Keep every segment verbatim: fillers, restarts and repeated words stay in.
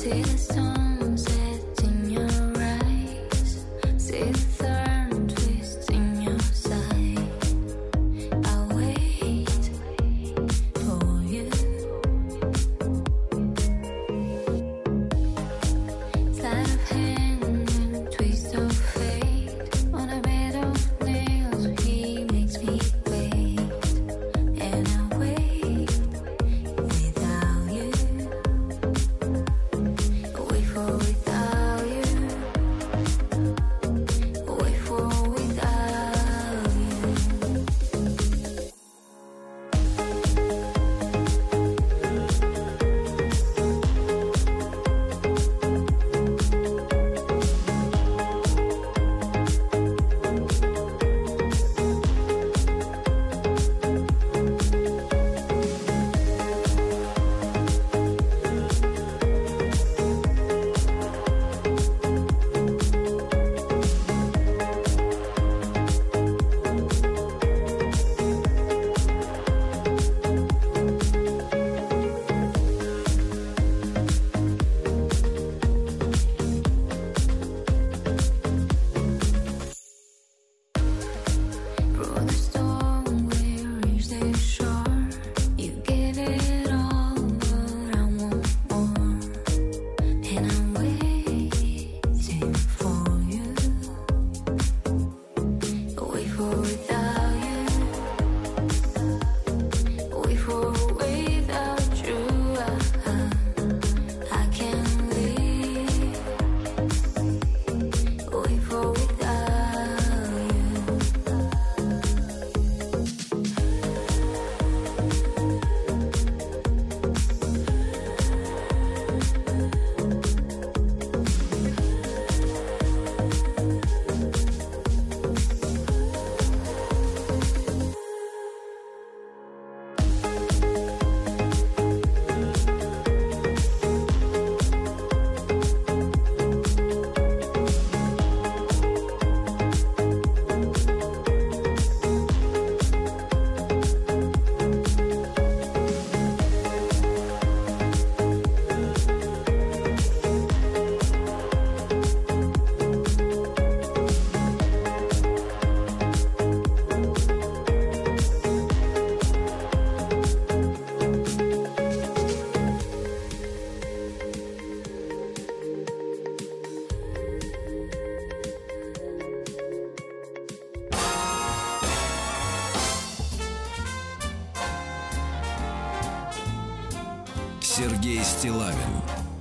Сергей Стиллавин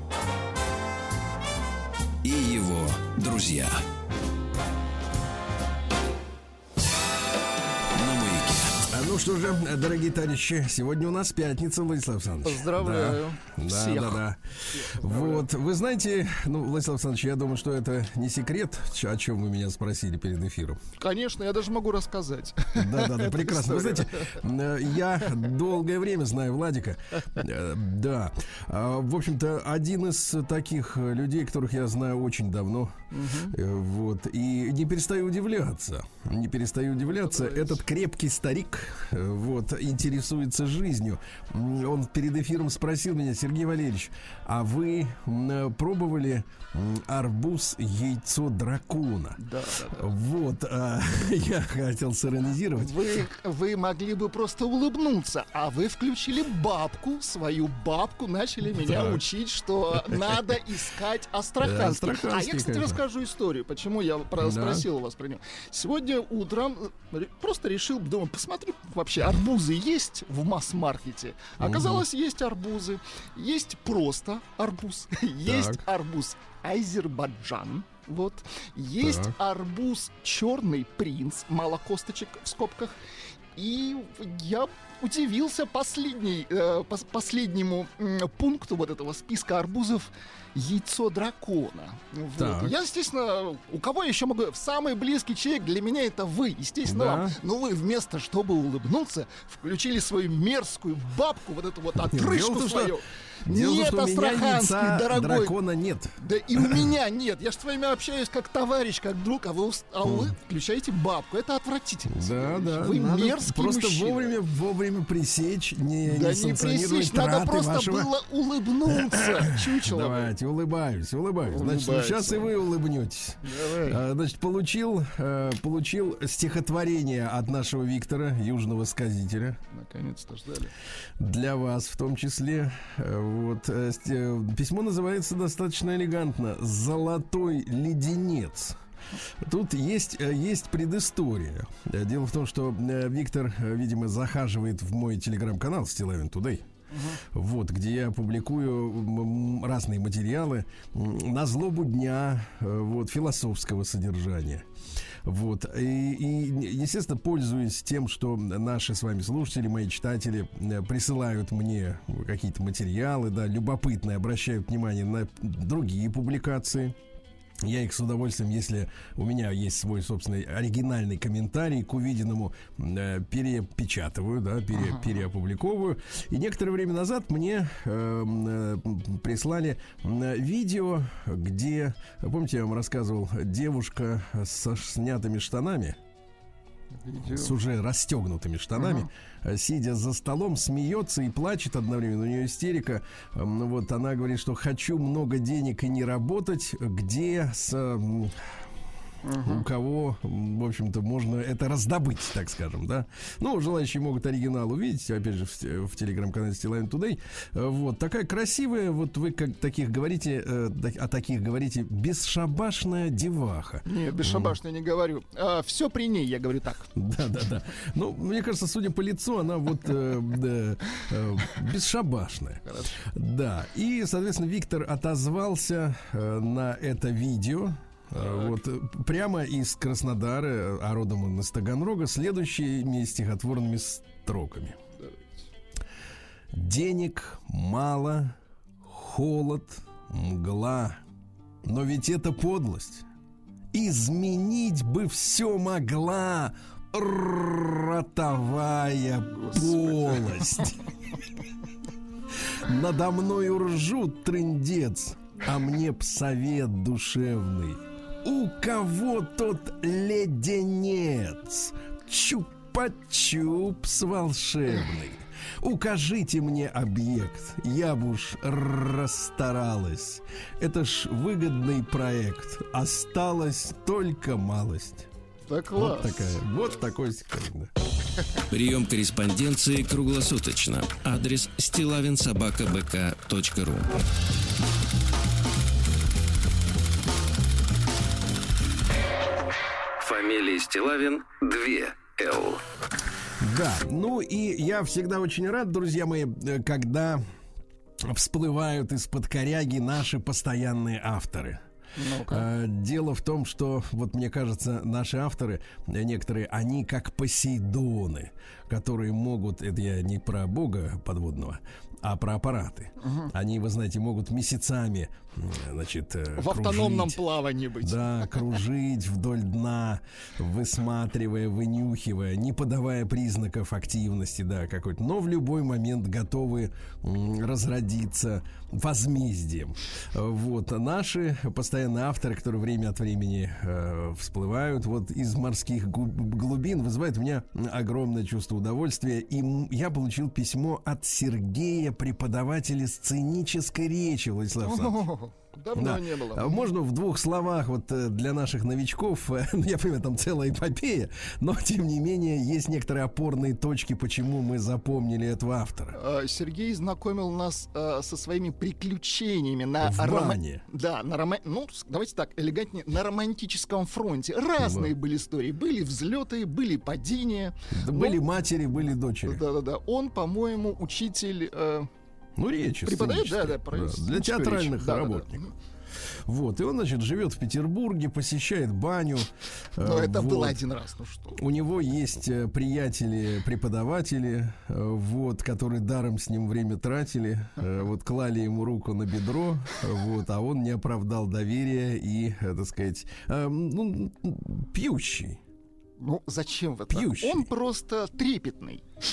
и его друзья. Ну что же, дорогие товарищи, сегодня у нас пятница, Владислав Александрович. Поздравляю. Да, всех. да, да, да. Вот, вы знаете, ну, Владислав Александрович, я думаю, что это не секрет, о чем вы меня спросили перед эфиром. Конечно, я даже могу рассказать. Да, да, да, прекрасно. Вы знаете, я долгое время знаю Владика. Да. В общем-то, один из таких людей, которых я знаю очень давно. Угу. Вот. И не перестаю удивляться. Не перестаю удивляться. Этот крепкий старик, вот, интересуется жизнью. Он перед эфиром спросил меня: Сергей Валерьевич, а вы пробовали арбуз яйцо дракона? Да, да, да. Вот, а, я хотел сиронизировать. Вы, вы могли бы просто улыбнуться, а вы включили бабку, свою бабку, начали меня так. учить, что надо искать астраханский. А я, кстати, конечно. расскажу историю, почему я про- да. спросил у вас про него. Сегодня утром просто решил, думаю, посмотрю, вообще арбузы есть в масс-маркете. Оказалось, угу. есть арбузы. Есть просто арбуз. Есть арбуз Азербайджан. Вот. Есть так. арбуз черный принц, мало косточек в скобках. И я удивился последней, э, пос- последнему э, пункту вот этого списка арбузов: яйцо дракона. Вот. Я, естественно, у кого еще могу... Самый близкий человек для меня — это вы. Естественно, да. вам. Но вы вместо, чтобы улыбнуться, включили свою мерзкую бабку, вот эту вот отрыжку свою. Дело нет, в том, что у меня Астраханский, яйца дорогой. дракона нет. Да и у меня нет. Я ж с вами общаюсь как товарищ, как друг, а вы, ус- а вы включаете бабку. Это отвратительно. Да, Сергей да. Вы надо мерзкий просто мужчина. вовремя, вовремя пресечь, не, Да не не санкционировать пресечь, надо траты просто вашего... было улыбнуться, чучело. Давайте, улыбаюсь, улыбаюсь. Значит, ну, Улыбайся. сейчас и вы улыбнетесь. Давай. А, Значит, получил, э, получил стихотворение от нашего Виктора, южного сказителя. Наконец-то ждали. Для вас в том числе. Э, Вот, э, сти- письмо называется достаточно элегантно «Золотой леденец». Тут есть, э, есть предыстория. Э, Дело в том, что э, Виктор, э, видимо, захаживает в мой телеграм-канал Стилавин Today. Вот, где я публикую м, разные материалы м, на злобу дня, э, вот, философского содержания. Вот, и, и, естественно, пользуясь тем, что наши с вами слушатели, мои читатели э, присылают мне какие-то материалы, да, любопытные, обращают внимание на другие публикации. Я их с удовольствием, если у меня есть свой собственный оригинальный комментарий к увиденному, э, перепечатываю, да, пере, ага. переопубликовываю. И некоторое время назад мне э, э, прислали э, видео, где, помните, я вам рассказывал, девушка со снятыми штанами, видео. С уже расстегнутыми штанами, ага. сидя за столом, смеется и плачет одновременно. У нее истерика. Вот она говорит, что хочу много денег и не работать. Где с... Uh-huh. У кого, в общем-то, можно это раздобыть, так скажем, да. Ну, желающие могут оригинал увидеть, опять же, в, в телеграм-канале Стилавин Today. Вот, такая красивая, вот вы как таких говорите, э, о таких говорите, бесшабашная деваха. Нет, бесшабашная mm. не говорю. А, все при ней, я говорю так. Да-да-да. Ну, мне кажется, судя по лицу, она вот э, э, э, бесшабашная. Хорошо. Да. И, соответственно, Виктор отозвался э, на это видео. Так. Вот прямо из Краснодара, а родом он из Таганрога, следующими стихотворными строками. Денег мало, холод, мгла, но ведь это подлость. Изменить бы все могла ротовая полость. Надо мною ржут трындец, а мне б совет душевный. У кого тот леденец? Чупа-чупс волшебный. Укажите мне объект, я б уж расстаралась. Это ж выгодный проект, осталась только малость. Да класс. Вот такая, вот такой стихотворение. Прием корреспонденции круглосуточно. Адрес стилавин собака бэ ка точка ру. Фамилия Стилавин две Л. Да, ну и я всегда очень рад, друзья мои, когда всплывают из-под коряги наши постоянные авторы. Ну-ка. Дело в том, что, вот мне кажется, наши авторы, некоторые, они как Посейдоны, которые могут, это я не про бога подводного, а про аппараты. Угу. Они, вы знаете, могут месяцами, значит, в автономном плавании быть. Да, кружить вдоль дна, высматривая, вынюхивая, не подавая признаков активности, да, какой-то, но в любой момент готовы м, разродиться возмездием. Вот, наши постоянные авторы, которые время от времени э, всплывают вот из морских глубин, вызывают у меня огромное чувство удовольствия. И я получил письмо от Сергея, преподавателя сценической речи, Владислав Александрович. Давно да. не было. Можно в двух словах вот для наших новичков, я понимаю, там целая эпопея, но тем не менее есть некоторые опорные точки, почему мы запомнили этого автора. Сергей знакомил нас э, со своими приключениями на в рома... бане. Да, на рома... ну давайте так элегантнее, на романтическом фронте. Разные да. были истории, были взлеты, были падения, да, но... были матери, были дочери. Да-да-да. Он, по-моему, учитель. Э... Ну, речи. Преподает, да, да, да, для театральных речь. работников. Да, да, да. Вот, и он, значит, живет в Петербурге, посещает баню. Но э, это вот. было один раз, ну что. У него есть приятели-преподаватели, вот, которые даром с ним время тратили, э, вот, клали ему руку на бедро, вот, а он не оправдал доверия и, э, так сказать, э, ну, пьющий. Ну, зачем вы так? Пьющий. Он просто трепетный.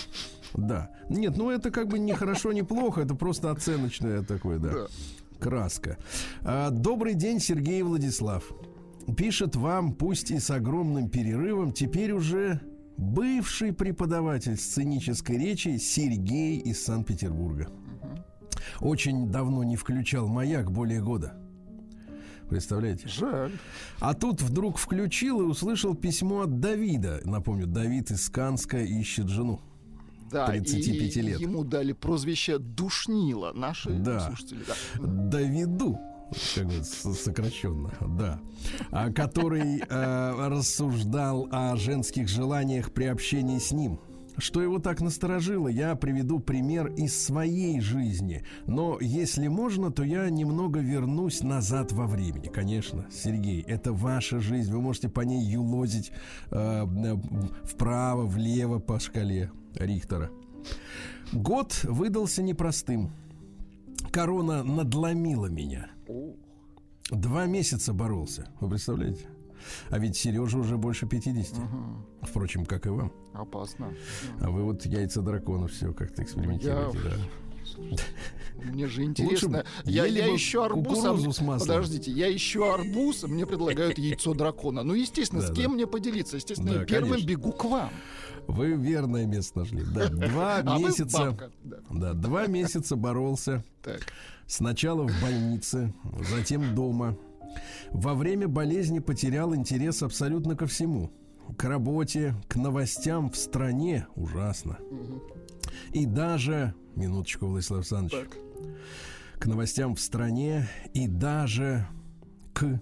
Да. Нет, ну это как бы не хорошо, не плохо, это просто оценочное такое, да. Да. Краска. А, добрый день, Сергей и Владислав. Пишет вам, пусть и с огромным перерывом, теперь уже бывший преподаватель сценической речи Сергей из Санкт-Петербурга. Очень давно не включал «Маяк», более года. Представляете? Жаль. А тут вдруг включил и услышал письмо от Давида. Напомню, Давид из Канска ищет жену. Да, тридцати пяти и лет. ему дали прозвище Душнила, наши Да. слушатели. Да. Давиду, как бы с- сокращенно, да, а, который э, рассуждал о женских желаниях при общении с ним. Что его так насторожило, я приведу пример из своей жизни. Но если можно, то я немного вернусь назад во времени. Конечно, Сергей, это ваша жизнь. Вы можете по ней юлозить э, вправо, влево по шкале Рихтера. Год выдался непростым. Корона надломила меня. Два месяца боролся. Вы представляете? А ведь Сережа уже больше пятидесяти. Угу. Впрочем, как и вам. Опасно. А вы вот яйца дракона все как-то экспериментируете, Я- да. Мне же интересно. Лучше Я, ели я бы ищу арбуз. а кукурузу мне- с маслом. Подождите, я ищу арбуз, а мне предлагают яйцо дракона. Ну, естественно, Да, с да. кем мне поделиться? Естественно, Да, я первым конечно. бегу к вам. Вы верное место нашли. Да, два А вы месяца. бабка. Да. Да, два месяца боролся. Так. Сначала в больнице, затем дома. Во время болезни потерял интерес абсолютно ко всему. К работе, к новостям в стране. Ужасно. И даже, минуточку, Владислав Александрович, Так. к новостям в стране и даже к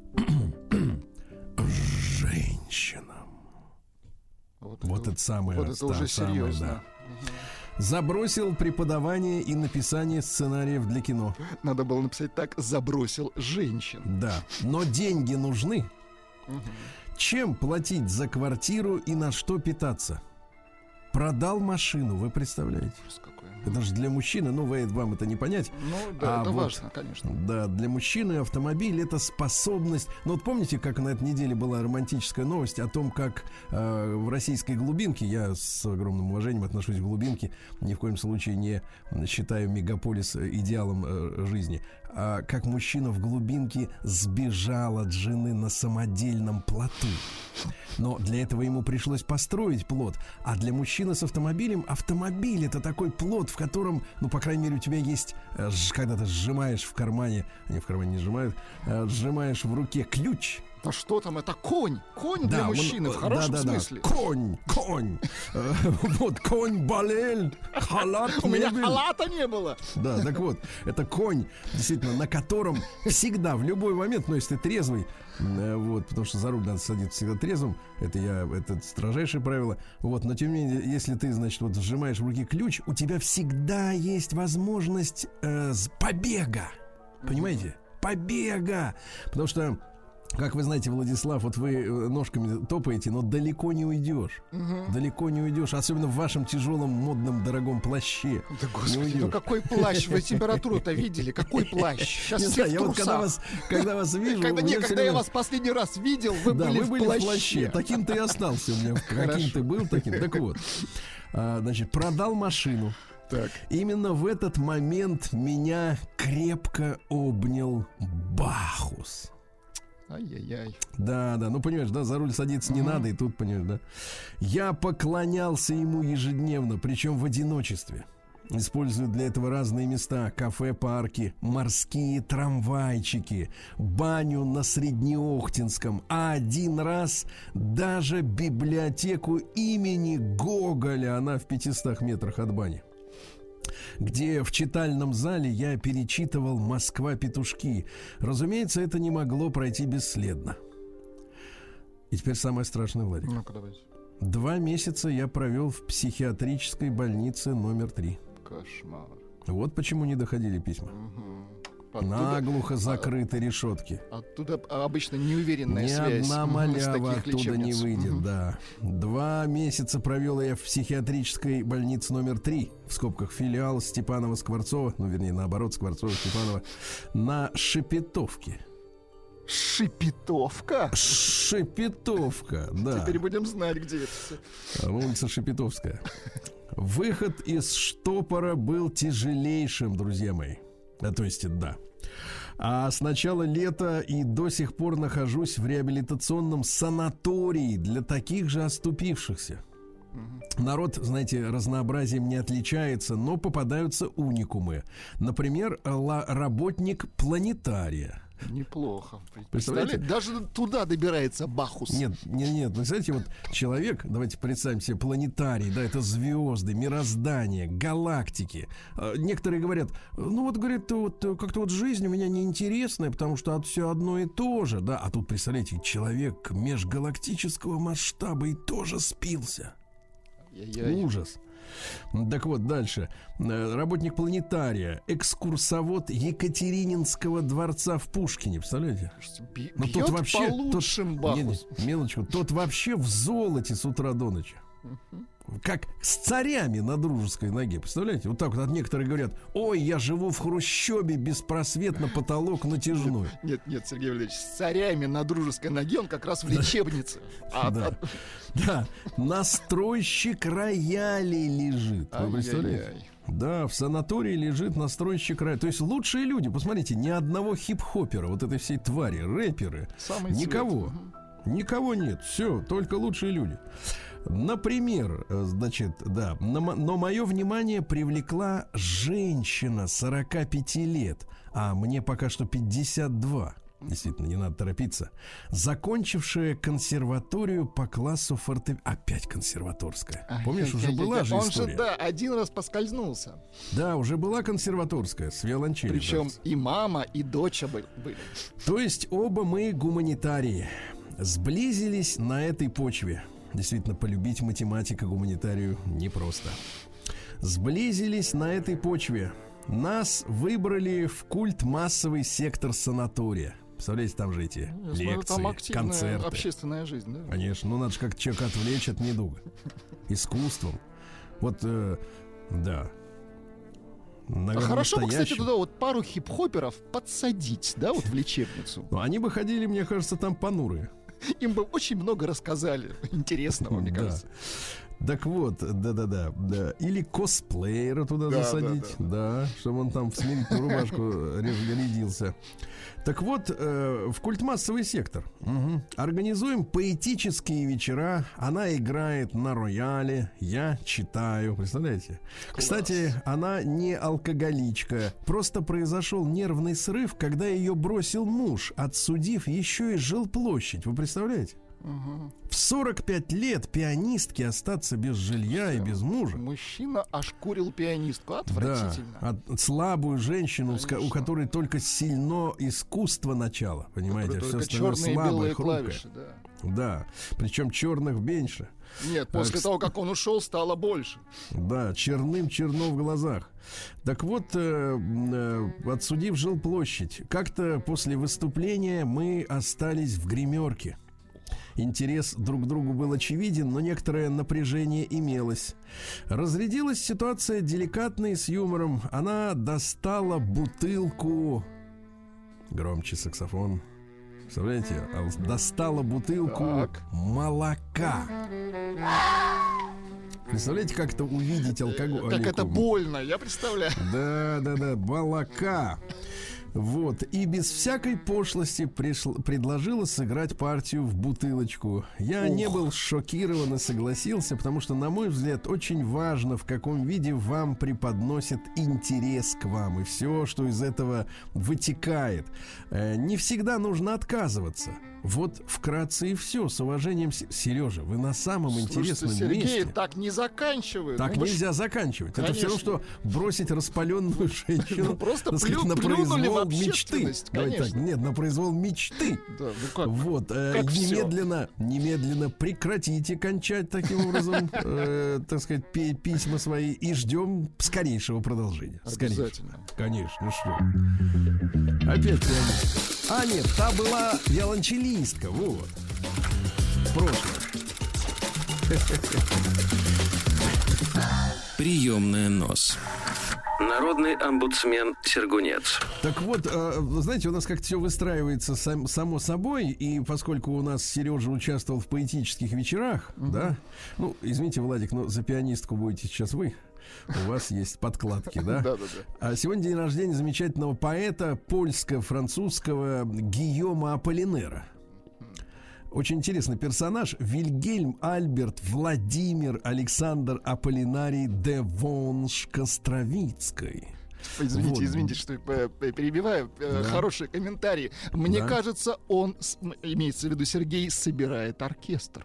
женщинам. Вот, Вот это самое. вот это да, уже самое, серьезно. да. Забросил преподавание и написание сценариев для кино. Надо было написать так: забросил женщин. Да, но деньги нужны. Чем платить за квартиру и на что питаться? Продал машину, вы представляете? Ужас какой. Это же для мужчины, ну, вы, вам это не понять. Ну, да, А это вот, важно, конечно. Да, для мужчины автомобиль — это способность. Ну вот помните, как на этой неделе была романтическая новость о том, как э, в российской глубинке, я с огромным уважением отношусь к глубинке, ни в коем случае не считаю мегаполис идеалом э, жизни, а как мужчина в глубинке сбежал от жены на самодельном плоту. Но для этого ему пришлось построить плот. А для мужчины с автомобилем автомобиль — это такой плот, в котором, ну, по крайней мере, у тебя есть, э, ж- когда ты сжимаешь в кармане, они в кармане не сжимают, э, сжимаешь в руке ключ. А что там? Это конь. Конь для он- мужчины, в хорошем да, да, да. смысле. Конь, конь. Э, Вот конь болел, халат У не меня был. халата не было. Да, так вот, это конь, действительно, на котором всегда, в любой момент, ну, если ты трезвый, э, вот, потому что за руль надо садиться всегда трезвым, это я, это строжайшее правило, вот, но тем не менее, если ты, значит, вот сжимаешь в руке ключ, у тебя всегда есть возможность э, с- побега, понимаете? Побега, потому что, как вы знаете, Владислав, вот вы э, ножками топаете, но далеко не уйдешь. Далеко не уйдешь. Особенно в вашем тяжелом, модном, дорогом плаще. Да, Не господи, уйдешь. ну какой плащ? Вы температуру-то видели? Какой плащ? Сейчас Не все знаю, в я вот когда трусах. вас, когда вас вижу, Когда, у не, меня всё когда я время- вас последний раз видел, вы да, были, вы в, были плаще. в плаще. Таким ты и остался у меня. Каким ты был, таким. Так вот, а, значит, продал машину. Так. Именно в этот момент меня крепко обнял Бахус. Ай-яй-яй. Да, да, ну понимаешь, да, за руль садиться не надо, и тут, понимаешь, да. Я поклонялся ему ежедневно, причем в одиночестве. Используют для этого разные места: кафе, парки, морские трамвайчики, баню на Среднеохтинском, а один раз даже библиотеку имени Гоголя, она в пятистах метрах от бани, где в читальном зале я перечитывал «Москва-петушки». Разумеется, это не могло пройти бесследно. И теперь самое страшное, Владик. Ну-ка, давайте. Два месяца я провел в психиатрической больнице номер три. Кошмар. Вот почему не доходили письма. Оттуда, Наглухо закрыты решетки. оттуда обычно неуверенная Ни связь. одна мгм, с малява таких оттуда не лечебниц. выйдет, Мгм. да. Два месяца провел я в психиатрической больнице номер три, в скобках филиал Степанова-Скворцова, ну, вернее, наоборот, Скворцова-Степанова, на Шепетовке. Шепетовка? Шепетовка, да. Теперь будем знать, где это все. А, улица Шепетовская. Выход из штопора был тяжелейшим, друзья мои. А, то есть, да. А с начала лета и до сих пор нахожусь в реабилитационном санатории для таких же оступившихся. Народ, знаете, разнообразием не отличается, но попадаются уникумы. Например, ла- работник планетария. Неплохо. Представляете? Даже туда добирается Бахус. Нет, нет, нет. Вы знаете, вот человек, давайте представим себе планетарий, да, это звезды, мироздание, галактики. Некоторые говорят, ну вот, говорит, вот как-то вот жизнь у меня неинтересная, потому что все одно и то же, да. А тут, представляете, человек межгалактического масштаба и тоже спился. Я-я-я. Ужас. Так вот, дальше. Работник планетария, экскурсовод Екатерининского дворца в Пушкине. Представляете? Бьет ну, тот вообще, по лучшим, тот, не, не, мелочку, тот вообще в золоте с утра до ночи. Как с царями на дружеской ноге. Представляете? Вот так вот некоторые говорят: ой, я живу в хрущебе, беспросветно, потолок натяжной. Нет, нет, Сергей Валерьевич, с царями на дружеской ноге он как раз в лечебнице. Да, да. Настройщик роялей лежит. Вы представляете? Да, в санатории лежит настройщик рояля. То есть лучшие люди. Посмотрите, ни одного хип-хопера, вот этой всей твари, рэперы. Никого. Никого нет. Все, только лучшие люди. Например, значит, да, но, но мое внимание привлекла женщина сорока пяти лет, а мне пока что пятьдесят два. Действительно, не надо торопиться. Закончившая консерваторию по классу фортепиано. Опять консерваторская. А, Помнишь, я, уже я, была я, же он история. Он же, да, один раз поскользнулся. Да, уже была консерваторская с виолончелью. Причем кажется. И мама, и дочь были. То есть оба мы гуманитарии. Сблизились на этой почве. Действительно, полюбить математика гуманитарию непросто. Сблизились на этой почве. Нас выбрали в культ массовый сектор санатория. Представляете, там же эти Я лекции, смотрю, там концерты. Общественная жизнь, да? Конечно, ну надо же как человека отвлечь от недуга. Искусством. Вот, э, да. Наверное, а хорошо бы, кстати, туда вот пару хип-хоперов подсадить, да, вот в лечебницу. Ну, они бы ходили, мне кажется, там понурые. Им бы очень много рассказали интересного, мне кажется. Так вот, да-да-да, да. Или косплеера туда да, засадить, да, да. да, чтобы он там в смирительную рубашку рядился. Так вот, э, в культмассовый сектор угу. организуем поэтические вечера. Она играет на рояле, я читаю. Представляете? Класс. Кстати, она не алкоголичка. Просто произошел нервный срыв, когда ее бросил муж, отсудив еще и жилплощадь. Вы представляете? Угу. В сорок пять лет пианистке остаться без жилья Все. и без мужа. Мужчина ошкурил пианистку. Отвратительно. Да, от, слабую женщину, Конечно. у которой только сильно искусство начала. Понимаете, все остальное слабое, хрупкое. Клавиши, да. да, причем черных меньше. Нет, после а, того, как он ушел, стало больше. Да, черным черно в глазах. Так вот, э, э, отсудив жилплощадь, как-то после выступления мы остались в гримерке. Интерес друг к другу был очевиден, но некоторое напряжение имелось. Разрядилась ситуация деликатно и с юмором. Она достала бутылку... Громче саксофон. Представляете? Достала бутылку так. молока. Представляете, как это увидеть алкоголь? Как это больно, я представляю. Да, да, да, молока. Вот, и без всякой пошлости пришл, предложила сыграть партию в бутылочку. Я Ох. не был шокирован и согласился, потому что, на мой взгляд, очень важно, в каком виде вам преподносят интерес к вам и все, что из этого вытекает. Э, не всегда нужно отказываться. Вот вкратце и все. С уважением, Сережа, вы на самом Слушайте, интересном Сергей, месте. Сергей, так не заканчивают. Так ну, нельзя заканчивать. Конечно. Это все равно, что бросить распаленную женщину просто на произвол мечты. Так, нет, на произвол мечты. Да, ну как? Вот, э, как немедленно, немедленно прекратите кончать таким образом, э, так сказать, пи- письма свои и ждем скорейшего продолжения. Обязательно. Конечно, ну что? Опять пианистка. А нет, та была виолончелистка, вот. В прошлом. Приемная нос. Народный омбудсмен Сергунец. Так вот, знаете, у нас как-то все выстраивается сам, само собой, и поскольку у нас Сережа участвовал в поэтических вечерах, угу. да, ну, извините, Владик, но за пианистку будете сейчас вы. У вас есть подкладки, да? Да, да, да. А сегодня день рождения замечательного поэта польско-французского Гийома Аполлинера. Очень интересный персонаж. Вильгельм Альберт Владимир Александр Аполлинарий де Вонш-Костровицкой. Извините, вот. извините, что перебиваю. Да. Хороший комментарий. Мне да. кажется, он, имеется в виду Сергей, собирает оркестр.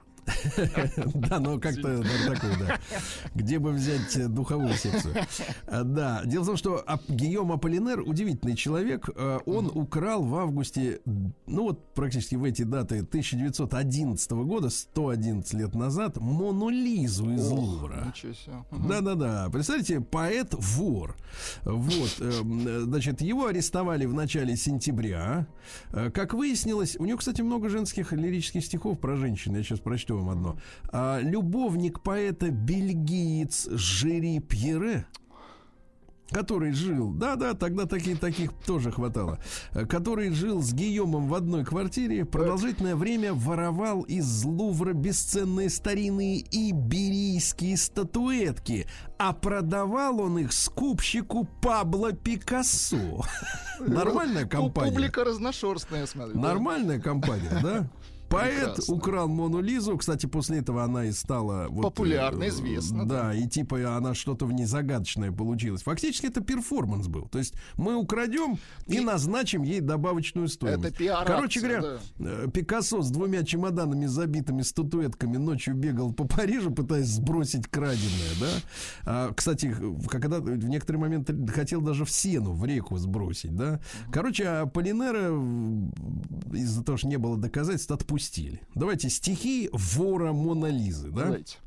Да, ну как-то такой, да. Где бы взять духовую секцию? Да, дело в том, что Гийом Аполлинер удивительный человек. Он украл в августе, ну вот практически в эти даты тысяча девятьсот одиннадцатого года, сто одиннадцать лет назад, Мону Лизу из Лувра. Да-да-да. Представляете, поэт-вор. Вот, значит, его арестовали в начале сентября. Как выяснилось, у него, кстати, много женских лирических стихов про женщин. Я сейчас прочту вам одно. А, любовник поэта бельгиец Жери Пьере, который жил, да-да, тогда таких, таких тоже хватало, который жил с Гийомом в одной квартире, продолжительное время воровал из Лувра бесценные старинные иберийские статуэтки, а продавал он их скупщику Пабло Пикассо. Нормальная компания. Публика разношерстная, смотрю. Нормальная компания, да? Поэт прекрасно. Украл Мону Лизу. Кстати, после этого она и стала вот, популярна, э, известна. Да, да, и типа она что-то в ней загадочное получилось. Фактически это перформанс был. То есть мы украдем и, и назначим ей добавочную стоимость. Это пиар. Короче говоря, да. Пикассо с двумя чемоданами, забитыми статуэтками, ночью бегал по Парижу, пытаясь сбросить краденое, да. А, кстати, когда в некоторый момент хотел даже в Сену, в реку сбросить, да. Короче, Аполлинера из-за того, что не было доказательств, отпустили. Давайте стихи вора Моны Лизы, да? Давайте.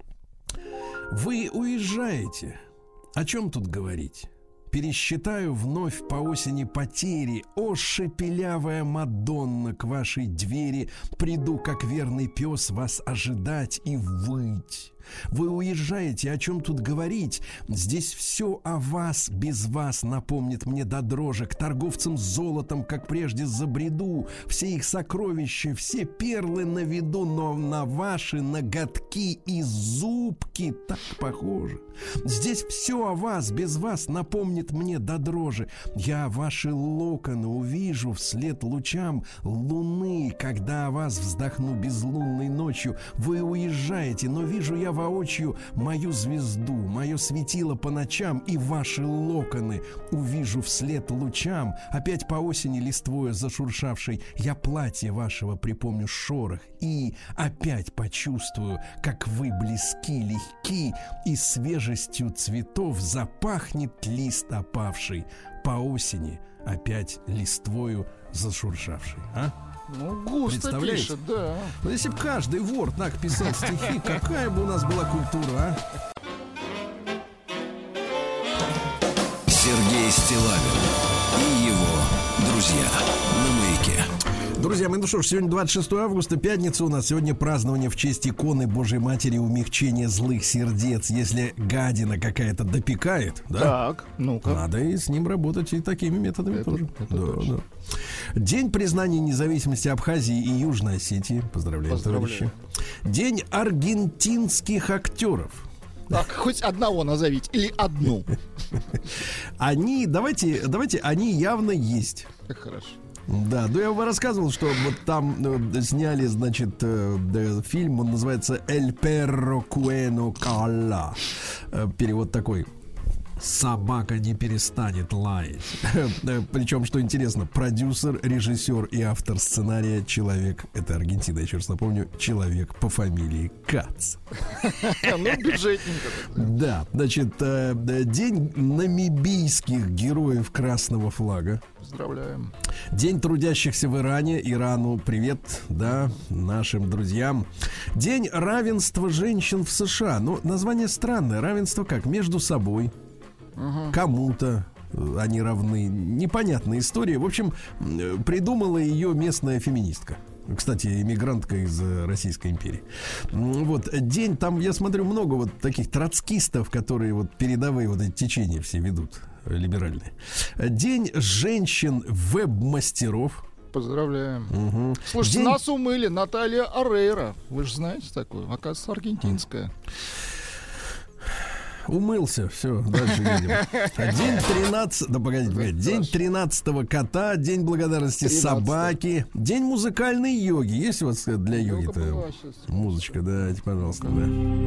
Вы уезжаете. О чем тут говорить? Пересчитаю вновь по осени потери. О, шепелявая Мадонна, к вашей двери приду, как верный пес, вас ожидать и выть. Вы уезжаете, о чем тут говорить? Здесь все о вас, без вас напомнит мне до дрожи. К торговцам золотом, как прежде, забреду. Все их сокровища, все перлы на виду, но на ваши ноготки и зубки так похожи. Здесь все о вас, без вас напомнит мне до дрожи. Я ваши локоны увижу вслед лучам луны, когда о вас вздохну безлунной ночью. Вы уезжаете, но вижу я воочию мою звезду, мое светило по ночам, и ваши локоны увижу вслед лучам. Опять по осени листвою зашуршавшей я платье вашего припомню шорох, и опять почувствую, как вы близки, легки, и свежестью цветов запахнет лист опавший по осени, опять листвою зашуршавший. А? Ну, густо пишет, да. Но если бы каждый вор так писал стихи, какая бы у нас была культура, а? Сергей Стиллавин и его друзья на Маяке. Друзья мои, ну что ж, сегодня двадцать шестое августа, пятница у нас. Сегодня празднование в честь иконы Божьей Матери умягчения злых сердец. Если гадина какая-то допекает, да? Так, ну-ка. Надо и с ним работать и такими методами это, тоже. Это да, точно. Да. День признания независимости Абхазии и Южной Осетии. Поздравляем, Поздравляю. товарищи. День аргентинских актеров. Так, хоть одного назовите или одну. Они, давайте, давайте, они явно есть. Хорошо. Да, ну я вам рассказывал, что вот там э, сняли, значит, э, фильм, он называется «El perro cueno cala». Э, перевод такой: «Собака не перестанет лаять». Причем, что интересно, продюсер, режиссер и автор сценария человек, это Аргентина, еще раз напомню, человек по фамилии Кац. Ну, бюджетненько. Да, значит, день намибийских героев красного флага. Поздравляем. День трудящихся в Иране. Ирану привет, да, нашим друзьям. День равенства женщин в США. Ну, название странное. Равенство как? Между собой. Угу. Кому-то они равны. Непонятная история. В общем, придумала ее местная феминистка. Кстати, иммигрантка из Российской империи. Вот, день, там, я смотрю, много вот таких троцкистов, которые вот передовые вот эти течения все ведут. либеральные. День женщин-веб-мастеров. Поздравляем. Угу. Слушайте, День... нас умыли. Наталья Орейро. Вы же знаете такую? Оказывается, аргентинская. Умылся, все, дальше едем. День тринадцатого, да погодите, погодите. День тринадцатого кота, день благодарности тринадцатого собаки, день музыкальной йоги. Есть у вас для йоги-то музычка? Дайте, пожалуйста, да.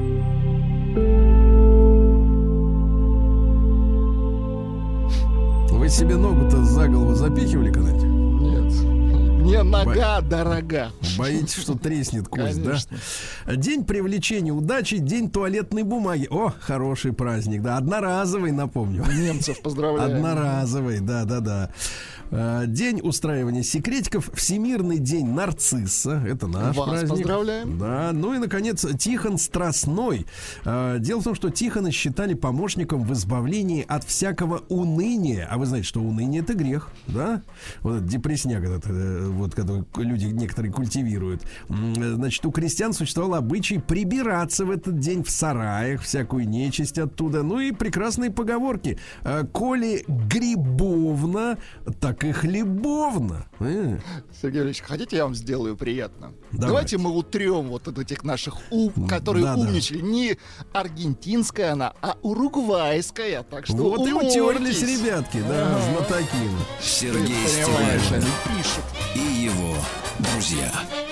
Вы себе ногу-то за голову запихивали когда-нибудь? Нет. Мне нога Бо... дорога. Боитесь, что треснет кость, конечно. Да? День привлечения удачи, день туалетной бумаги. О, хороший праздник, да. Одноразовый, напомню. Немцев поздравляем. Одноразовый, да-да-да. День устраивания секретиков, Всемирный день нарцисса, это наш Вас праздник. Поздравляем. Да, ну и, наконец, Тихон Страстной. Дело в том, что Тихона считали помощником в избавлении от всякого уныния. А вы знаете, что уныние — это грех, да? Вот этот депрессняк этот, вот, который люди некоторые культивируют. Значит, у крестьян существовал обычай прибираться в этот день в сараях, всякую нечисть оттуда. Ну и прекрасные поговорки. Коли грибовна, так и хлебовно. Сергей Ильич, хотите, я вам сделаю приятно? Давайте, Давайте мы утрем вот от этих наших у, которые да, умничали. Да. Не аргентинская она, а уругвайская. Так что вот умойтесь. И утерлись ребятки, да, знатоки. Сергей Стиллавин и его друзья.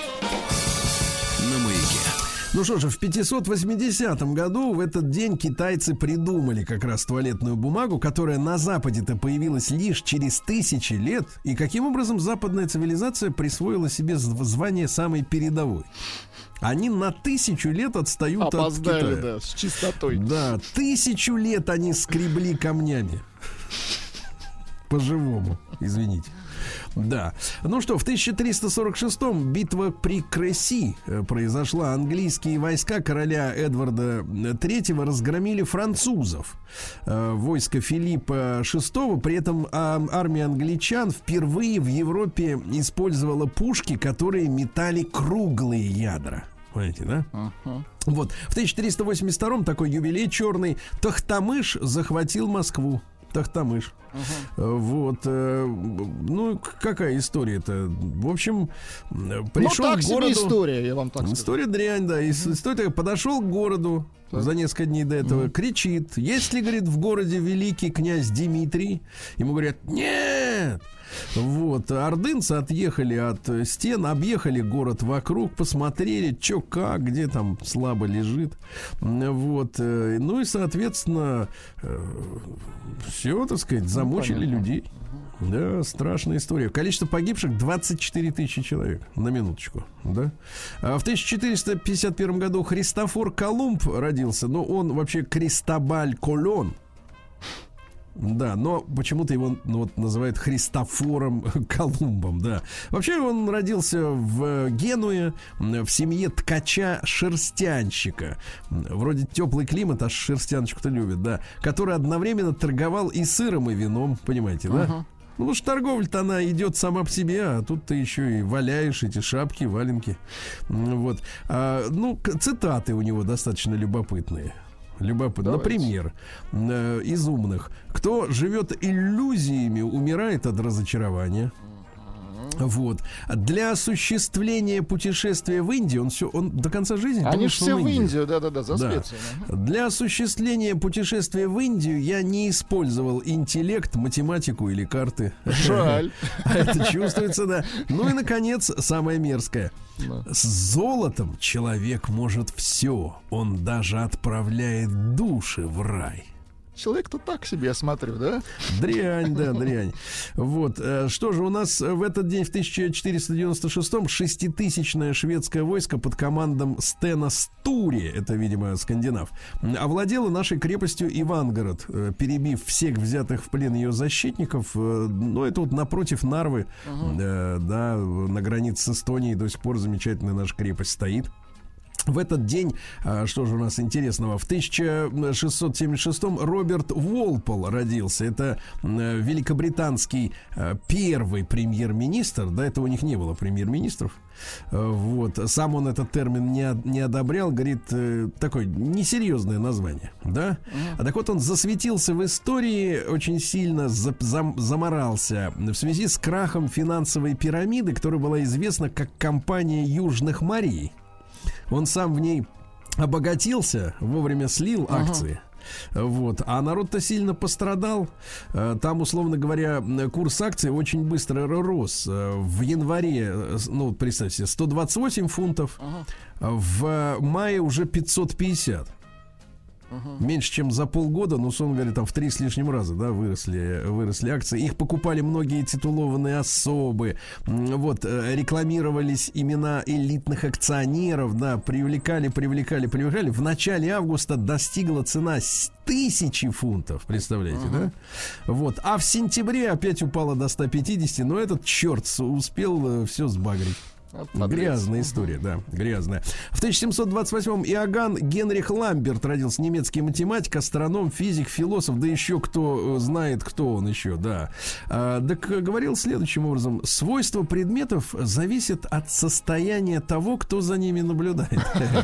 На маяке. Ну что же, в пятьсот восьмидесятом году в этот день китайцы придумали как раз туалетную бумагу, которая на Западе-то появилась лишь через тысячи лет. И каким образом западная цивилизация присвоила себе звание самой передовой? Они на тысячу лет отстают Опоздали, от Китая. Да, с чистотой. Да, тысячу лет они скребли камнями. По-живому, извините. Да. Ну что, в тысяча триста сорок шестом битва при Креси произошла. Английские войска короля Эдварда третьего разгромили французов. Войско Филиппа шестого. При этом армия англичан впервые в Европе использовала пушки, которые метали круглые ядра. Понимаете, да? Uh-huh. Вот. В тысяча триста восемьдесят втором такой юбилей черный. Тохтамыш захватил Москву. Тохтамыш. Uh-huh. Вот. Э, ну, какая история-то? В общем, пришел ну, так к городу... себе история, я вам так скажу. История дрянь, да. Uh-huh. История, подошел к городу так. за несколько дней до этого, uh-huh. кричит. Есть ли, говорит, в городе великий князь Дмитрий? Ему говорят, нет! Вот, ордынцы отъехали от стен, объехали город вокруг, посмотрели, что как, где там слабо лежит. Вот, ну и, соответственно, все, так сказать, замочили ну, людей. Да, страшная история. Количество погибших двадцать четыре тысячи человек, на минуточку, да. А в тысяча четыреста пятьдесят первом году Христофор Колумб родился, но он вообще Кристобаль Колон. Да, но почему-то его ну, вот, называют Христофором Колумбом, да. Вообще он родился в Генуе в семье ткача-шерстянщика. Вроде теплый климат, а шерстяночку-то любит, да. Который одновременно торговал и сыром, и вином, понимаете, да? Uh-huh. Ну, потому что торговля-то она идет сама по себе, а тут ты еще и валяешь эти шапки, валенки. Вот. А, ну, цитаты у него достаточно любопытные. Любопытно. Давайте. Например, э, из умных. Кто живет иллюзиями, умирает от разочарования. Вот. Для осуществления путешествия в Индию он все, он до конца жизни. Они же все в Индию, да-да-да, за да. специи. Для осуществления путешествия в Индию я не использовал интеллект, математику или карты. Жаль. Это чувствуется, да. Ну и, наконец, самое мерзкое. С золотом человек может все. Он даже отправляет души в рай. Человек-то так себе, я смотрю, да? Дрянь, да, дрянь. Вот, что же, у нас в этот день, в тысяча четыреста девяносто шестом, шеститысячное шведское войско под командом Стена Стури, это, видимо, скандинав, овладело нашей крепостью Ивангород, перебив всех взятых в плен ее защитников. Ну, это вот напротив Нарвы, uh-huh. да, на границе с Эстонией до сих пор замечательная наша крепость стоит. В этот день, что же у нас интересного, в тысяча шестьсот семьдесят шестом Роберт Уолпол родился. Это великобританский первый премьер-министр. До этого у них не было премьер-министров. Вот. Сам он этот термин не, не одобрял. Говорит, такое несерьезное название. Да? А так вот, он засветился в истории очень сильно, за, зам, заморался в связи с крахом финансовой пирамиды, которая была известна как компания Южных морей. Он сам в ней обогатился, вовремя слил акции. Ага. Вот. А народ-то сильно пострадал. Там, условно говоря, курс акций очень быстро рос. В январе, ну, представьте себе, сто двадцать восемь фунтов. Ага. В мае уже пятьсот пятьдесят. Uh-huh. Меньше, чем за полгода, ну, условно говоря, там в три с лишним раза, да, выросли, выросли акции. Их покупали многие титулованные особы. Вот, рекламировались имена элитных акционеров, да, привлекали, привлекали, привлекали. В начале августа достигла цена тысячи фунтов, представляете, uh-huh. да? Вот, а в сентябре опять упала до ста пятидесяти, но этот черт успел все сбагрить. Грязная история, да, грязная. В тысяча семьсот двадцать восьмом Иоганн Генрих Ламберт родился, немецкий математик, астроном, физик, философ, да еще кто знает, кто он еще, да. А, так говорил следующим образом: свойства предметов зависят от состояния того, кто за ними наблюдает.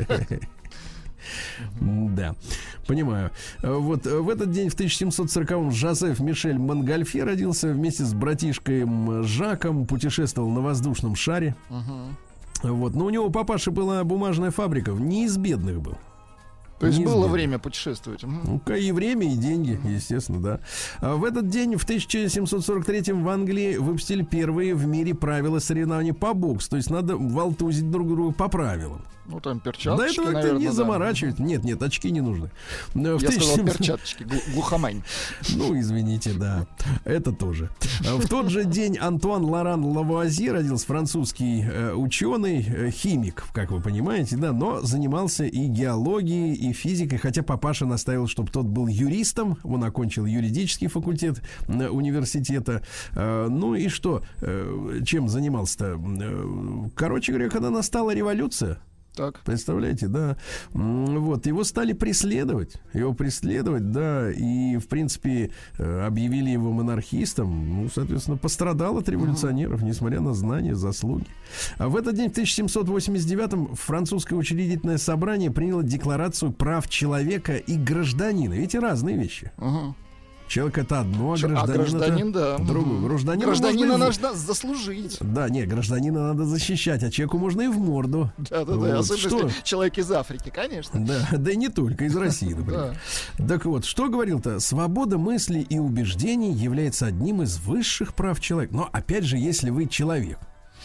Да, понимаю. Вот в этот день, в тысяча семьсот сороковом, Жозеф Мишель Монгольфье родился. Вместе с братишкой Жаком путешествовал на воздушном шаре. Uh-huh. Вот. Но у него папаша была бумажная фабрика, не из бедных был. То есть было время путешествовать. Ну, и время, и деньги, естественно, да. А в этот день, в тысяча семьсот сорок третьем, в Англии выпустили первые в мире правила соревнований по боксу. То есть надо валтузить друг друга по правилам. Ну, там перчаточки, до этого наверное, это не да. заморачивать. Нет, нет, очки не нужны. Я тысяча... сказал перчаточки, глухомань. Ну, извините, да. Это тоже. В тот же день Антуан Лоран Лавуазье родился, французский э, ученый, э, химик, как вы понимаете, да, но занимался и геологией, и физикой, хотя папаша наставил, чтобы тот был юристом. Он окончил юридический факультет э, университета. Э, ну и что? Э, чем занимался-то? Э, короче говоря, когда настала революция, так. Представляете, да. Вот, его стали преследовать. Его преследовать, да. И, в принципе, объявили его монархистом. Ну, соответственно, пострадал от революционеров, несмотря на знания, заслуги. А в этот день, в тысяча семьсот восемьдесят девятом, французское учредительное собрание приняло Декларацию прав человека и гражданина. Эти разные вещи. Угу. Человек — это одно, а гражданин, а гражданин это да. другое. Гражданина, гражданина нужно заслужить. Да, нет, гражданина надо защищать, а человеку можно и в морду. Да, да, вот. Да. Особенно если человек из Африки, конечно. Да, да и не только, из России, например. Да. Так вот, что говорил-то? Свобода мыслей и убеждений является одним из высших прав человека. Но, опять же, если вы человек.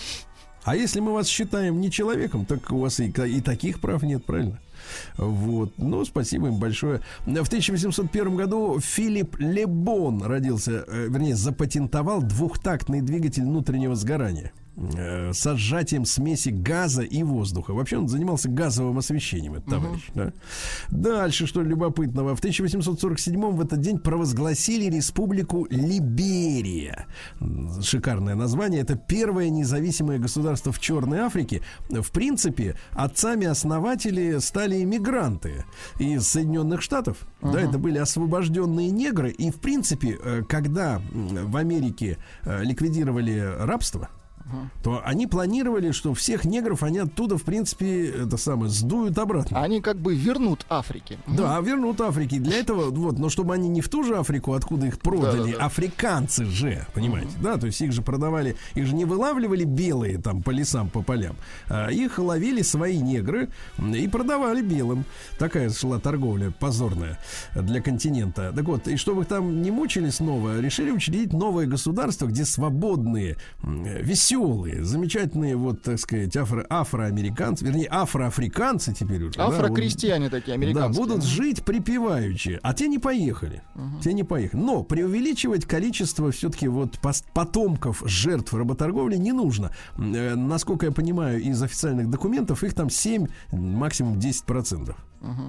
А если мы вас считаем не человеком, так у вас и, и таких прав нет, правильно? Вот. Ну, спасибо им большое. В тысяча восемьсот первом году Филипп Лебон родился, э, вернее, запатентовал двухтактный двигатель внутреннего сгорания э, со сжатием смеси газа и воздуха. Вообще он занимался газовым освещением, этот товарищ. Uh-huh. Да? Дальше, что любопытного. В тысяча восемьсот сорок седьмом в этот день провозгласили республику Либерия. Шикарное название. Это первое независимое государство в Черной Африке. В принципе, отцами-основатели стали иммигранты из Соединенных Штатов. Uh-huh. Да, это были освобожденные негры. И, в принципе, когда в Америке ликвидировали рабство, Uh-huh. то они планировали, что всех негров они оттуда, в принципе, это самое, сдуют обратно. Они как бы вернут Африке. Да, вернут Африке. Для этого, вот, но чтобы они не в ту же Африку, откуда их продали, да, да, да. африканцы же, понимаете, uh-huh. да, то есть их же продавали, их же не вылавливали белые там по лесам, по полям, а их ловили свои негры и продавали белым. Такая шла торговля позорная для континента. Так вот, и чтобы их там не мучили снова, решили учредить новое государство, где свободные, веселые, веселые, замечательные, вот, так сказать, афро- афроамериканцы, вернее, афроафриканцы теперь уже. Афрокрестьяне, да, вот, такие американские. Да, будут жить припеваючи. А те не поехали. Uh-huh. Те не поехали. Но преувеличивать количество все-таки вот потомков жертв работорговли не нужно. Э, насколько я понимаю, из официальных документов их там семь, максимум десять процентов. Uh-huh.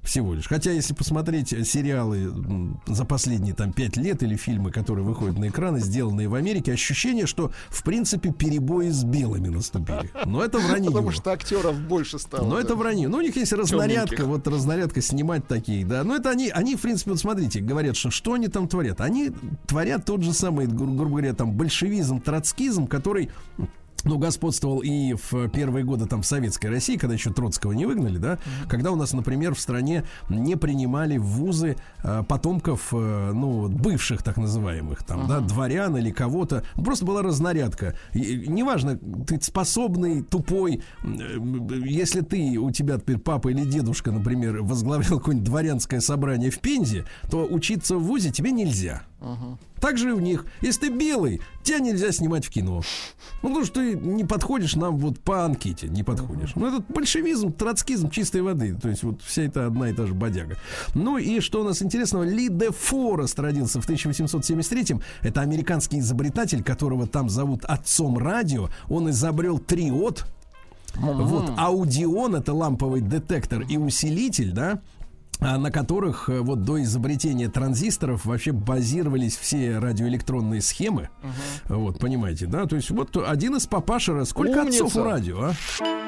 всего лишь. Хотя, если посмотреть сериалы за последние там пять лет или фильмы, которые выходят на экраны, сделанные в Америке, ощущение, что, в принципе, перебои с белыми наступили. Но это вранье. Потому что актеров больше стало. Но да. это вранье. Ну, у них есть разнарядка, вот разнарядка снимать такие, да. Но это они, они, в принципе, вот смотрите, говорят, что что они там творят? Они творят тот же самый, гру- грубо говоря, там, большевизм, троцкизм, который... Ну, господствовал и в первые годы там в Советской России, когда еще Троцкого не выгнали, да, mm-hmm. когда у нас, например, в стране не принимали в вузы э, потомков, э, ну, бывших так называемых, там, mm-hmm. да, дворян или кого-то. Просто была разнарядка. И, неважно, ты способный, тупой, э, если ты, у тебя теперь папа или дедушка, например, возглавлял какое-нибудь дворянское собрание в Пензе, то учиться в вузе тебе нельзя. Uh-huh. Так же и у них. Если ты белый, тебя нельзя снимать в кино. Ну, потому что ты не подходишь нам вот по анкете, не подходишь. Uh-huh. Ну, это большевизм, троцкизм чистой воды. То есть вот вся эта одна и та же бодяга. Ну, и что у нас интересного? Ли де Форест родился в тысяча восемьсот семьдесят третьем. Это американский изобретатель, которого там зовут отцом радио. Он изобрел триод. Uh-huh. Вот аудион — это ламповый детектор и усилитель, да, на которых вот до изобретения транзисторов вообще базировались все радиоэлектронные схемы. Uh-huh. Вот, понимаете, да? То есть вот один из папашера. Сколько Умница. Отцов у радио, а?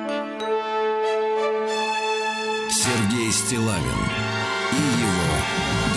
Сергей Стиллавин и его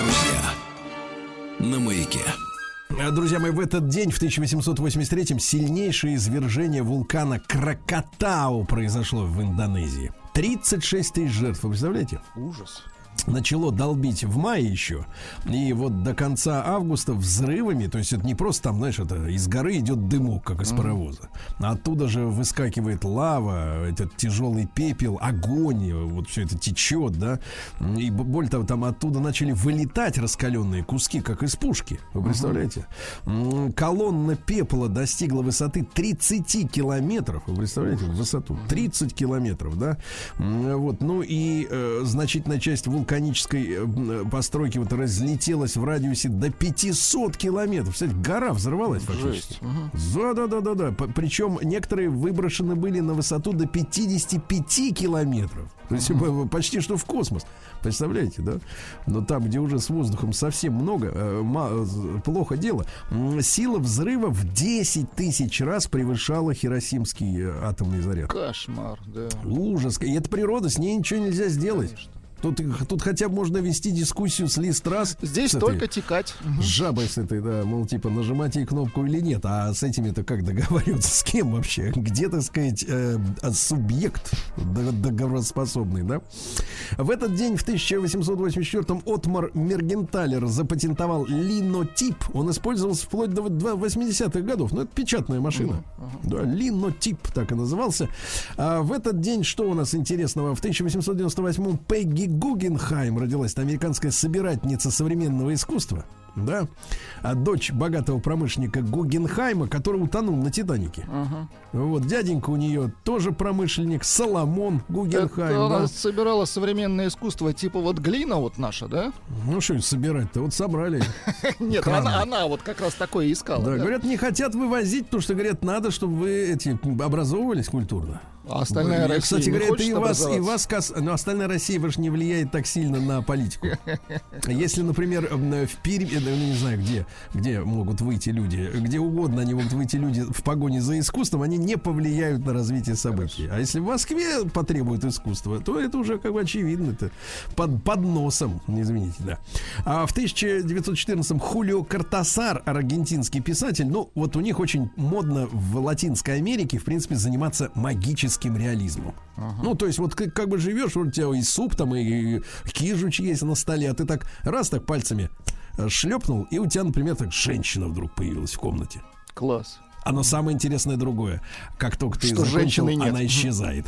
друзья на Маяке. Друзья мои, в этот день, в тысяча восемьсот восемьдесят третьем, сильнейшее извержение вулкана Кракатау произошло в Индонезии. тридцать шесть тысяч жертв, вы представляете? Ужас. Начало долбить в мае еще. И вот до конца августа взрывами, то есть это не просто там, знаешь, это из горы идет дымок, как из паровоза. А оттуда же выскакивает лава, этот тяжелый пепел, огонь, вот все это течет, да. И более того, там оттуда начали вылетать раскаленные куски, как из пушки. Вы представляете? Uh-huh. Колонна пепла достигла высоты тридцать километров. Вы представляете? Высоту тридцать километров, да. Вот, ну и э, значительная часть вулкана вулканической постройки вот разлетелась в радиусе до пятисот километров. Кстати, гора взорвалась фактически. Угу. Да, да, да, да. Причем некоторые выброшены были на высоту до пятидесяти пяти километров. То есть угу. почти что в космос. Представляете, да? Но там, где уже с воздухом совсем много, э, плохо дело. Сила взрыва в десять тысяч раз превышала Хиросимский атомный заряд. Кошмар, да. Ужас. И это природа, с ней ничего нельзя сделать. Конечно. Тут, тут хотя бы можно вести дискуссию с Ли Страсс. Здесь только текать. С жабой с этой, да, мол, типа, нажимать ей кнопку или нет. А с этими-то как договариваться? С кем вообще? Где, так сказать, э, субъект договороспособный, да? В этот день, в тысяча восемьсот восемьдесят четвёртом, Отмар Мергенталер запатентовал линотип. Он использовался вплоть до восьмидесятых годов. Ну, это печатная машина. Uh-huh, uh-huh. Да, линотип, так и назывался. А в этот день, что у нас интересного? В тысяча восемьсот девяносто восьмом Пегги Гугенхайм родилась. Это американская собирательница современного искусства. Да, а дочь богатого промышленника Гугенхайма, который утонул на Титанике. Uh-huh. Вот дяденька у нее тоже промышленник, Соломон Гугенхайм. Это да? Она собирала современное искусство, типа вот глина вот наша, да? Ну что собирать-то, вот собрали. Нет, она вот как раз такое искала. Да, говорят, не хотят вывозить, потому что, говорят, надо, чтобы вы эти образовывались культурно. А остальная Россия, кстати говоря, это и вас, и вас, но остальная Россия, вы же не влияет так сильно на политику. Если, например, в Перми, ну, не знаю, где, где могут выйти люди, где угодно они могут выйти люди в погоне за искусством, они не повлияют на развитие событий. А если в Москве потребуют искусства, то это уже как бы очевидно, это под, под носом, извините, да. А в тысяча девятьсот четырнадцатом Хулио Кортасар, аргентинский писатель, ну, вот у них очень модно в Латинской Америке, в принципе, заниматься магическим реализмом. Ага. Ну, то есть, вот как, как бы живешь, вот у тебя и суп там, и, и кижуч есть на столе, а ты так раз так пальцами шлепнул, и у тебя, например, так женщина вдруг появилась в комнате. Класс. А но самое интересное другое. Как только ты что закончил, нет. она исчезает.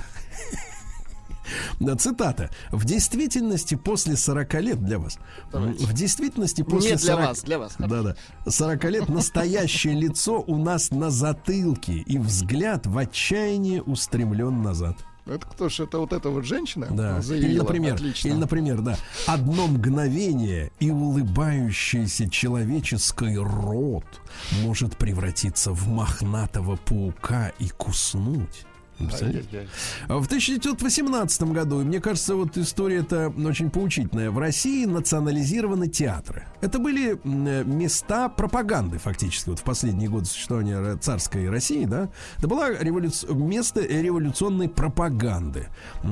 Да, цитата. В действительности после сорока лет для вас. Давайте. В действительности после Нет, для сорока... вас, для вас. Да, да. сорока лет настоящее лицо у нас на затылке, и взгляд в отчаянии устремлен назад. Это кто ж, это вот эта вот женщина? Да. Заявила. Или, например, Отлично. или, например, да. Одно мгновение, и улыбающийся человеческий рот может превратиться в мохнатого паука и куснуть. В тысяча девятьсот восемнадцатом году, и мне кажется, вот история эта очень поучительная, в России национализированы театры. Это были места пропаганды, фактически, вот в последние годы существования царской России, да. Это было революци... место революционной пропаганды.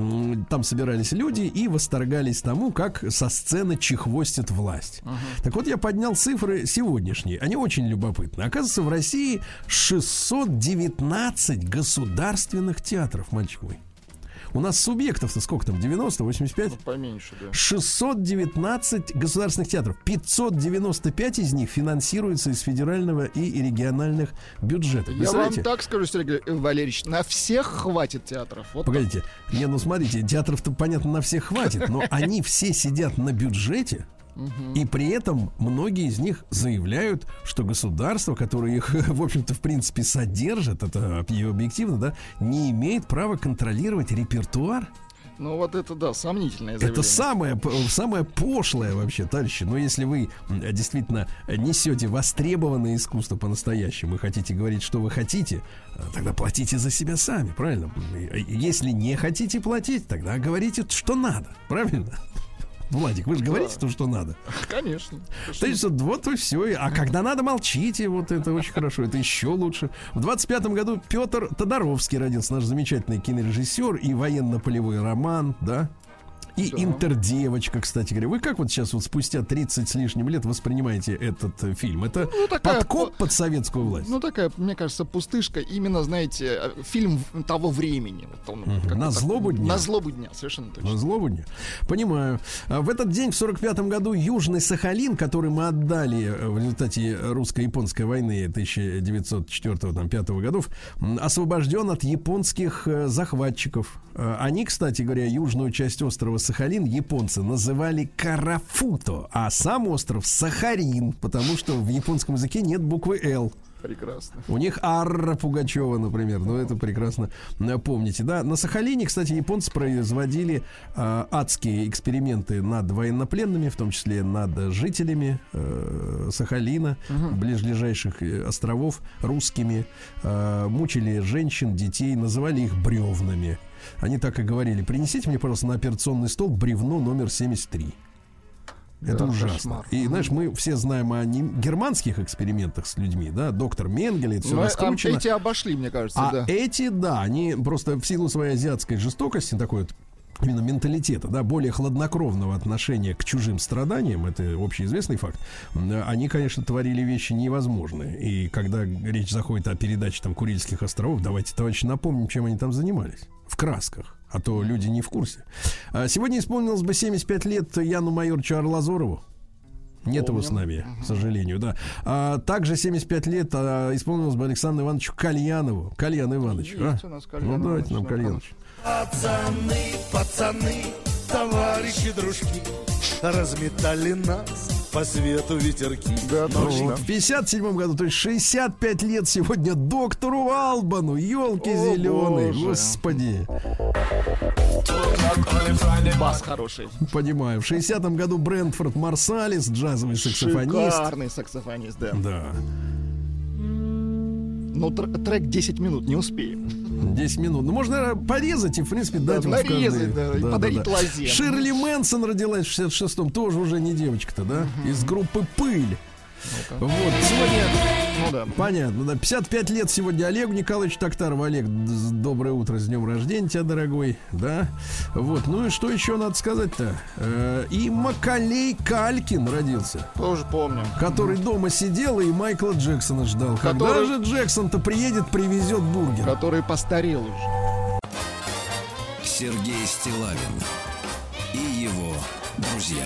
Там собирались люди и восторгались тому, как со сцены чехвостит власть. Uh-huh. Так вот, я поднял цифры сегодняшние. Они очень любопытны. Оказывается, в России шестьсот девятнадцать государственных театров, мальчик мой. У нас субъектов-то сколько там? девяносто, восемьдесят пять? Ну, поменьше, да. шестьсот девятнадцать государственных театров. пятьсот девяносто пять из них финансируются из федерального и региональных бюджетов. Я вам так скажу, Сергей Валерьевич, на всех хватит театров. Вот Погодите, так. Не, ну смотрите, театров-то, понятно, на всех хватит, но они все сидят на бюджете. Uh-huh. И при этом многие из них заявляют, что государство, которое их, в общем-то, в принципе, содержит, это объективно, да, не имеет права контролировать репертуар. Ну вот это, да, сомнительное заявление. Это самое, самое пошлое вообще, товарищи. Но если вы действительно несете востребованное искусство по-настоящему и хотите говорить, что вы хотите, тогда платите за себя сами, правильно? Если не хотите платить, тогда говорите, что надо, правильно? Владик, вы же говорите да. то, что надо. Конечно. То есть вот, вот и все. А когда надо, молчите. Вот это очень хорошо. Это еще лучше. В двадцать пятом году Петр Тодоровский родился, наш замечательный кинорежиссер и военно-полевой роман, да. И да. «Интердевочка», кстати говоря. Вы как вот сейчас вот спустя тридцать с лишним лет воспринимаете этот э, фильм? Это ну, такая, подкоп под советскую власть? Ну, такая, мне кажется, пустышка. Именно, знаете, фильм того времени. Вот он, uh-huh. На злобу так, дня? На злобу дня, совершенно точно. На злобу дня. Понимаю. В этот день, в сорок пятом году, Южный Сахалин, который мы отдали в результате русско-японской войны тысяча девятьсот четвёртого-пятого годов, освобожден от японских захватчиков. Они, кстати говоря, южную часть острова Сахалин японцы называли Карафуто, а сам остров Сахарин, потому что в японском языке нет буквы «Л». Прекрасно. У них Арра Пугачева, например. Ну, это прекрасно помните, да. На Сахалине, кстати, японцы производили э, адские эксперименты над военнопленными, в том числе над жителями э, Сахалина, угу. ближайших островов, русскими. Э, мучили женщин, детей, называли их бревнами. Они так и говорили: принесите мне, пожалуйста, на операционный стол бревно номер семьдесят три. Это да, ужасно. Кошмар. И, знаешь, мы все знаем о не... германских экспериментах с людьми, да, доктор Менгеле, это все раскручено. А эти обошли, мне кажется, а да. эти, да, они просто в силу своей азиатской жестокости, такой вот именно менталитета, да, более хладнокровного отношения к чужим страданиям, это общеизвестный факт, они, конечно, творили вещи невозможные. И когда речь заходит о передаче там Курильских островов, давайте, товарищи, напомним, чем они там занимались. В красках. А то люди не в курсе. Сегодня исполнилось бы семьдесят пять лет Яну Майоровичу Арлазорову. Нет Помним. Его с нами, к сожалению, да. А также семьдесят пять лет а, исполнилось бы Александру Ивановичу Кальянову. Кальян Иванович. А? Ну, давайте нам Кальянович. Пацаны, пацаны, товарищи, дружки, разметали нас по свету ветерки. Да, точно. В пятьдесят седьмом году, то есть шестьдесят пять лет сегодня доктору Албану. Елки зеленые, господи. Бас хороший. Понимаю. В шестидесятом году Брентфорд Марсалис, джазовый саксофонист. Шикарный саксофонист, да. Да. Ну, тр- трек десять минут, не успеем. десять минут. Ну, можно, наверное, порезать и, в принципе, дать да, вот нарезать, да, да, и да, подарить да. лазе. Ширли Мэнсон родилась в шестьдесят шестом, тоже уже не девочка-то, да? Uh-huh. Из группы «Пыль». Ну-ка. Вот, сегодня, ну да, понятно, да, пятьдесят пять лет сегодня Олегу Николаевичу Токтарову. Олег, доброе утро, с днем рождения тебя, дорогой, да, вот, ну и что еще надо сказать-то, э, и Макалей Калькин родился. Тоже помню. Который дома сидел и Майкла Джексона ждал. Который... Когда же Джексон-то приедет, привезет бургер? Который постарел уже. Сергей Стиллавин и его друзья.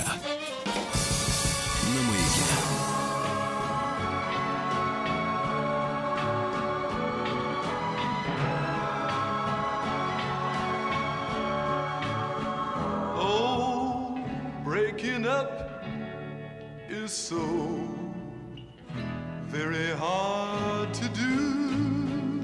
So very hard to do.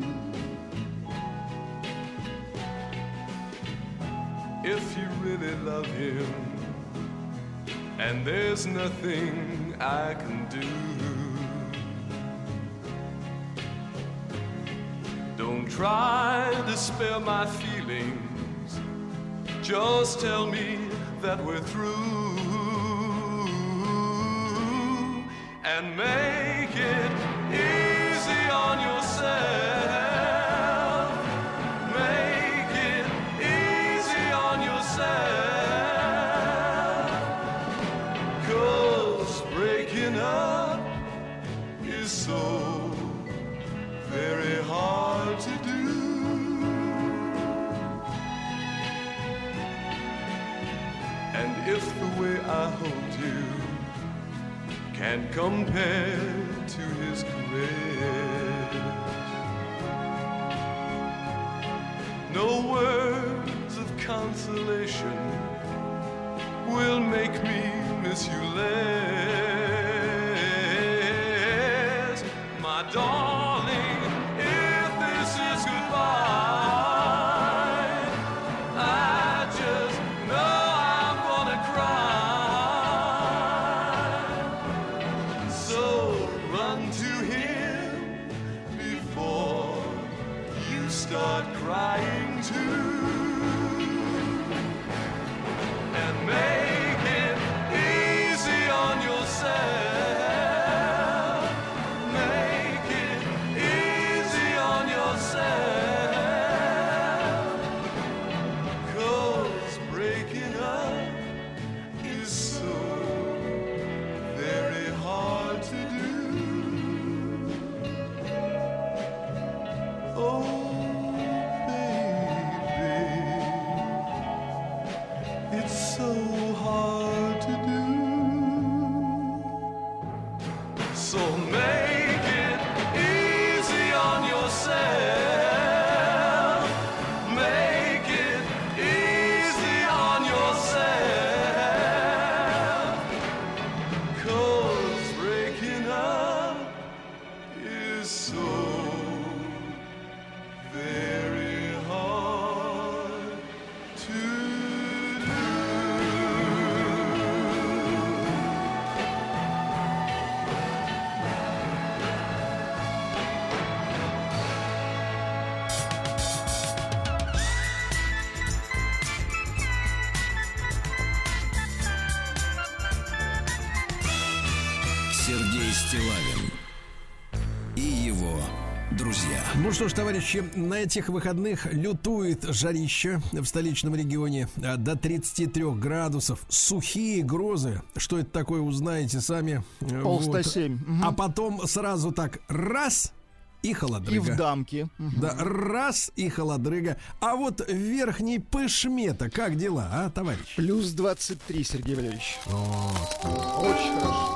If you really love him, and there's nothing I can do, don't try to spare my feelings, just tell me that we're through and make it easy on yourself. Make it easy on yourself. 'Cause breaking up is so very hard to do. And if the way I hold you can't compare to his caress, no words of consolation will make me miss you less. My darling, if this is goodbye, I just know I'm gonna cry. So run to him before you start crying too, and make it easy on yourself. Make it easy on yourself. 'Cause breaking up is so very hard to do. Oh, baby, it's so hard to do. So make it easy on yourself. Make it easy on yourself. 'Cause breaking up is so very hard to do. Сергей Стиллавин и его друзья. Ну что ж, товарищи, на этих выходных лютует жарище в столичном регионе до тридцати трёх градусов. Сухие грозы. Что это такое, узнаете сами. Полста семь. Вот. А потом сразу так раз и холодрыга. И в дамке. Да, раз и холодрыга. А вот в Верхней Пышме-то как дела, а, товарищ? Плюс двадцать три, Сергей Валерьевич. Вот. Очень хорошо.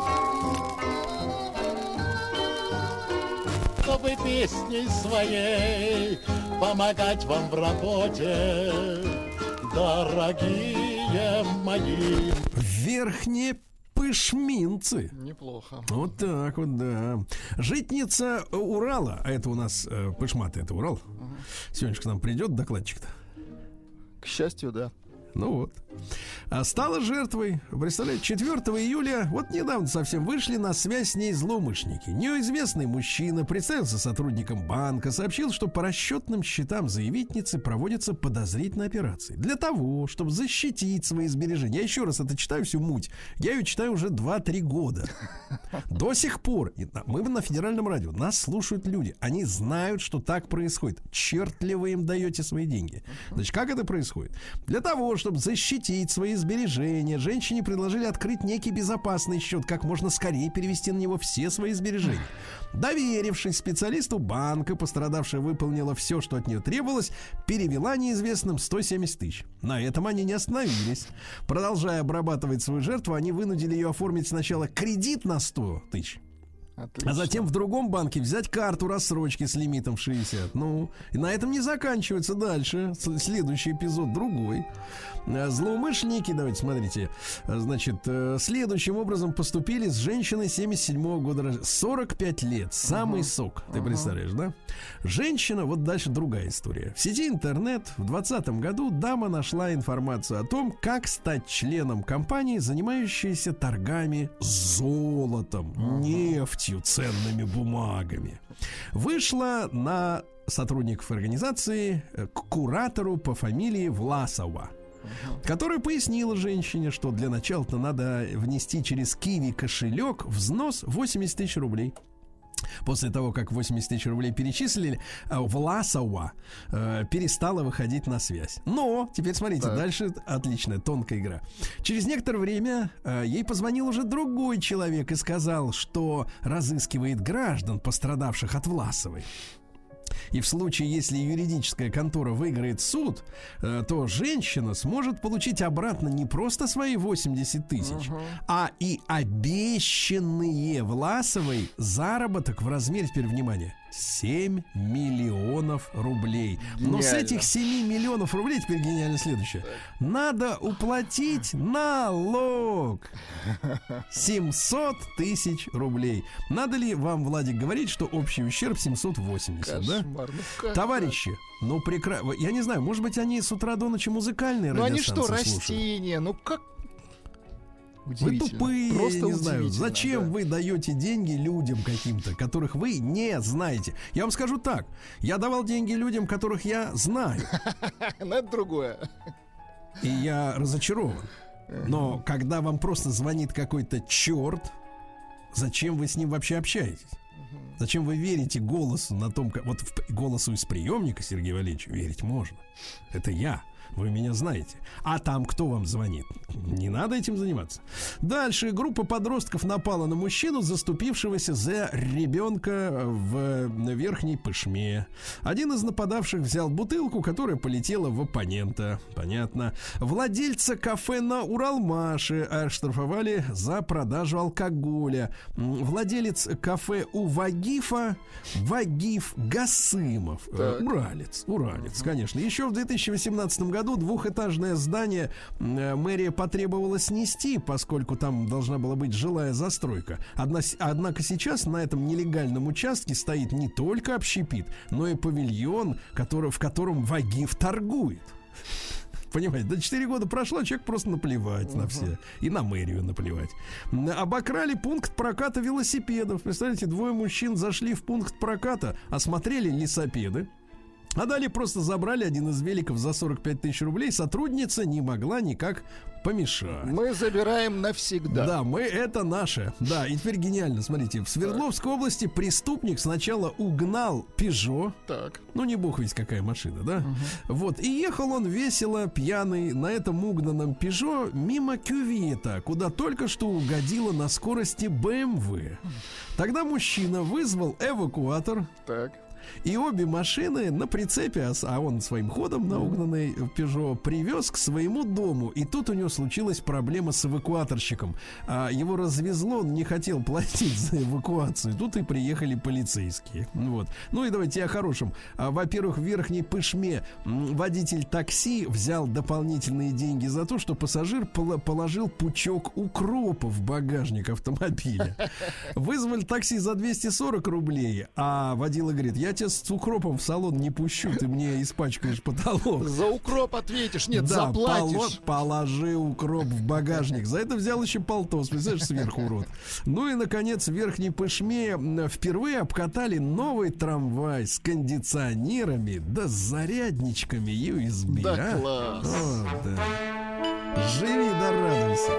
Чтобы песней своей помогать вам в работе, дорогие мои. Верхние Пышминцы. Неплохо. Вот так вот, да. Житница Урала, а это у нас э, Пышма-то, это Урал. Угу. Сегодня к нам придет докладчик-то. К счастью, да. Ну вот. А стала жертвой, представляете, четвёртого июля, вот недавно совсем вышли на связь с ней злоумышленники. Неизвестный мужчина представился сотрудником банка, сообщил, что по расчетным счетам заявительницы проводятся подозрительные операции. Для того, чтобы защитить свои сбережения. Я еще раз это читаю, всю муть. Я ее читаю уже два-три года. До сих пор, мы на федеральном радио, нас слушают люди. Они знают, что так происходит. Черт ли вы им даете свои деньги? Значит, как это происходит? Для того, чтобы защитить свои сбережения, женщине предложили открыть некий безопасный счет, как можно скорее перевести на него все свои сбережения. Доверившись специалисту банка, пострадавшая выполнила все, что от нее требовалось, перевела неизвестным сто семьдесят тысяч. На этом они не остановились. Продолжая обрабатывать свою жертву, они вынудили ее оформить сначала кредит на сто тысяч. Отлично. А затем в другом банке взять карту рассрочки с лимитом в шестьдесят. Ну, и на этом не заканчивается дальше. Следующий эпизод другой. Злоумышленники, давайте смотрите, значит, следующим образом поступили с женщиной семьдесят седьмого года, сорок пять лет, самый uh-huh. сок, ты uh-huh. представляешь, да? Женщина, вот дальше другая история. В сети интернет в двадцатом году дама нашла информацию о том, как стать членом компании, занимающейся торгами золотом, uh-huh. нефтью, ценными бумагами. Вышла на сотрудников организации к куратору по фамилии Власова, которая пояснила женщине, что для начала-то надо внести через Киви кошелек взнос восемьдесят тысяч рублей. После того, как восемьдесят тысяч рублей перечислили, Власова э, перестала выходить на связь. Но, теперь смотрите, так. Дальше отличная, тонкая игра. Через некоторое время э, ей позвонил уже другой человек и сказал, что разыскивает граждан, пострадавших от Власовой. И в случае, если юридическая контора выиграет суд, э, то женщина сможет получить обратно не просто свои восемьдесят тысяч, uh-huh. а и обещанные Власовой заработок в размере, теперь внимание, семь миллионов рублей. Гениально. Но с этих семи миллионов рублей, теперь гениально следующее, надо уплатить налог семьсот тысяч рублей. Надо ли вам, Владик, говорить, что общий ущерб семьсот восемьдесят, да? Ну, товарищи, ну прекрасно. Я не знаю, может быть, они с утра до ночи музыкальные радиостанции слушают. Ну они что, растения? Ну как? Вы тупые, просто я не знаю. Зачем да. вы даете деньги людям каким-то, которых вы не знаете? Я вам скажу так. Я давал деньги людям, которых я знаю. Но это другое. И я разочарован. Но когда вам просто звонит какой-то черт, зачем вы с ним вообще общаетесь? Зачем вы верите голосу на том, как... Вот в голосу из приемника, Сергей Валерьевич, верить можно. Это я. Вы меня знаете. А там кто вам звонит? Не надо этим заниматься. Дальше группа подростков напала на мужчину, заступившегося за ребенка в верхней пышме. Один из нападавших взял бутылку, которая полетела в оппонента. Понятно. Владельца кафе на Уралмаше оштрафовали за продажу алкоголя. Владелец кафе у Вагифа Вагиф Гасымов. Так. Уралец. Уралец, конечно. Еще в две тысячи восемнадцатом году двухэтажное здание э, мэрия потребовала снести, поскольку там должна была быть жилая застройка. Одна, однако сейчас на этом нелегальном участке стоит не только общепит, но и павильон, который, в котором Вагиф торгует. Понимаете, до четыре года прошло, человек просто наплевать uh-huh. на все. И на мэрию наплевать. Обокрали пункт проката велосипедов. Представляете, двое мужчин зашли в пункт проката, осмотрели лесопеды. А далее просто забрали один из великов за сорок пять тысяч рублей. Сотрудница не могла никак помешать. Мы забираем навсегда. Да, мы, это наше. Да, и теперь гениально, смотрите. В Свердловской области преступник сначала угнал Пежо. Так. Ну, не бог ведь какая машина, да? Угу. Вот, и ехал он весело, пьяный, на этом угнанном Пежо мимо кювета, куда только что угодила на скорости бэ эм вэ. Тогда мужчина вызвал эвакуатор. Так. И обе машины на прицепе, а он своим ходом на угнанный Пежо привез к своему дому. И тут у него случилась проблема с эвакуаторщиком. а, Его развезло, он не хотел платить за эвакуацию. Тут и приехали полицейские. Вот. Ну и давайте о хорошем. а, Во-первых, в Верхней Пышме водитель такси взял дополнительные деньги за то, что пассажир пол- положил пучок укропа в багажник автомобиля. Вызвали такси за двести сорок рублей. А водила говорит: я тебя с укропом в салон не пущу, ты мне испачкаешь потолок. За укроп ответишь, нет, да, заплатишь. Положи укроп в багажник. За это взял еще полтос, представляешь, сверху урод. Ну и, наконец, в Верхней Пышме впервые обкатали новый трамвай с кондиционерами, да с зарядничками ю эс би. Да, а? класс. Вот, да. Живи да радуйся.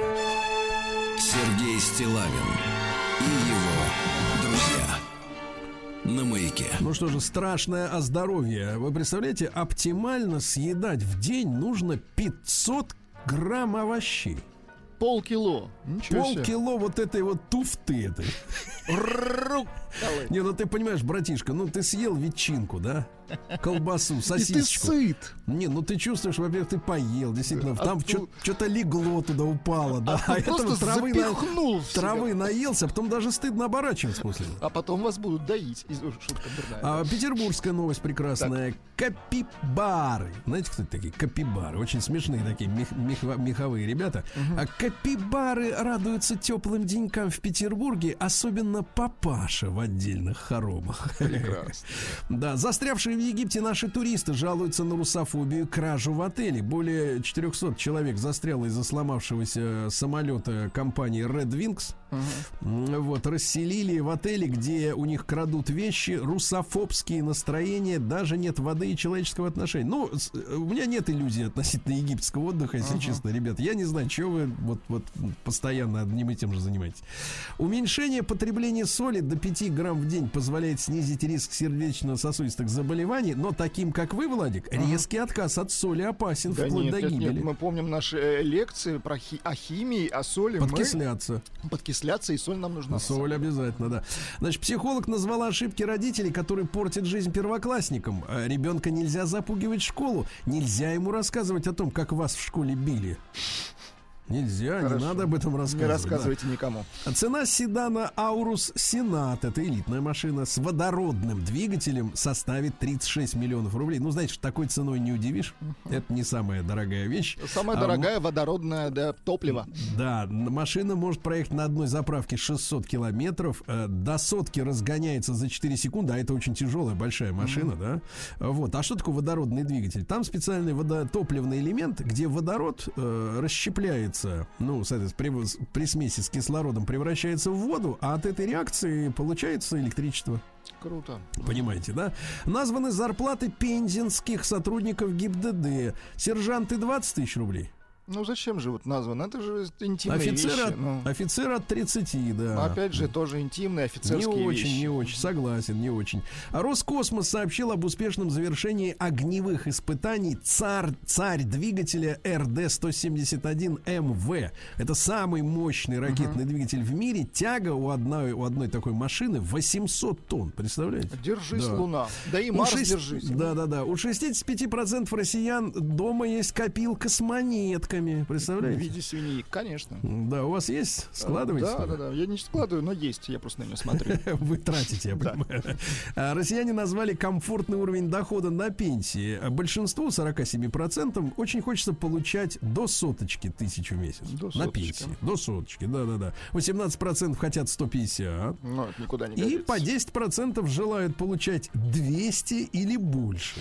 Сергей Стиллавин и его друзья на Маяке. Ну что же, страшное о здоровье. Вы представляете, оптимально съедать в день нужно пятьсот грамм овощей. Полкило. Полкило вот этой вот туфты этой. Не, ну ты понимаешь, братишка, ну ты съел ветчинку, да? Колбасу, сосисочку. И ты сыт. Не, ну ты чувствуешь, во-первых, ты поел, действительно, а там ту... что-то легло туда, упало, да. А этого травы, на... травы наелся, а потом даже стыдно оборачиваться после. А потом вас будут доить. Шутка дурная. А, петербургская новость прекрасная. Так. Капибары. Знаете, кто это такие? Капибары. Очень смешные такие мех, мех, меховые ребята. Угу. А капибары радуются теплым денькам в Петербурге, особенно папаша в отдельных хоромах. Прекрасно. Да, застрявшие в Египте наши туристы жалуются на русофобию, кражу в отеле. Более четыреста человек застряло из-за сломавшегося самолета компании Red Wings. Uh-huh. Вот, расселили в отеле, где у них крадут вещи, русофобские настроения, даже нет воды и человеческого отношения. Ну, у меня нет иллюзий относительно египетского отдыха, если uh-huh. честно, ребята. Я не знаю, чего вы вот, вот постоянно одним и тем же занимаетесь. Уменьшение потребления соли до пяти грамм в день позволяет снизить риск сердечно-сосудистых заболеваний, но таким, как вы, Владик, uh-huh. резкий отказ от соли опасен, да вплоть нет, до нет, гибели. Нет, мы помним наши лекции про хи- о химии, о соли. Подкисляться. Мы... Подкисляться, и соль нам нужна. Соль обязательно, да. Значит, психолог назвала ошибки родителей, которые портят жизнь первоклассникам. Ребенка нельзя запугивать в школу, нельзя ему рассказывать о том, как вас в школе били. Нельзя, Хорошо. Не надо об этом рассказывать. Не рассказывайте да. никому. Цена седана Aurus Senat, это элитная машина, с водородным двигателем составит тридцать шесть миллионов рублей. Ну, знаете, такой ценой не удивишь. Uh-huh. Это не самая дорогая вещь. Самая а, дорогая водородное да, топливо. Да, машина может проехать на одной заправке шестьсот километров. До сотки разгоняется за четыре секунды, а это очень тяжелая, большая машина, uh-huh. да. Вот. А что такое водородный двигатель? Там специальный водотопливный элемент, где водород э, расщепляется. Ну, соответственно, при, при смеси с кислородом превращается в воду, а от этой реакции получается электричество. Круто. Понимаете, да? Названы зарплаты пензенских сотрудников ГИБДД. Сержанты двадцать тысяч рублей. Ну зачем же вот названо? Это же интимные офицер вещи. От, ну. Офицер от тридцати, да. Опять же, тоже интимные офицерские вещи. Не очень, вещи. не очень, согласен, не очень. А Роскосмос сообщил об успешном завершении огневых испытаний царь, царь двигателя эр дэ сто семьдесят один эм вэ. Это самый мощный ракетный uh-huh. двигатель в мире. Тяга у одной, у одной такой машины восемьсот тонн, представляете? Держись, да. Луна. Да и Марс шесть... держись. Да-да-да. У шестьдесят пять процентов россиян дома есть копилка с монетками. Представляете? В виде свиньи, конечно. Да, у вас есть? Складываете? Да, да, да. Я не складываю, но есть. Я просто на нее смотрю. Вы тратите, я понимаю. Россияне назвали комфортный уровень дохода на пенсии. Большинству, сорок семь процентов, очень хочется получать до соточки тысячу в месяц. На пенсии. До соточки, да-да-да. восемнадцать процентов хотят сто пятьдесят. Ну, это никуда не годится. И по десять процентов желают получать двести или больше.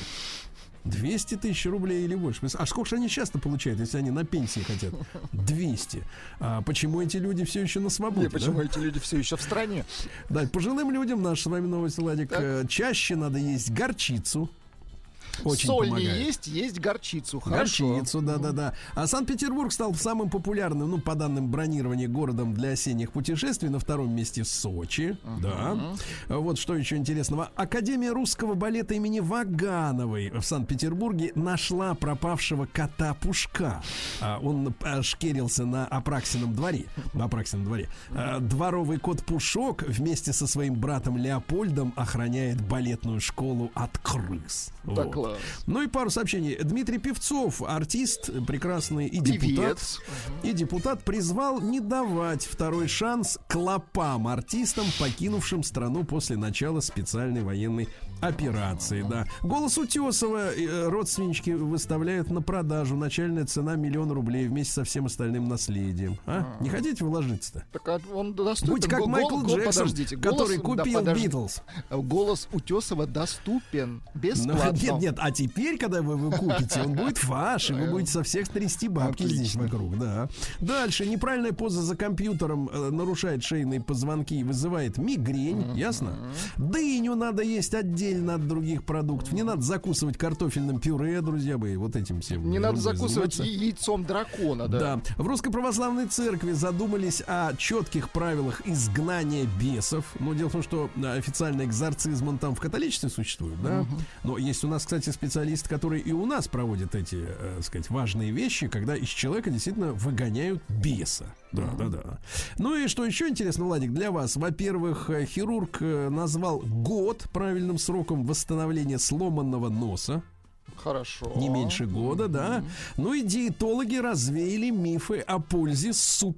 двести тысяч рублей или больше. А сколько же они часто получают, если они на пенсии хотят? двести. А почему эти люди все еще на свободе? Нет, почему да? эти люди все еще в стране? Да, пожилым людям, наша с вами новость, Владик, так. чаще надо есть горчицу. Очень соль помогает. Не есть, есть горчицу. Хорошо. Горчицу, да-да-да. А Санкт-Петербург стал самым популярным, ну, по данным бронирования, городом для осенних путешествий. На втором месте Сочи. Uh-huh. Да. Вот что еще интересного. Академия русского балета имени Вагановой в Санкт-Петербурге нашла пропавшего кота Пушка. Он шкерился на Апраксином дворе. На Апраксином дворе. Дворовый кот Пушок вместе со своим братом Леопольдом охраняет балетную школу от крыс. Да, вот. класс. Ну и пару сообщений. Дмитрий Певцов, артист прекрасный и Певец. депутат. И депутат призвал не давать второй шанс клопам артистам, покинувшим страну после начала специальной военной операции. Да. Голос Утесова родственнички выставляют на продажу. Начальная цена миллион рублей вместе со всем остальным наследием. А? Не хотите вложиться-то? Так он доступен. Будь как Гол, Майкл гол, Джексон, подождите, который голос, купил да, Битлз. Голос Утесова доступен бесплатно. Но, нет, нет, а теперь, когда вы его купите, он будет ваш, и вы будете со всех трясти бабки. Отлично. Здесь вокруг, да. Дальше. Неправильная поза за компьютером э, нарушает шейные позвонки и вызывает мигрень, uh-huh. ясно? Дыню надо есть отдельно от других продуктов. Не надо закусывать картофельным пюре, друзья мои, вот этим всем. Не надо закусывать заниматься. Яйцом дракона, да. Да. В Русской Православной Церкви задумались о четких правилах изгнания бесов. Но дело в том, что официально экзорцизм там в католичестве существует, да. Uh-huh. Но есть у нас, кстати, специалисты, которые и у нас проводят эти, э, сказать, важные вещи, когда из человека действительно выгоняют беса. Да, uh-huh. да, да. Ну и что еще интересно, Владик, для вас? Во-первых, хирург назвал год правильным сроком восстановления сломанного носа. Хорошо. Не меньше года, mm-hmm. да. Ну и диетологи развеяли мифы о пользе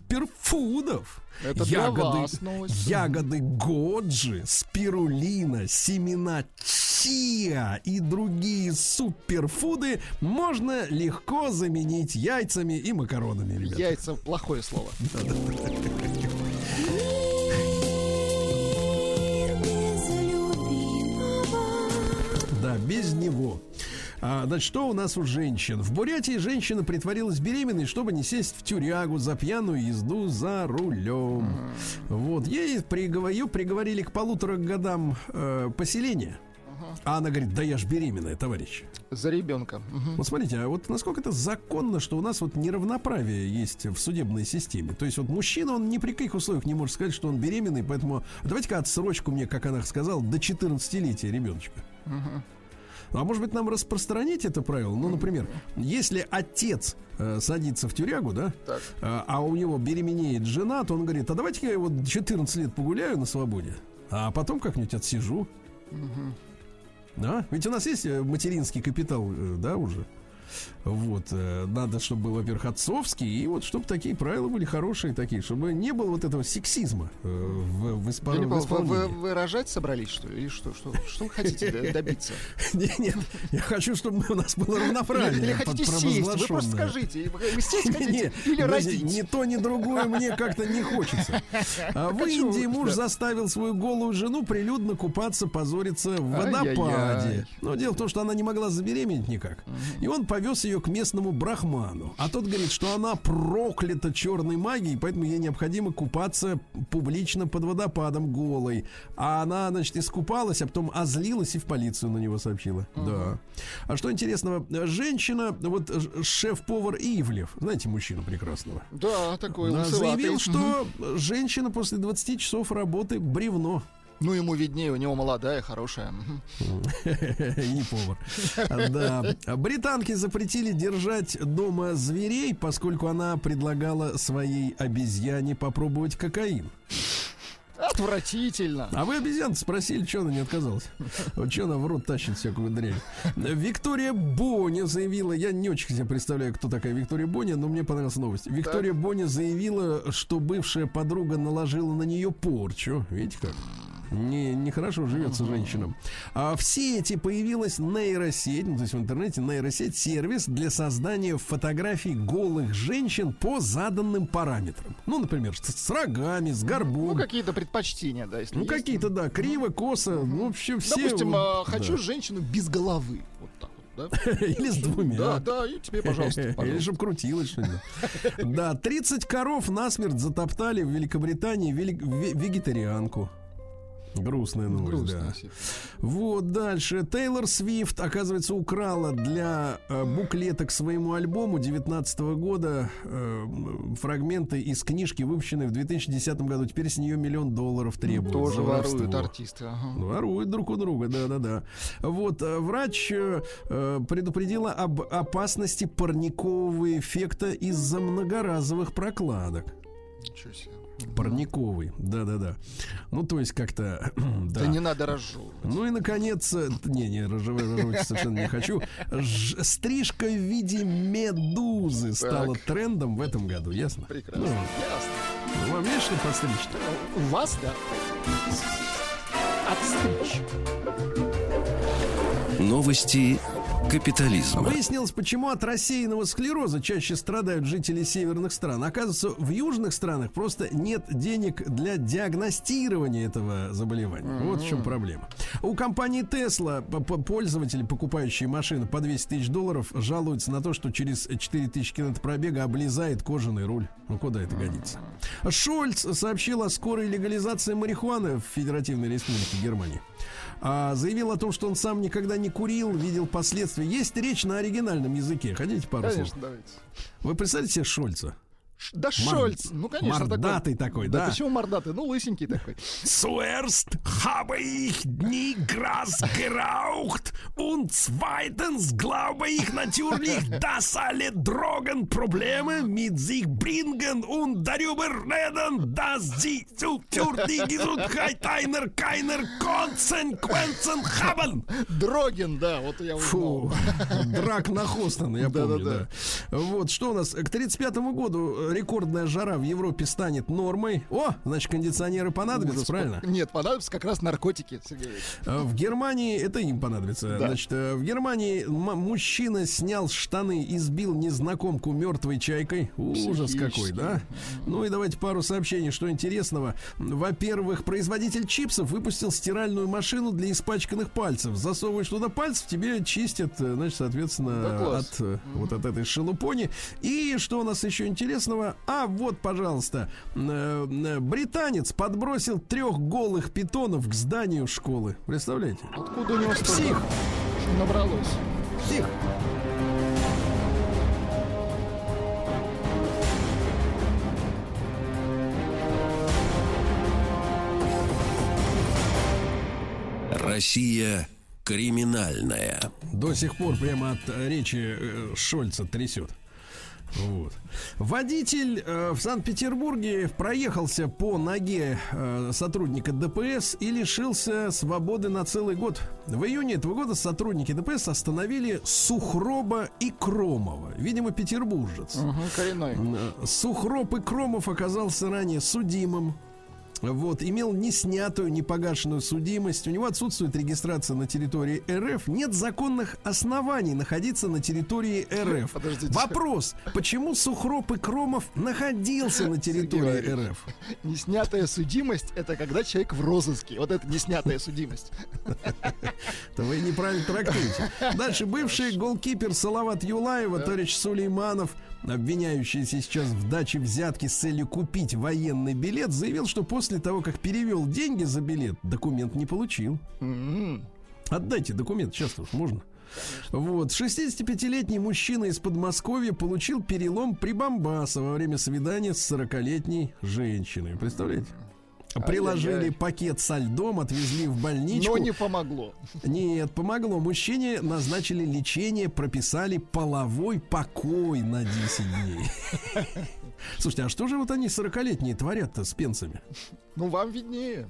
суперфудов. Это ягоды, для вас новость. Ягоды годжи, спирулина, семена чиа и другие суперфуды можно легко заменить яйцами и макаронами, ребята. Яйца — плохое слово. Да, без него. А, значит, что у нас у женщин? В Бурятии женщина притворилась беременной, чтобы не сесть в тюрягу за пьяную езду за рулем. Mm. Вот. Ей приговор... Ее приговорили к полутора годам э, поселения. А она говорит, да я ж беременная, товарищ. За ребенка. Угу. Вот смотрите, а вот насколько это законно, что у нас вот неравноправие есть в судебной системе. То есть вот мужчина, он ни при каких условиях не может сказать, что он беременный, поэтому давайте-ка отсрочку мне, как она сказала, до четырнадцатилетия ребеночка. Угу. А может быть, нам распространить это правило? Ну, например, если отец э, садится в тюрягу, да, э, а у него беременеет жена, то он говорит, а давайте-ка я вот четырнадцать лет погуляю на свободе, а потом как-нибудь отсижу. Угу. Да? Ведь у нас есть материнский капитал, да, уже. Вот, надо, чтобы был, во-первых, отцовский, и вот чтобы такие правила были хорошие такие, чтобы не было вот этого сексизма в, в, испол... в исполнении. Вы, вы рожать собрались, что ли? Или что? Что, что вы хотите добиться? Нет, нет, я хочу, чтобы у нас было равноправие. Или хотите сесть? Вы просто скажите, вы сесть хотите или родить? Ни то, ни другое мне как-то не хочется. В Индии муж заставил свою голую жену прилюдно купаться, позориться в водопаде. Но дело в том, что она не могла забеременеть никак. И он повез ее к местному брахману. А тот говорит, что она проклята черной магией, поэтому ей необходимо купаться публично под водопадом голой. А она, значит, искупалась, а потом озлилась и в полицию на него сообщила. Uh-huh. Да. А что интересного, женщина, вот шеф-повар Ивлев, знаете, мужчину прекрасного. Да, такой да, заявил, что uh-huh. женщина после двадцати часов работы бревно. Ну, ему виднее, у него молодая, хорошая. Не повар. Да. Британки запретили держать дома зверей, поскольку она предлагала своей обезьяне попробовать кокаин. Отвратительно. А вы обезьян спросили, что она не отказалась? Вот что она в рот тащит всякую дрянь. Виктория Боня заявила, я не очень себе представляю, кто такая Виктория Боня, но мне понравилась новость. Виктория так. Боня заявила, что бывшая подруга наложила на нее порчу. Видите как? Не, нехорошо живется женщинам. А в сети появилась нейросеть, ну, то есть в интернете нейросеть, сервис для создания фотографий голых женщин по заданным параметрам. Ну, например, с, с рогами, с горбом. Ну, какие-то предпочтения, да, если Ну, есть. какие-то, да, криво, косо, mm-hmm. ну, вообще все. Допустим, вот, хочу да. женщину без головы. Вот так вот, да? Или с двумя. Да, да, и тебе, пожалуйста. Или чтобы крутилось что-нибудь. Да, тридцать коров насмерть затоптали в Великобритании вегетарианку. Грустная новость, Грустная, да. Вот, дальше. Тейлор Свифт, оказывается, украла для э, буклета к своему альбому девятнадцатого года э, фрагменты из книжки, выпущенной в две тысячи десятом году. Теперь с нее миллион долларов требуют. Тоже воруют артисты. Ага. Воруют друг у друга, да-да-да. Вот, врач э, предупредила об опасности парникового эффекта из-за многоразовых прокладок. Ничего себе. Парниковый, да-да-да. Ну, то есть как-то... Да, да не надо разжевывать. Ну и, наконец... Не, не, разжевывать совершенно не хочу. Ж, стрижка в виде медузы стала так. трендом в этом году, ясно? Прекрасно, ну, ясно. Вам есть что подстричь? У вас, да. Отстричь. Новости капитализма. Выяснилось, почему от рассеянного склероза чаще страдают жители северных стран. Оказывается, в южных странах просто нет денег для диагностирования этого заболевания. Mm-hmm. Вот в чем проблема. У компании Tesla пользователи, покупающие машины по двести тысяч долларов, жалуются на то, что через четыре тысячи километров пробега облезает кожаный руль. Ну, куда это годится? Шольц сообщил о скорой легализации марихуаны в Федеративной Республике Германии. А, заявил о том, что он сам никогда не курил, видел последствия. Есть речь на оригинальном языке. Хотите пару Конечно, слов? Давайте. Вы представляете себе Шольца? Да, Шольц, Мор... ну, конечно, мордатый такой, такой да. Да, почему мордатый? Ну, лысенький такой. Zuerst habe ich nie Gras geraucht und zweitens glaube ich natürlich, dass alle Drogenprobleme mit sich bringen und darüber reden, dass sie für die Gesundheit einer keiner Konsequenzen haben. Дроген, да, вот я узнал. Фу, Драк Нахостен, я помню, да. Вот, что у нас? К тридцать пятому году рекордная жара в Европе станет нормой. О, значит, кондиционеры понадобятся, Ужас. правильно? Нет, понадобятся как раз наркотики, Сергей. В Германии, это им понадобится. Да. Значит, в Германии м- мужчина снял штаны и сбил незнакомку мертвой чайкой. Ужас какой, да? Ну и давайте пару сообщений, что интересного. Во-первых, производитель чипсов выпустил стиральную машину для испачканных пальцев. Засовываешь туда пальцев, тебе чистят, значит, соответственно, Да, от э, вот от этой шелупони. И что у нас еще интересного? А вот, пожалуйста, э, э, британец подбросил трех голых питонов к зданию школы. Представляете? Откуда у него столько Псих. набралось? Псих. Россия криминальная. До сих пор прямо от э, речи э, Шольца трясет. Вот. Водитель э, в Санкт-Петербурге проехался по ноге э, сотрудника ДПС и лишился свободы на целый год. В июне этого года сотрудники ДПС остановили Сухроба и Кромова. Видимо, петербуржец. Угу, коренной. Э, Сухроб и Кромов оказался ранее судимым. Вот, имел неснятую, непогашенную судимость. У него отсутствует регистрация на территории РФ. Нет законных оснований находиться на территории РФ. Подождите. Вопрос: почему Сухроб и Кромов находился на территории Сергей РФ? Неснятая судимость — это когда человек в розыске. Вот это неснятая судимость. Это вы неправильно трактуете. Дальше бывший голкипер Салават Юлаева, товарищ Сулейманов, обвиняющийся сейчас в даче взятки с целью купить военный билет, заявил, что после того, как перевел деньги за билет, документ не получил. М-м. Отдайте документ, сейчас уж можно. Вот, шестидесятипятилетний мужчина из Подмосковья получил перелом прибамбаса во время свидания с сорокалетней женщиной. Представляете? Приложили Ай-яй-яй. пакет со льдом, отвезли в больничку. Но не помогло. Нет, помогло. Мужчине назначили лечение, прописали половой покой на десять дней. Слушайте, а что же вот они сорокалетние творят-то с пенсами? Ну, вам виднее.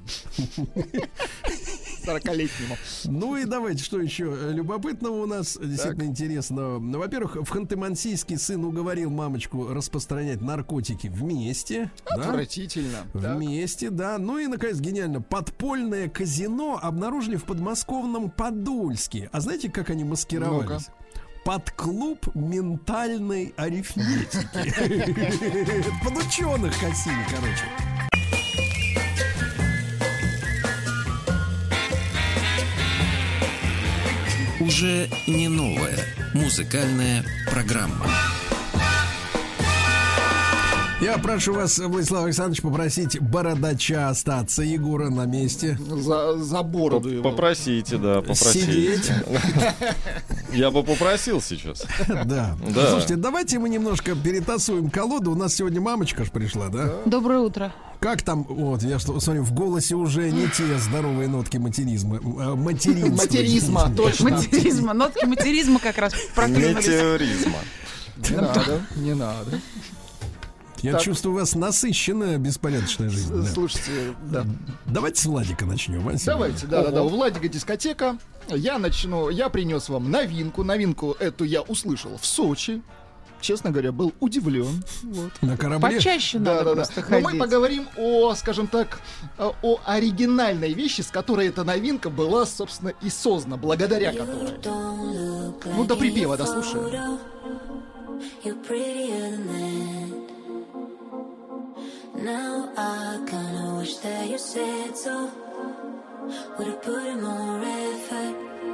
сорокалетнему. Ну и давайте, что еще любопытного у нас, действительно интересного. Ну, во-первых, в Ханты-Мансийске сын уговорил мамочку распространять наркотики вместе. Отвратительно. Да? Вместе, да. Ну и, наконец, гениально. Подпольное казино обнаружили в подмосковном Подольске. А знаете, как они маскировались? Ну-ка. Под клуб ментальной арифметики. Под ученых косили, короче. Уже не новая музыкальная программа. Я прошу вас, Владислав Александрович, попросить бородача остаться, Егора на месте. За, за бороду его. Попросите, да, попросите. Сидеть. Я бы попросил сейчас. Да. Да. Слушайте, давайте мы немножко перетасуем колоду. У нас сегодня мамочка ж пришла, да? Доброе утро. Как там, вот, я что, смотрю, в голосе уже не те здоровые нотки материзма. э, Материнства. Материзма, точно. Материзма. Нотки материзма как раз проклюнулись. Метеоризма. Не надо, не надо. Я Так. чувствую, у вас насыщенная, беспорядочная жизнь. да. Слушайте, да. Давайте с Владика начнем. а, Давайте, сегодня? да, да, да. У Владика дискотека. Я начну. Я принес вам новинку. Новинку эту я услышал в Сочи. Честно говоря, был удивлен. Вот. На корабле. Почаще Да, надо да, да. просто Но мы ходить. поговорим о, скажем так, о о оригинальной вещи, с которой эта новинка была, собственно, и создана, благодаря которой. Ну, до припева дослушаем. Now I kinda wish that you said so. Would've put in more effort.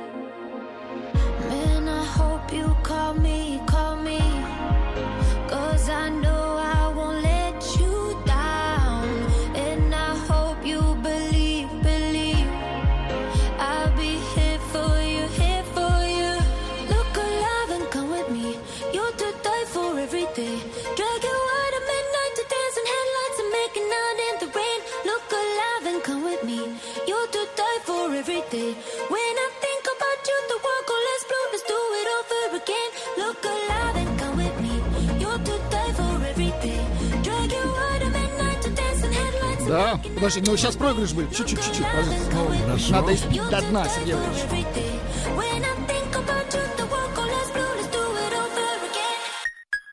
Man, I hope you call me, call me. Cause I know I won't let you down. And I hope you believe, believe. I'll be here for you, here for you. Look alive and come with me. You're to die for every day. Drag you out at midnight to dance in headlights and making out in the rain. Look alive and come with me. You're to die for every day. When I think about you, the world goes less blue. Let's do it over again. Look alive and come with me. You're to die for every day. Drag you out at midnight to dance in headlights. Да, подожди, ну сейчас проигрыш будет. Чуть-чуть, чуть-чуть, пожалуйста. Ну, надо испить до дна, Сергей Валерьевич. When I think about you, the world goes less blue. Let's do it over again.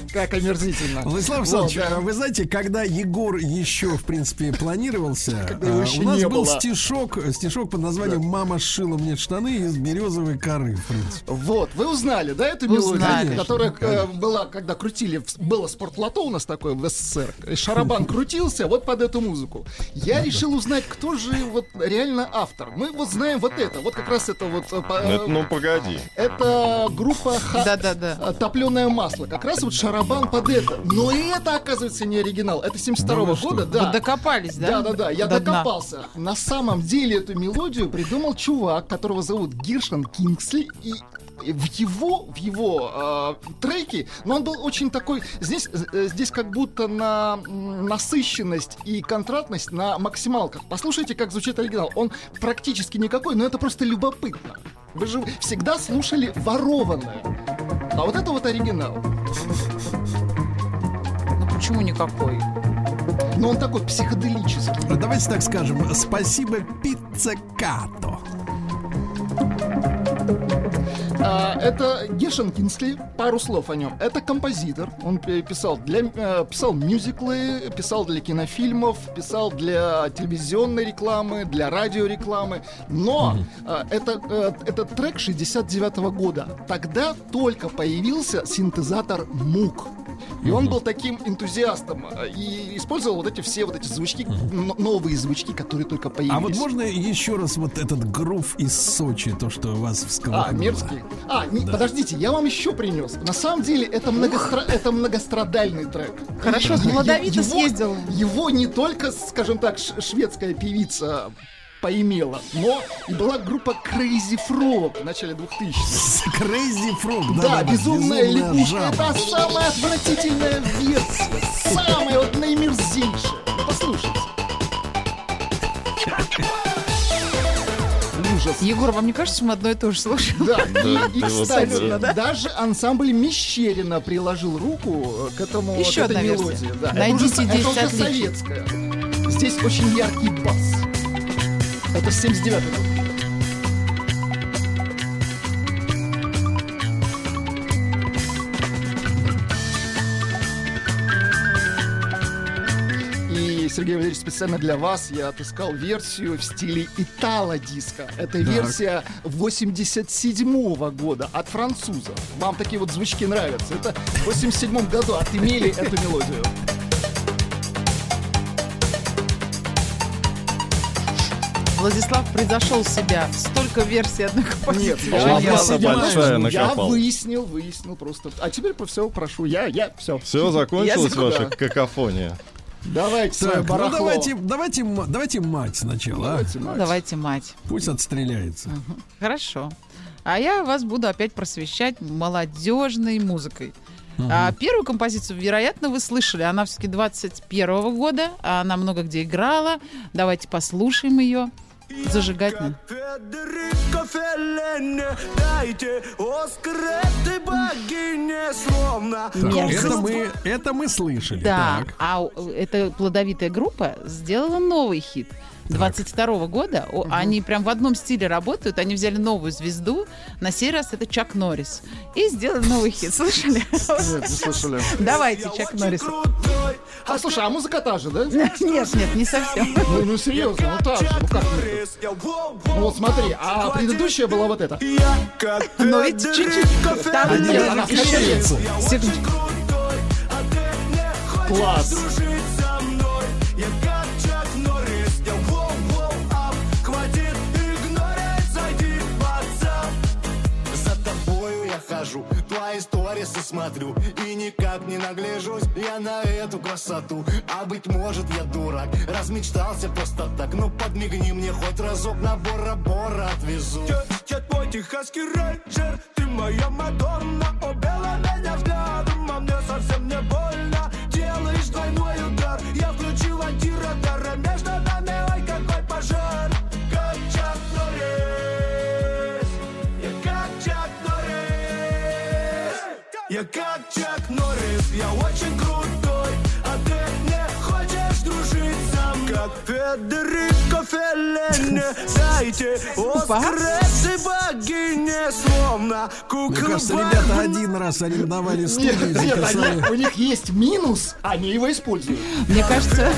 Как омерзительно. Владислав Вот, Александрович, да. вы знаете, когда Егор еще, в принципе, планировался, Когда его а, еще у нас не был было. стишок, стишок под названием «Мама шила мне штаны из березовой коры», в принципе. Вот, вы узнали, да, эту Узнали. мелодию, которая э, Конечно. была, когда крутили, в- было спортлото у нас такое в СССР, и шарабан крутился вот под эту музыку. Я решил узнать, кто же вот реально автор. Мы вот знаем вот это, вот как раз это вот... э, по- Ну, это, ну, погоди. Это группа Ха- Да-да-да. Топленое масло. Как раз вот шарабан под это. Но и это, оказывается, не оригинал. Это семьдесят второго Да вы что? года, да. Вот докопались, да? Да, да, да, я До дна. докопался. На самом деле эту мелодию придумал чувак, которого зовут Гиршан Кингсли, и в его, в его э, треке, но он был очень такой, здесь, э, здесь как будто на м, насыщенность и контрастность на максималках. Послушайте, как звучит оригинал. Он практически никакой, но это просто любопытно. Вы же всегда слушали ворованное. А вот это вот оригинал. Ну почему никакой? Но он такой психоделический. Давайте так скажем, спасибо пиццекато. А, это Гершон Кингсли, пару слов о нем. Это композитор. Он пи- писал для э, писал мюзиклы, писал для кинофильмов, писал для телевизионной рекламы, для радиорекламы. Но э, это, э, этот трек шестьдесят девятого года. Тогда только появился синтезатор Мук. И он был таким энтузиастом э, и использовал вот эти все вот эти звучки, н- новые звучки, которые только появились. А вот можно еще раз вот этот грув из Сочи, то, что у вас А, всколыхнуло? мерзкий. А, не, Да. подождите, я вам еще принес. На самом деле это, многостра- это многострадальный трек. Хорошо, Е- е- плодовито его- съездил. Его не только, скажем так, ш- шведская певица поимела, но и была группа Crazy Frog в начале двухтысячных. Crazy Frog. Да, безумная лягушка. жаба. Это самая отвратительная версия. Самая вот наимерзейшая. Ну, послушайте. Ужас. Егор, вам не кажется, что мы одно и то же слушаем? Да, и, и, да, кстати, абсолютно, да. даже ансамбль Мещерина приложил руку к этому Еще к этой одна версия. мелодии. Да. Найдите это уже, десять это уже отличий. советская. Здесь очень яркий бас. Это семьдесят девятый год. И, Сергей Валерьевич, специально для вас я отыскал версию в стиле итало-диско. Это версия восемьдесят седьмого года от французов. Вам такие вот звучки нравятся. Это в восемьдесят седьмом году отымели эту мелодию. Владислав превзошел себя. Столько версий одной композиции. Нет, уже я, не Лопата было. большая я накопал. выяснил, выяснил просто. А теперь про все прошу. Я, я, все. Все, закончилась Я- ваша да. какофония. Давайте свое Так, ну барахло. давайте, давайте, м- давайте мать сначала. а. Давайте, Ну, мать. давайте, мать. Пусть отстреляется. Хорошо. А я вас буду опять просвещать молодежной музыкой. А, первую композицию, вероятно, вы слышали. Она все-таки двадцать первого года. а Она много где играла. Давайте послушаем ее. Зажигательно. Федерико Феллини, дайте Оскар этой богине, словно Мерзость. Это мы, это мы слышали. Да, Так. а у- эта плодовитая группа сделала новый хит. двадцать второго года. О, Они прям в одном стиле работают. Они взяли новую звезду. На сей раз это Чак Норрис. И сделали новый хит. Слышали? Нет, не слышали. Давайте, Чак Норрис. А слушай, а музыка та же, да? Нет, нет, не совсем. Ну, ну серьезно, ну та же. Ну как нет? Ну вот смотри, а предыдущая была вот эта. Но ведь чуть-чуть. Там Они нет, даже она еще повторяются. есть. Секундочку. Класс. За тобою я хожу, твои сторисы смотрю и никак не нагляжусь я на эту красоту. А быть может я дурак, размечтался просто так. Ну подмигни мне хоть разок, на Бора-Бора отвезу. Я, я твой техасский рейнджер, ты моя Мадонна. Убила меня взглядом, а мне совсем не больно. Делаешь двойной удар, я включил антирадар, а между нами ой какой пожар. Как Чак Норрис, я как Чак Норрис, я как Чак Норрис, я очень крутой, а ты не хочешь дружить со мной. Как Федерико Феллини, дайте воскресной богине, словно кукла. Мне кажется, ребята один раз арендовали студию и Нет, записали. они- у них есть минус, они его используют. Мне кажется...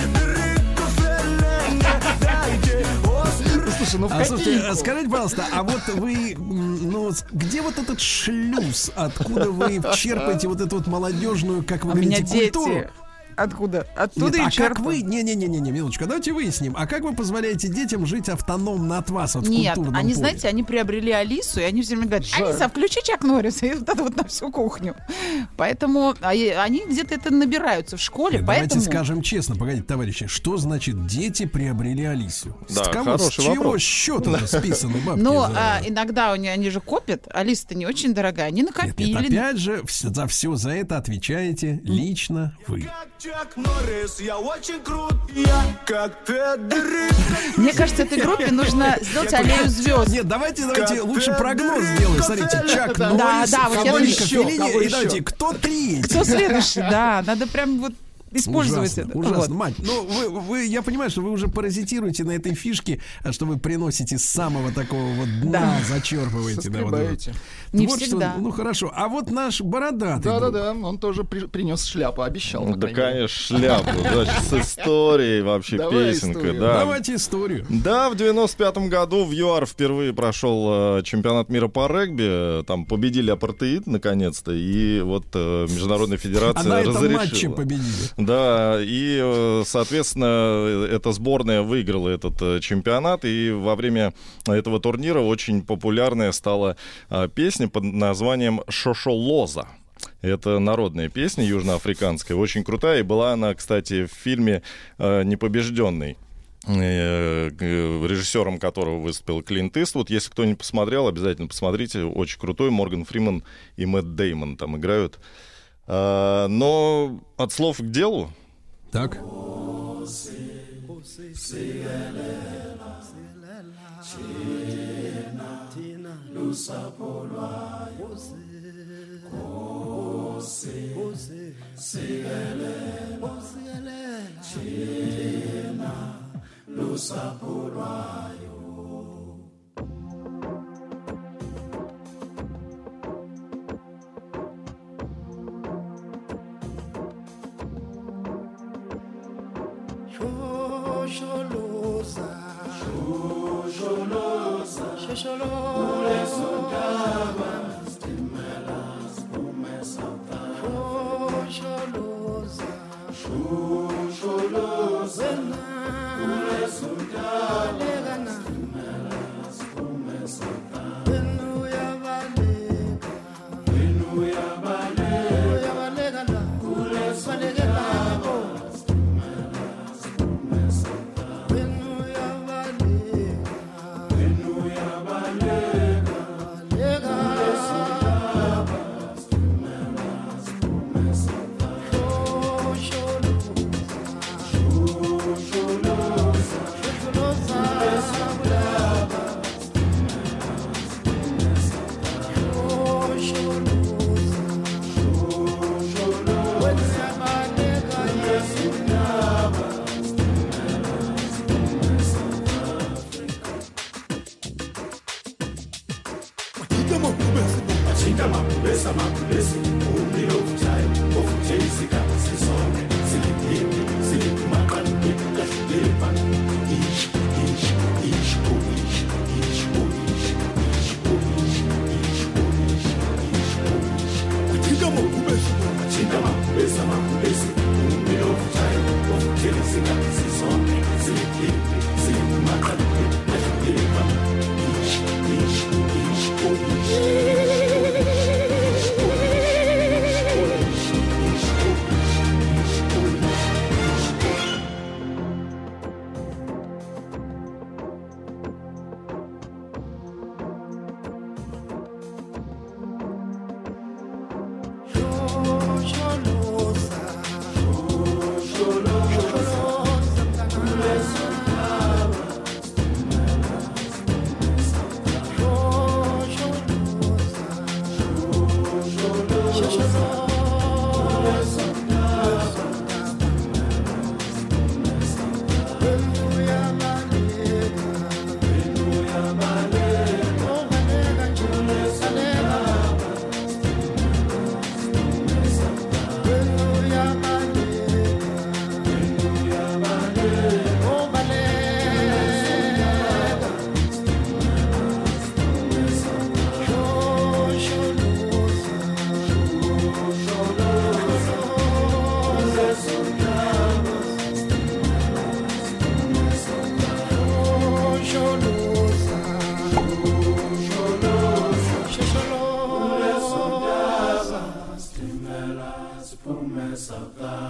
Слушай, ну в А слушайте, копейку. скажите, пожалуйста, а вот вы, м, ну, с- где вот этот шлюз, откуда вы черпаете вот эту вот молодежную, как вы У меня говорите, культуру? дети. Откуда? Оттуда Нет, и а как черпаю. вы, не-не-не-не, минуточку, давайте выясним, а как вы позволяете детям жить автономно от вас, вот в Нет, культурном они, поле? знаете, они приобрели Алису, и они все время говорят: Алиса, включи Чак Норриса, и вот это вот на всю кухню. Поэтому а, и- они где-то это набираются в школе, Нет, поэтому... Давайте скажем честно, погодите, товарищи, что значит дети приобрели Алису? Да, с кого, с хороший чего вопрос. счета списаны бабки? Ну, за- а, иногда они, они же копят. Алиса-то не очень дорогая. Они Нет, накопили. нет, опять же, вс- за все за это отвечаете лично вы. Чак Норрис, я очень крут, я как Федерико. Мне кажется, этой группе нужно сделать аллею звезд. Нет, давайте, давайте Как лучше прогноз Федерико сделаем. Смотрите, Чак Да, Норрис, да, вот я Федерико еще, Феллини, кого и еще? давайте, кто третий? Кто следующий? Да, надо прям вот использовать Ужасно, это. ужасно. Вот. Мать, ну вы, вы, я понимаю, что вы уже паразитируете на этой фишке, а что вы приносите с самого такого вот дна, Да. зачерпываете. Да, вот, Соскребаете. Не Творчество, всегда. ну хорошо. А вот наш бородатый друг. Да-да-да, он тоже при- принес шляпу, обещал. по Да, крайней мере. конечно, шляпу. Значит, с историей вообще Давай песенка. историю. Да. Давайте историю. Да, в девяносто пятом году в ЮАР впервые прошел э, чемпионат мира по регби. Там победили апартеид, наконец-то. И вот э, Международная федерация А на этом разрешила. матче победили. Да, и, э, соответственно, эта сборная выиграла этот э, чемпионат. И во время этого турнира очень популярная стала э, песня под названием «Шошолоза». Это народная песня южноафриканская, очень крутая. И была она, кстати, в фильме э, «Непобежденный», э, э, режиссером которого выступил Клинт Иствуд. Если кто не посмотрел, обязательно посмотрите. Очень крутой. Морган Фриман и Мэтт Дэймон там играют. Э, но от слов к делу. Так.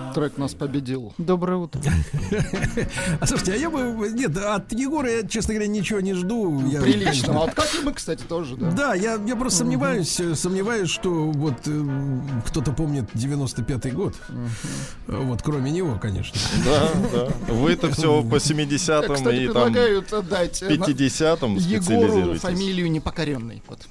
Трек нас победил. Доброе утро. А слушайте, а я бы... Нет, от Егора я, честно говоря, ничего не жду. Я, Прилично. конечно, Вот как и мы, кстати, тоже, да. Да, я, я просто сомневаюсь, сомневаюсь, что вот э, кто-то помнит девяносто пятый год. Вот, кроме него, конечно. Да, да. Вы-то все по семидесятым Кстати, и там предлагают отдать пятидесятым Егору специализируетесь. фамилию Непокоренный. Вот.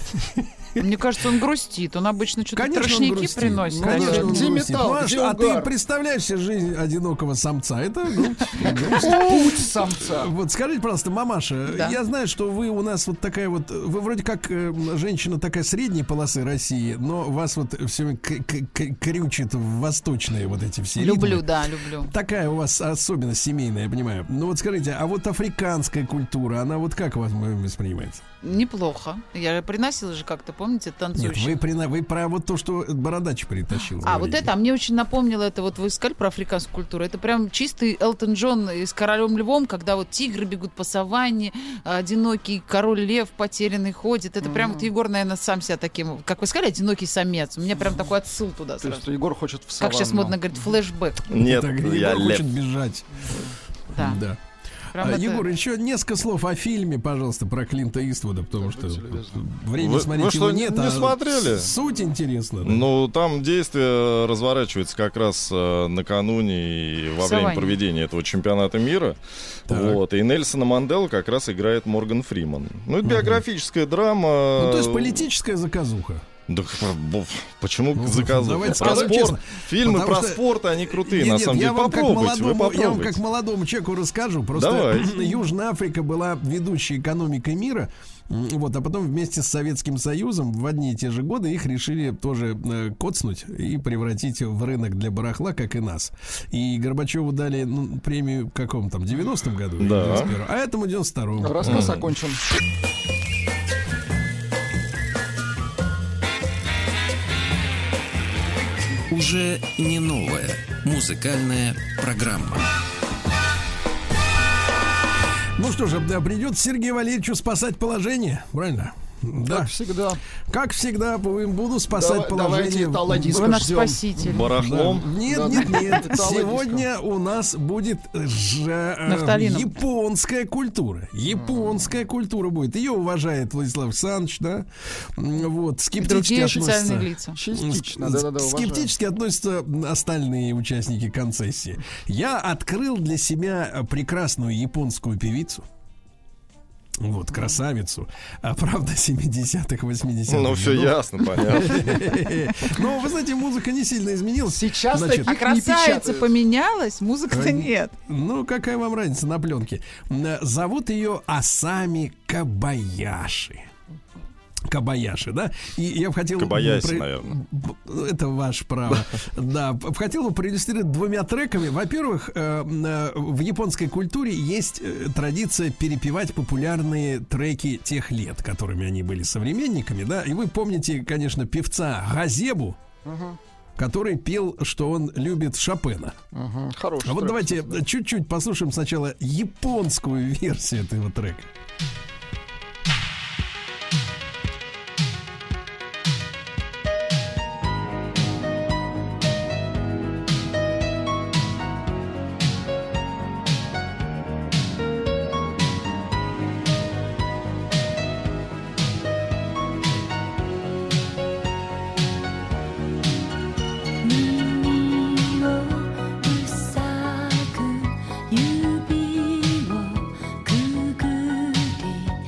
Мне кажется, он грустит. Он обычно что-то Конечно, он трошники грустит. приносит. Конечно, наверное. он Где грустит. металл, Ну, а где что, а ты угар? представляешь себе жизнь одинокого самца? Это грусть. Путь самца. Вот скажите, пожалуйста, мамаша, Да. я знаю, что вы у нас вот такая вот, вы вроде как э, женщина такая средней полосы России, но вас вот все крючит в восточные вот эти все ритмы. Люблю, да, люблю. Такая у вас особенность семейная, я понимаю. Ну вот скажите, а вот африканская культура, она вот как у вас воспринимается? Неплохо. Я же приносила же как-то, помните, Нет, танцующих. вы, при, вы про вот то, что бородач притащил. А, вот говорите. это, а мне очень напомнило это, вот вы сказали про африканскую культуру, это прям чистый Элтон Джон с Королем Львом, когда вот тигры бегут по саванне, а одинокий король лев потерянный ходит. Это прям вот Егор, наверное, сам себя таким, как вы сказали, одинокий самец. У меня прям такой отсыл туда То сразу. есть Егор хочет в саванну. Как сейчас модно говорить, флешбэк. Нет, Так, я Егор лев. хочет бежать. Да. Да. Прям А, это- Егор, еще несколько слов о фильме, пожалуйста, про Клинта Иствуда, потому что времени Вы- смотреть вы что, его нет, не а смотрели? суть интересна. да. Ну, там действие разворачивается как раз э, накануне и во время Саванне. проведения этого чемпионата мира. Так. Вот. И Нельсона Манделу как раз играет Морган Фриман. Ну, это биографическая драма. Ну, то есть политическая заказуха. Да, бу- почему Ну, заказывать? давайте Про скажем спорт. честно. Фильмы Потому про что- спорт, они крутые, Нет, на нет, самом я деле. вам, как Попробуйте, вы молодому, я вам попробуйте. как молодому человеку расскажу. Просто Давайте. Южная Африка была ведущей экономикой мира. М, Вот, а потом вместе с Советским Союзом в одни и те же годы их решили тоже э, коцнуть и превратить в рынок для барахла, как и нас. И Горбачеву дали ну, премию в каком там, девяностом году? или Да. девяносто первом? А этому девяносто втором. Рассказ окончен. Уже не новая музыкальная программа. Ну что же, да, придется Сергею Валерьевичу спасать положение, правильно? Да. Как всегда. Как всегда, буду спасать Давай- положение. давайте Таладиска Вы наш ждем. спаситель. Барахлом. Да. Нет, Да, нет, да. нет. Это Сегодня у нас будет же, э, Нафталином. японская культура. Японская культура будет. Ее уважает Владислав Александрович, да. М, Вот, скептически Другие относятся. официальные лица. Частично, С- да-да-да, Скептически относятся остальные участники концессии. Я открыл для себя прекрасную японскую певицу. Вот, красавицу. А правда, семидесятых, восьмидесятых. Ну, все годов. ясно, понятно. Но, вы знаете, музыка не сильно изменилась. Сейчас Значит, таких А не красавица печатают. поменялась, музыка-то Кон- нет. Ну, какая вам разница на пленке? М, Зовут ее Асами Кабаяши. Кабаяши, да? И я бы хотел... Кобаяси, про- наверное. Это ваше право. Да, п- хотел бы проиллюстрировать двумя треками. Во-первых, э, э, в японской культуре есть э, традиция перепевать популярные треки тех лет, которыми они были современниками, да? И вы помните, конечно, певца Газебу, который пел, что он любит Шопена. Мгм, Хороший А вот трек, давайте кстати, да. чуть-чуть послушаем сначала японскую версию этого трека. 「指をくぐり」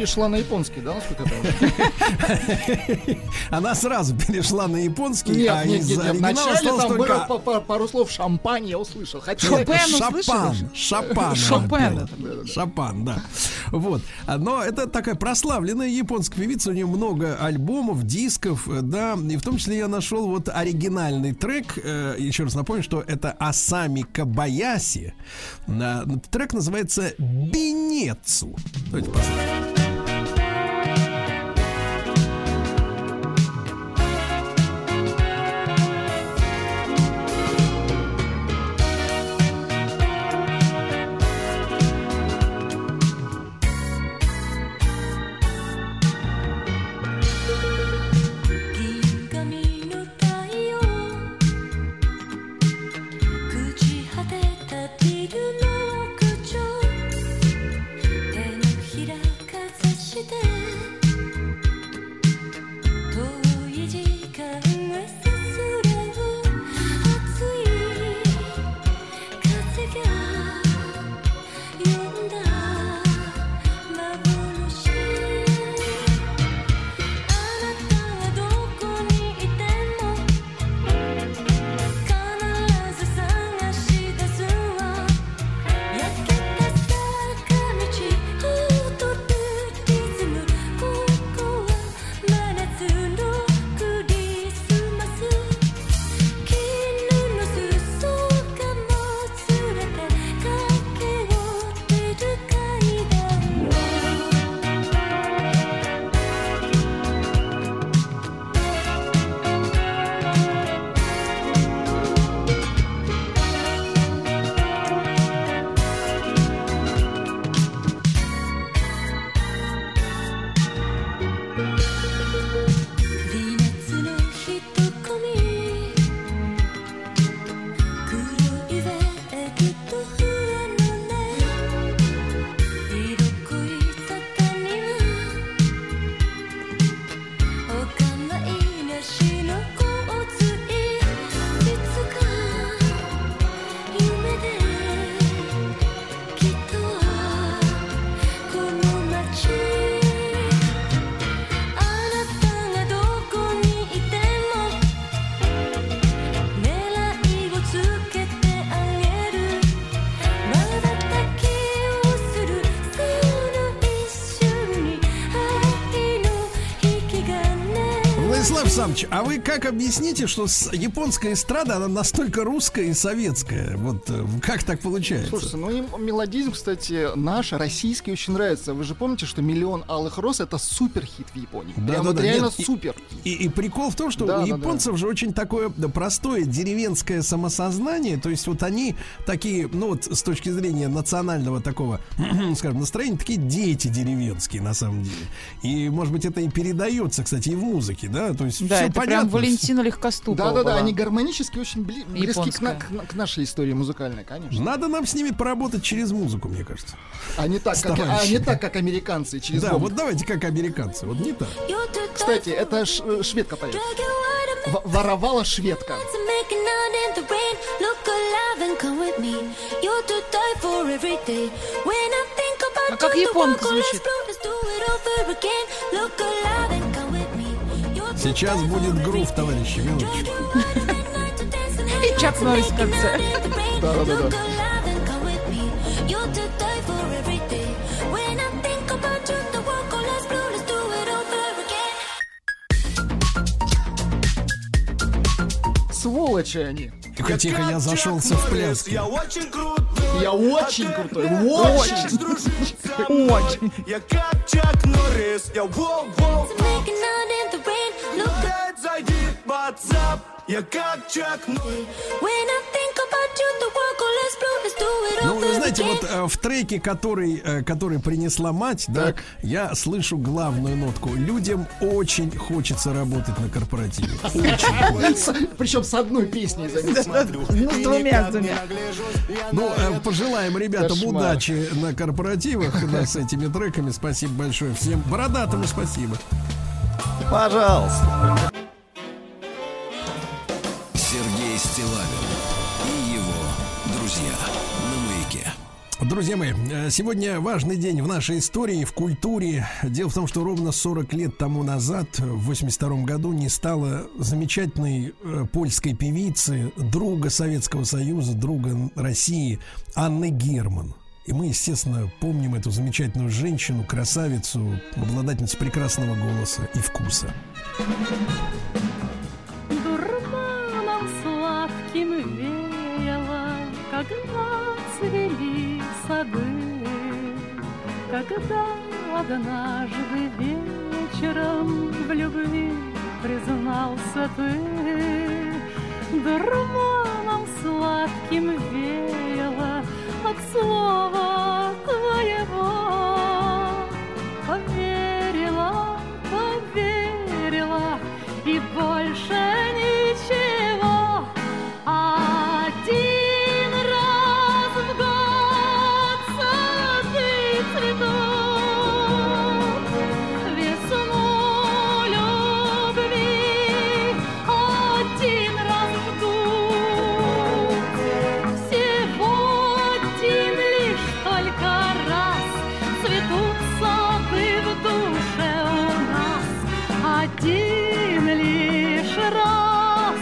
перешла на японский, да, насколько я понимаю? Она сразу перешла на японский, нет, а нет, из нет, нет. оригинала Вначале осталось там только... было по- пару слов шампань, я услышал. Хотя Шопен, Шопен Шопан, Шопан, Шопен. Шопан, да. Вот. Но это такая прославленная японская певица, у нее много альбомов, дисков, да, и в том числе я нашел вот оригинальный трек. Еще раз напомню, что это Асами Кобаяси. Трек называется «Бинецу». Давайте послушаем. Станислав Александрович, а вы как объясните, что японская эстрада, она настолько русская и советская? Вот как так получается? Слушайте, ну им мелодизм, кстати, наш, российский, очень нравится. Вы же помните, что «Миллион алых роз» — это суперхит в Японии. Да, Прям да, вот да, реально нет, супер. И, и, и прикол в том, что да, у да, японцев да. же очень такое да, простое деревенское самосознание. То есть вот они такие, ну вот с точки зрения национального такого, скажем, настроения, такие дети деревенские на самом деле. И, может быть, это и передается, кстати, и в музыке, да? То есть да, все это понятно. прям Валентина Легкоступова. Да-да-да, они гармонически очень бли- близки к, на- к, к нашей истории музыкальной, конечно. Надо нам с ними поработать через музыку, мне кажется. А не так, как, а не так, как американцы, через Да, бомб. вот давайте как американцы, вот не так. Кстати, это ш- шведка поет. В- воровала шведка. А как японка звучит? Сейчас будет грув, товарищи, минуточку. И Чак Норрис в конце. Да-да-да. Сволочи они. Тихо, тихо, я зашелся в пляске. Я очень крутой. Я очень крутой. Очень. Очень. Я как Чак Норрис. Я воу-воу. Опять зайди в WhatsApp. Я как Чак Норрис. Ну, вы знаете, вот э, в треке, который, э, который принесла мать, да, я слышу главную нотку. Людям очень хочется работать на корпоративе. Очень. Причем с одной песней за ним. Ну, с двумя, с двумя. Ну, э, пожелаем ребятам Кошмар. удачи на корпоративах, да, с этими треками. Спасибо большое всем. Бородатому спасибо. Пожалуйста. Сергей Стиллавин и его друзья на Маяке. Друзья мои, сегодня важный день в нашей истории, в культуре. Дело в том, что ровно сорок лет тому назад, в восемьдесят втором году, не стало замечательной э, польской певицы, друга Советского Союза, друга России Анны Герман. И мы, естественно, помним эту замечательную женщину, красавицу, обладательницу прекрасного голоса и вкуса. Дурманом сладким веяло, когда цвели сады, когда однажды вечером в любви признался ты. Дурманом сладким веяло от слова твоего. Поверила, поверила и больше ничего. Один раз в год сады цветут, весну любви один раз ждут. Всего один лишь только раз цветут сады в душе у нас. Один лишь раз,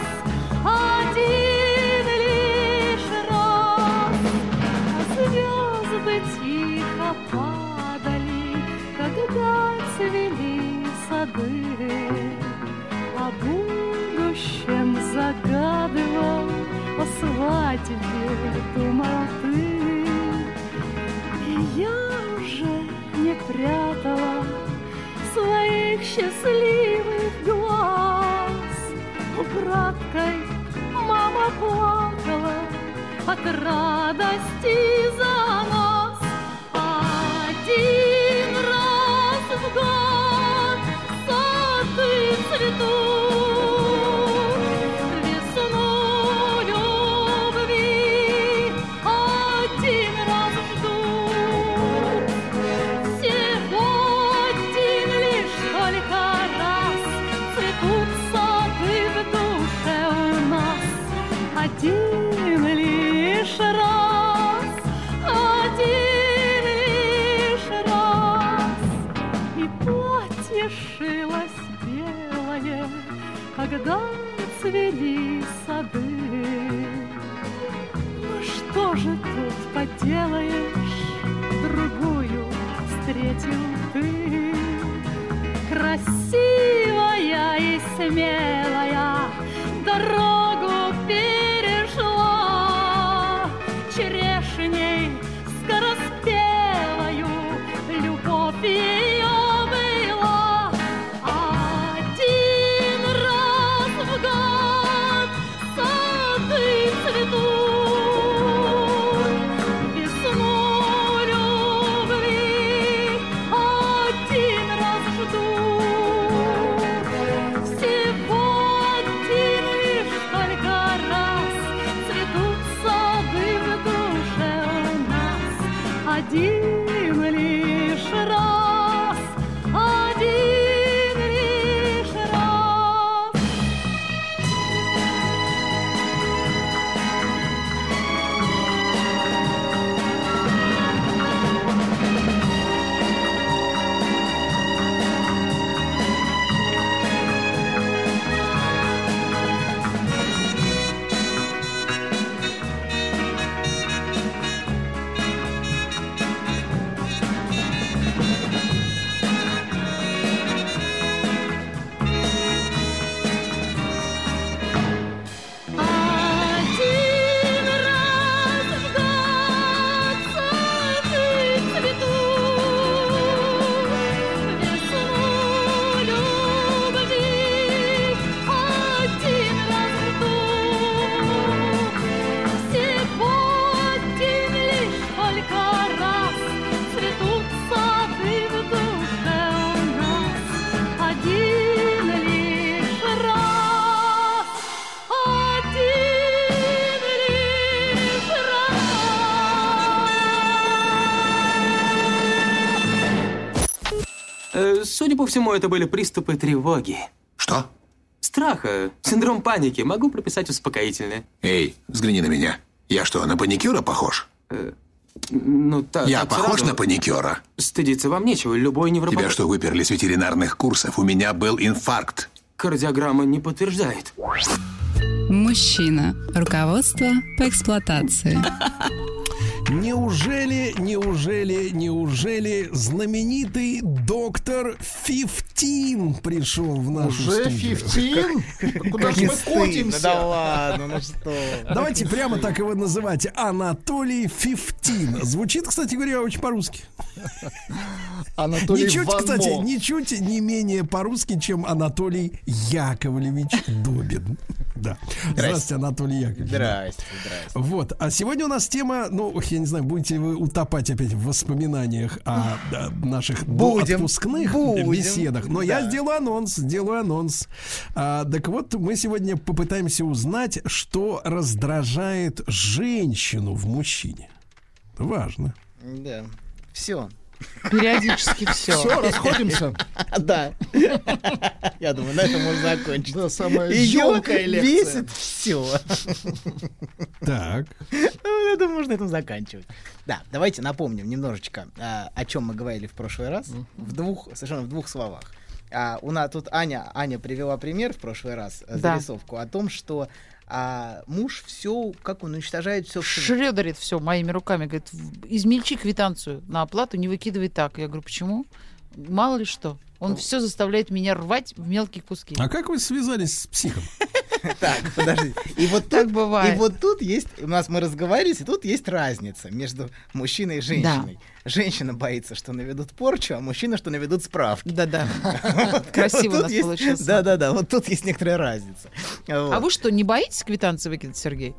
один лишь раз. Звезды тихо падали, когда цвели сады. О будущем загадывал, о свадьбе думал ты. И я уже не прятала своих счастливых глаз. Украдкой мама плакала от радости за нас. Один раз в год сады цветут, весну любви один раз ждут. Всего один лишь только раз цветут сады в душе у нас. Один лишь раз, один лишь раз. И платье шилось белое, когда цвели сады. Ну что же тут поделаешь, другую встретил ты. Красивая и смелая дорогу перешла, черешней скороспелою любовь ее была. Один раз в год сады цветут, весну любви один раз ждут. Всего один лишь только раз цветут сады в душе у нас. Один лишь раз, один лишь раз. Один раз в год сады цветут, весну любви один раз ждут. Всего один лишь только раз цветут сады в душе у нас. Один лишь раз, один лишь раз. Э, Судя по всему, это были приступы тревоги. Что? Страха, синдром паники. Могу прописать успокоительное. Эй, взгляни на меня. Я что, на паникюра похож? Э, Ну, так, Я так похож сразу. на паникера? Стыдиться вам нечего, любой невропат... Тебя что, выперли с ветеринарных курсов? У меня был инфаркт. Кардиограмма не подтверждает. Мужчина. Руководство по эксплуатации. Неужели, неужели, неужели знаменитый доктор Фифтин пришел в нашу Уже студию? Фифтин? Куда же мы котимся? Да ладно, ну что. Давайте прямо так его называть. Анатолий Фифтин. Звучит, кстати говоря, очень по-русски. Анатолий Ничуть, Ван кстати, Мо. ничуть не менее по-русски, чем Анатолий Яковлевич Добин. Да. Здравствуйте, Анатолий Яковлевич. Здрасте, здрасте. Вот. А сегодня у нас тема, ну, я не знаю, будете вы утопать опять в воспоминаниях о, о наших Будем, отпускных будем. беседах. Но Да. я сделаю анонс, сделаю анонс. А, так вот, мы сегодня попытаемся узнать, что раздражает женщину в мужчине. Важно. Да. Все. Периодически все. Все, расходимся. Да. Я думаю, на этом можно закончить. Да, самая Ее ёмкая лекция. бесит все. Так. Я думаю, можно на этом заканчивать. Да, давайте напомним немножечко, а, о чем мы говорили в прошлый раз. В двух, совершенно в двух словах. А, у нас тут Аня, Аня привела пример в прошлый раз, э, Да. зарисовку о том, что а, муж все, как он уничтожает все. Шредерит все моими руками. Говорит, в- измельчи квитанцию на оплату, не выкидывай так. Я говорю, почему? Мало ли что. Он все заставляет меня рвать в мелкие куски. А как вы связались с психом? Так, подожди. И вот Так тут, бывает. И вот тут есть, у нас мы разговаривались, и тут есть разница между мужчиной и женщиной. Женщина боится, что наведут порчу, а мужчина, что наведут справки. Да-да. Красиво у нас получился. Да-да-да, вот тут есть некоторая разница. А вы что, не боитесь квитанции выкидывать, Сергей?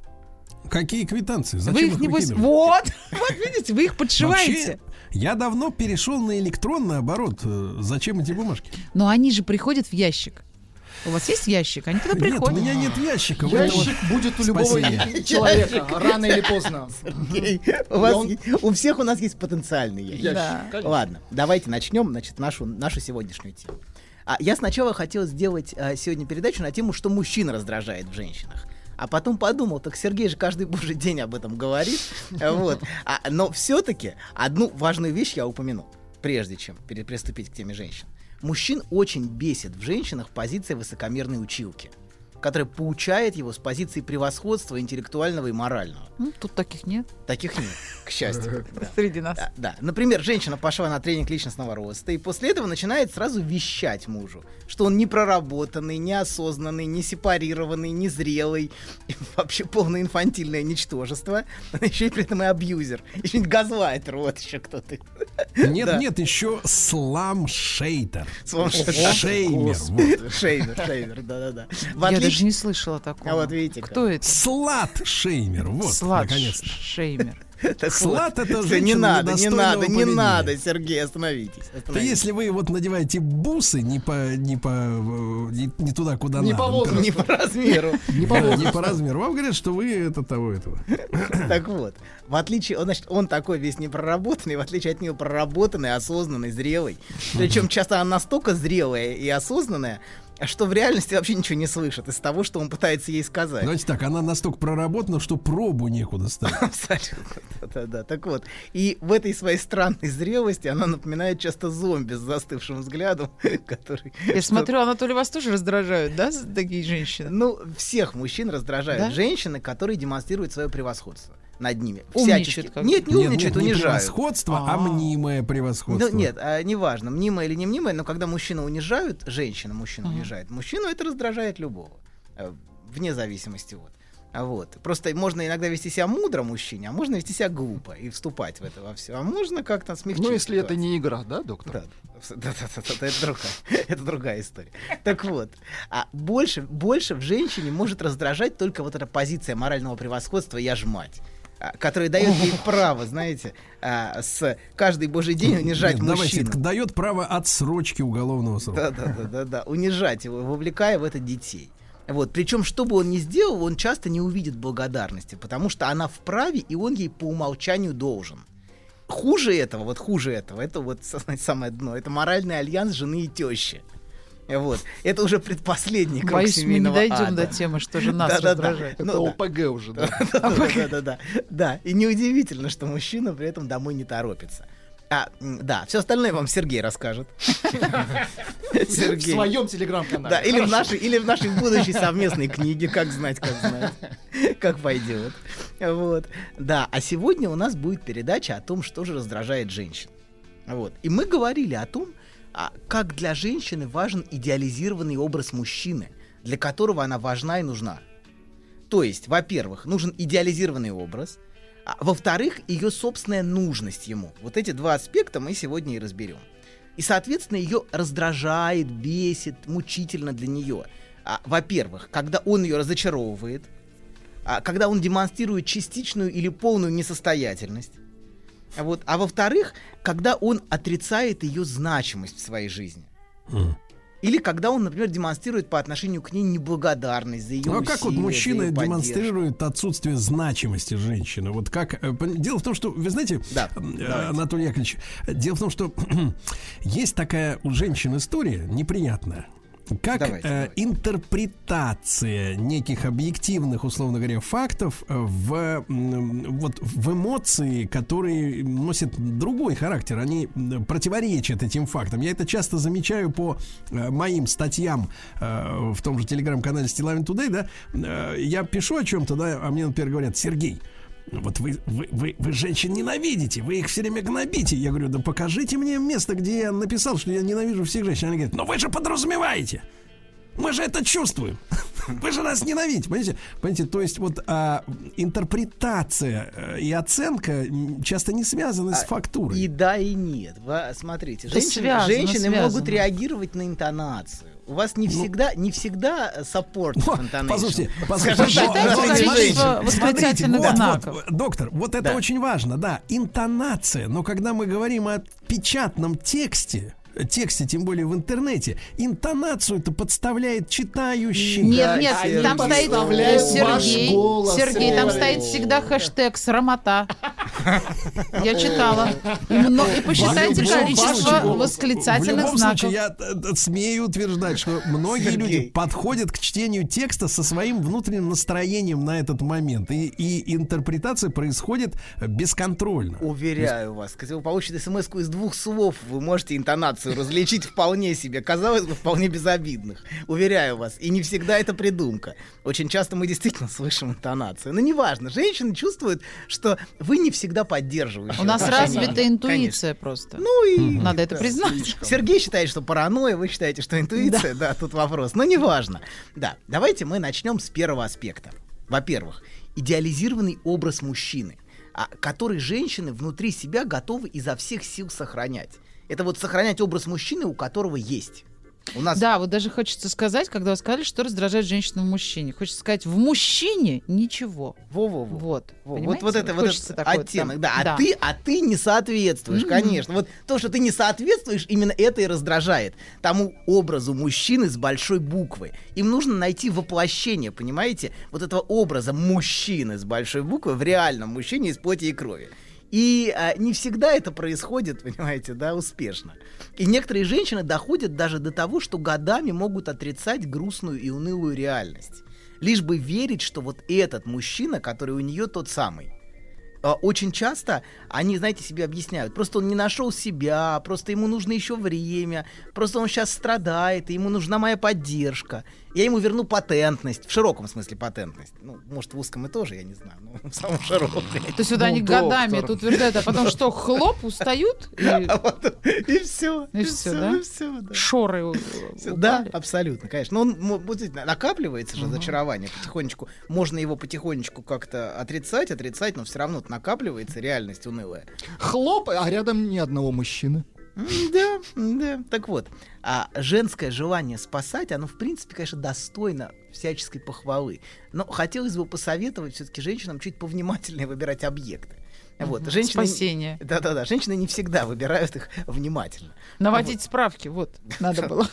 Какие квитанции? Зачем Вы их, небось, выкидывать? вот, вот видите, вы их подшиваете. Вообще, я давно перешел на электронный оборот. Э, Зачем эти бумажки? Но они же приходят в ящик. У вас есть ящик? Они туда Нет, приходят. у меня нет ящика. Ящик будет у любого Спасибо. человека, рано или поздно. Сергей, у, вас есть- у всех у нас есть потенциальный ящик. Ящик, Да. конечно. Ладно, давайте начнем, значит, нашу, нашу сегодняшнюю тему. А, я сначала хотел сделать а, сегодня передачу на тему, что мужчин раздражает в женщинах. А потом подумал, так Сергей же каждый божий день об этом говорит. Вот. А, но все-таки одну важную вещь я упомяну, прежде чем пере- приступить к теме женщин. Мужчин очень бесит в женщинах позиция высокомерной училки, которая поучает его с позиции превосходства интеллектуального и морального. Ну, тут таких нет Таких нет, к счастью. Да. среди нас. Да, да. Например, женщина пошла на тренинг личностного роста и после этого начинает сразу вещать мужу, что он не проработанный, неосознанный, не сепарированный, не зрелый, и вообще полное инфантильное ничтожество, еще и при этом и абьюзер, еще и газлайтер, вот еще кто-то. Нет, Да. нет, еще слам-шейтер. Слам-шейтер. Шеймер. Господи. вот. Шеймер, шеймер, да-да-да. В Я отличие- даже не слышала такого. А вот видите, Кто это? Слат-шеймер. Вот, Слад наконец-то. Шеймер. Так Слад вот. это Всё, женщина не надо, не недостойного надо, не поведения. надо, Сергей, остановитесь. То остановитесь. если вы вот надеваете бусы не по не по э, не, не туда, куда Не надо, по возрасту. Не по размеру. Не по да, не возрасту. по размеру. Вам говорят, что вы это того этого. Так вот, в отличие, он, значит, он такой весь непроработанный, в отличие от нее проработанный, осознанный, зрелый. Причем часто она настолько зрелая и осознанная, что в реальности вообще ничего не слышит из того, что он пытается ей сказать. Давайте так, она настолько проработана, что пробу некуда ставить. Абсолютно. Да-да-да. Так вот, и в этой своей странной зрелости она напоминает часто зомби с застывшим взглядом, который... Я смотрю, Анатолий, вас тоже раздражают, да, с- такие женщины? Ну, всех мужчин раздражают Да? женщины, которые демонстрируют свое превосходство над ними. Умничают Всячески. как-то. Нет, не Нет, умничают, нет, не унижают. превосходство, а А. мнимое превосходство. Ну, нет, а, неважно, мнимое или не мнимое, но когда мужчину унижают, женщина мужчину Ага. унижает, мужчину это раздражает любого, э, вне зависимости от. А вот. Просто можно иногда вести себя мудро мужчине, а можно вести себя глупо и вступать в это во все. А можно как-то смягчить. Ну, если это ситуацию. не игра, да, доктор? Да, да, да, да, да, да, это другая, это другая история. Так вот, а больше, больше в женщине может раздражать только вот эта позиция морального превосходства «я ж мать», а, которая дает ей право, знаете, а, с каждый божий день унижать Нет, давайте, мужчину. дает право отсрочки уголовного срока. Да, да, да, да, да, унижать его, вовлекая в это детей. Вот. Причем, что бы он ни сделал, он часто не увидит благодарности, потому что она вправе, и он ей по умолчанию должен. Хуже этого, вот хуже этого, это вот знаете, самое дно, это моральный альянс жены и тещи. Вот. Это уже предпоследний круг Боюсь, мы не семейного дойдем ада. до темы, что же нас Да-да-да. раздражает. Это Ну, ОПГ уже, да. Да-да-да. Да, и неудивительно, что мужчина при этом домой не торопится. А, м, да, все остальное вам Сергей расскажет. В Сергей. своем телеграм-канале. Да, или в, Хорошо. нашей, или в нашей будущей совместной книге, как знать, как знать, как пойдет. Вот. Да, а сегодня у нас будет передача о том, что же раздражает женщин. Вот. И мы говорили о том, а, как для женщины важен идеализированный образ мужчины, для которого она важна и нужна. То есть, во-первых, нужен идеализированный образ, а во-вторых, ее собственная нужность ему. Вот эти два аспекта мы сегодня и разберем. И, соответственно, ее раздражает, бесит, мучительно для нее. А, во-первых, когда он ее разочаровывает, а, когда он демонстрирует частичную или полную несостоятельность. А, вот, а во-вторых, когда он отрицает ее значимость в своей жизни. Mm. Или когда он, например, демонстрирует по отношению к ней неблагодарность за ее Ну а усилия, как вот за мужчина её поддержку? демонстрирует отсутствие значимости женщины? Вот как... э, пон- Дело в том, что, вы знаете, Да, э, давайте. Анатолий Яковлевич, дело в том, что есть такая у женщин история неприятная. Как Давайте, э, давайте. интерпретация неких объективных, условно говоря, фактов в, м, вот, в эмоции, которые носят другой характер, они м, противоречат этим фактам. Я это часто замечаю по э, моим статьям э, в том же телеграм-канале Стилавин Today, да, э, я пишу о чем-то, да, а мне, например, говорят: Сергей, вот вы, вы, вы, вы женщин ненавидите, вы их все время гнобите. Я говорю: да покажите мне место, где я написал, что я ненавижу всех женщин. Они говорят: но вы же подразумеваете. Мы же это чувствуем. Вы же нас ненавидите. Понимаете? Понимаете, то есть вот а, интерпретация э, и оценка м, часто не связаны с А, фактурой. И да, и нет. Вы, смотрите, Это женщины, связано, женщины связано. могут реагировать на интонацию. У вас не всегда, не всегда support Ну, intonation. послушайте, Скажем послушайте, так, Считайте но- но- количество смотрите, восклицательных вот, знаков. вот, доктор, вот это Да. очень важно, да, интонация. Но когда мы говорим о печатном тексте, тексте, тем более в интернете, интонацию-то подставляет читающий. Нет, нет, Сергей. там стоит Подставляет ваш Сергей. голос, Сергей, там Сергей. стоит всегда хэштег «срамота». Я читала. И, мно- и посчитайте В любом количество случае- В восклицательных любом знаков. случае, я э, э, смею утверждать, что многие Сергей. люди подходят к чтению текста со своим внутренним настроением на этот момент. И, и интерпретация происходит бесконтрольно. Уверяю вас, если вы получите смс-ку из двух слов, вы можете интонацию различить вполне себе, казалось бы, вполне безобидных. Уверяю вас. И не всегда это придумка. Очень часто мы действительно слышим интонацию. Но неважно, женщины чувствуют, что вы не всегда поддерживаете. У нас отношения. развита интуиция просто. Ну и... Надо это признать. Сергей считает, что паранойя, вы считаете, что интуиция, да, тут вопрос. Но неважно. Да, давайте мы начнем с первого аспекта. Во-первых, идеализированный образ мужчины, а, который женщины внутри себя готовы изо всех сил сохранять. Это вот сохранять образ мужчины, у которого есть. У нас... Да, вот даже хочется сказать, когда вы сказали, что раздражает женщину в мужчине. Хочется сказать, в мужчине ничего. Во-во-во. Вот. Во, вот, Понимаете? вот это вот Хочется этот такой оттенок, там- да. А, да. Ты, а ты не соответствуешь, Мгм. конечно. Вот то, что ты не соответствуешь, именно это и раздражает тому образу мужчины с большой буквы. Им нужно найти воплощение, понимаете, вот этого образа мужчины с большой буквы в реальном мужчине из плоти и крови. И а, не всегда это происходит, понимаете, да, успешно. И некоторые женщины доходят даже до того, что годами могут отрицать грустную и унылую реальность. Лишь бы верить, что вот этот мужчина, который у нее тот самый. А, Очень часто они, знаете, себе объясняют, просто он не нашел себя, просто ему нужно еще время, просто он сейчас страдает, и ему нужна моя поддержка. Я ему верну патентность, в широком смысле патентность. Ну, может, в узком и тоже, я не знаю, но в самом широком. То есть вот они годами это утверждают, а потом что, хлоп, устают? И, А потом- И все. и все, да? И все, да. Шоры у- Всё, упали. Да, абсолютно, конечно. Но он мо- вот действительно накапливается же разочарование потихонечку. Можно его потихонечку как-то отрицать, отрицать, но все равно накапливается реальность унылая. Хлоп, а рядом ни одного мужчины. М, Да, да. Так вот, а женское желание спасать, оно, в принципе, конечно, достойно всяческой похвалы. Но хотелось бы посоветовать все-таки женщинам чуть повнимательнее выбирать объекты. Вот. Мгм. Женщины... Спасение. Да-да-да. Женщины не всегда выбирают их внимательно. Наводить справки, вот, надо было.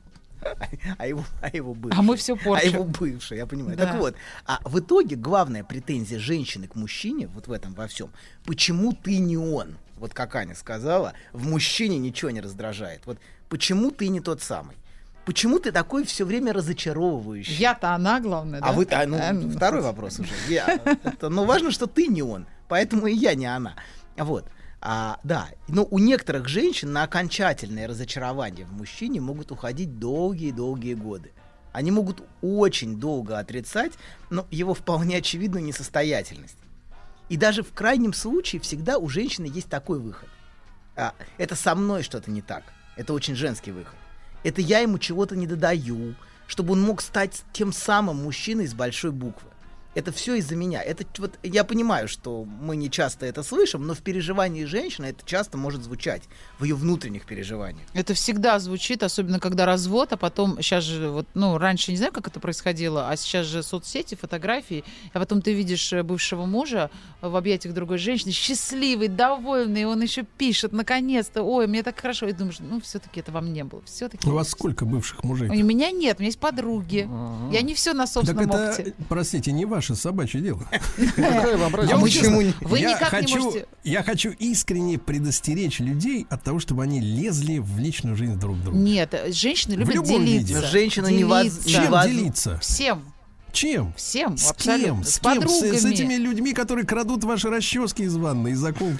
А его, а его бывший. А мы всё А порчим. его бывший, я понимаю. Да. Так вот, а в итоге главная претензия женщины к мужчине, вот в этом во всем, почему ты не он? Вот как Аня сказала, в мужчине ничего не раздражает. Вот почему ты не тот самый? почему ты такой все время разочаровывающий? Я-то она, главное, да? А вы, а, ну, второй вопрос уже. Я, это, но важно, что ты не он, поэтому и я не она. Вот. А, да, но у некоторых женщин на окончательное разочарование в мужчине могут уходить долгие-долгие годы. Они могут очень долго отрицать, но его вполне очевидную несостоятельность. И даже в крайнем случае всегда у женщины есть такой выход. А, это со мной что-то не так. Это очень женский выход. Это я ему чего-то не додаю, чтобы он мог стать тем самым мужчиной с большой буквы. Это все из-за меня. Это вот я понимаю, что мы не часто это слышим, но в переживании женщины это часто может звучать в ее внутренних переживаниях. Это всегда звучит, особенно когда развод, а потом сейчас же вот, ну раньше не знаю, как это происходило, а сейчас же соцсети, фотографии, а потом ты видишь бывшего мужа в объятиях другой женщины, счастливый, довольный, он еще пишет, наконец-то, ой, мне так хорошо, и думаешь, ну все-таки это во мне было, все-таки. У вас сколько бывших мужей? У меня нет, у меня есть подруги, А-а-а. я не все на собственном так это, опыте. Простите, не ваше собачье дело. Я никак не можете... Я хочу искренне предостеречь людей от того, чтобы они лезли в личную жизнь друг друга. Нет, женщины любят делиться. Женщина не вас... Чем делиться? Всем. Чем? Всем, с абсолютно. Кем? С, с кем? С, с этими людьми, которые крадут ваши расчески из ванны, из заколки.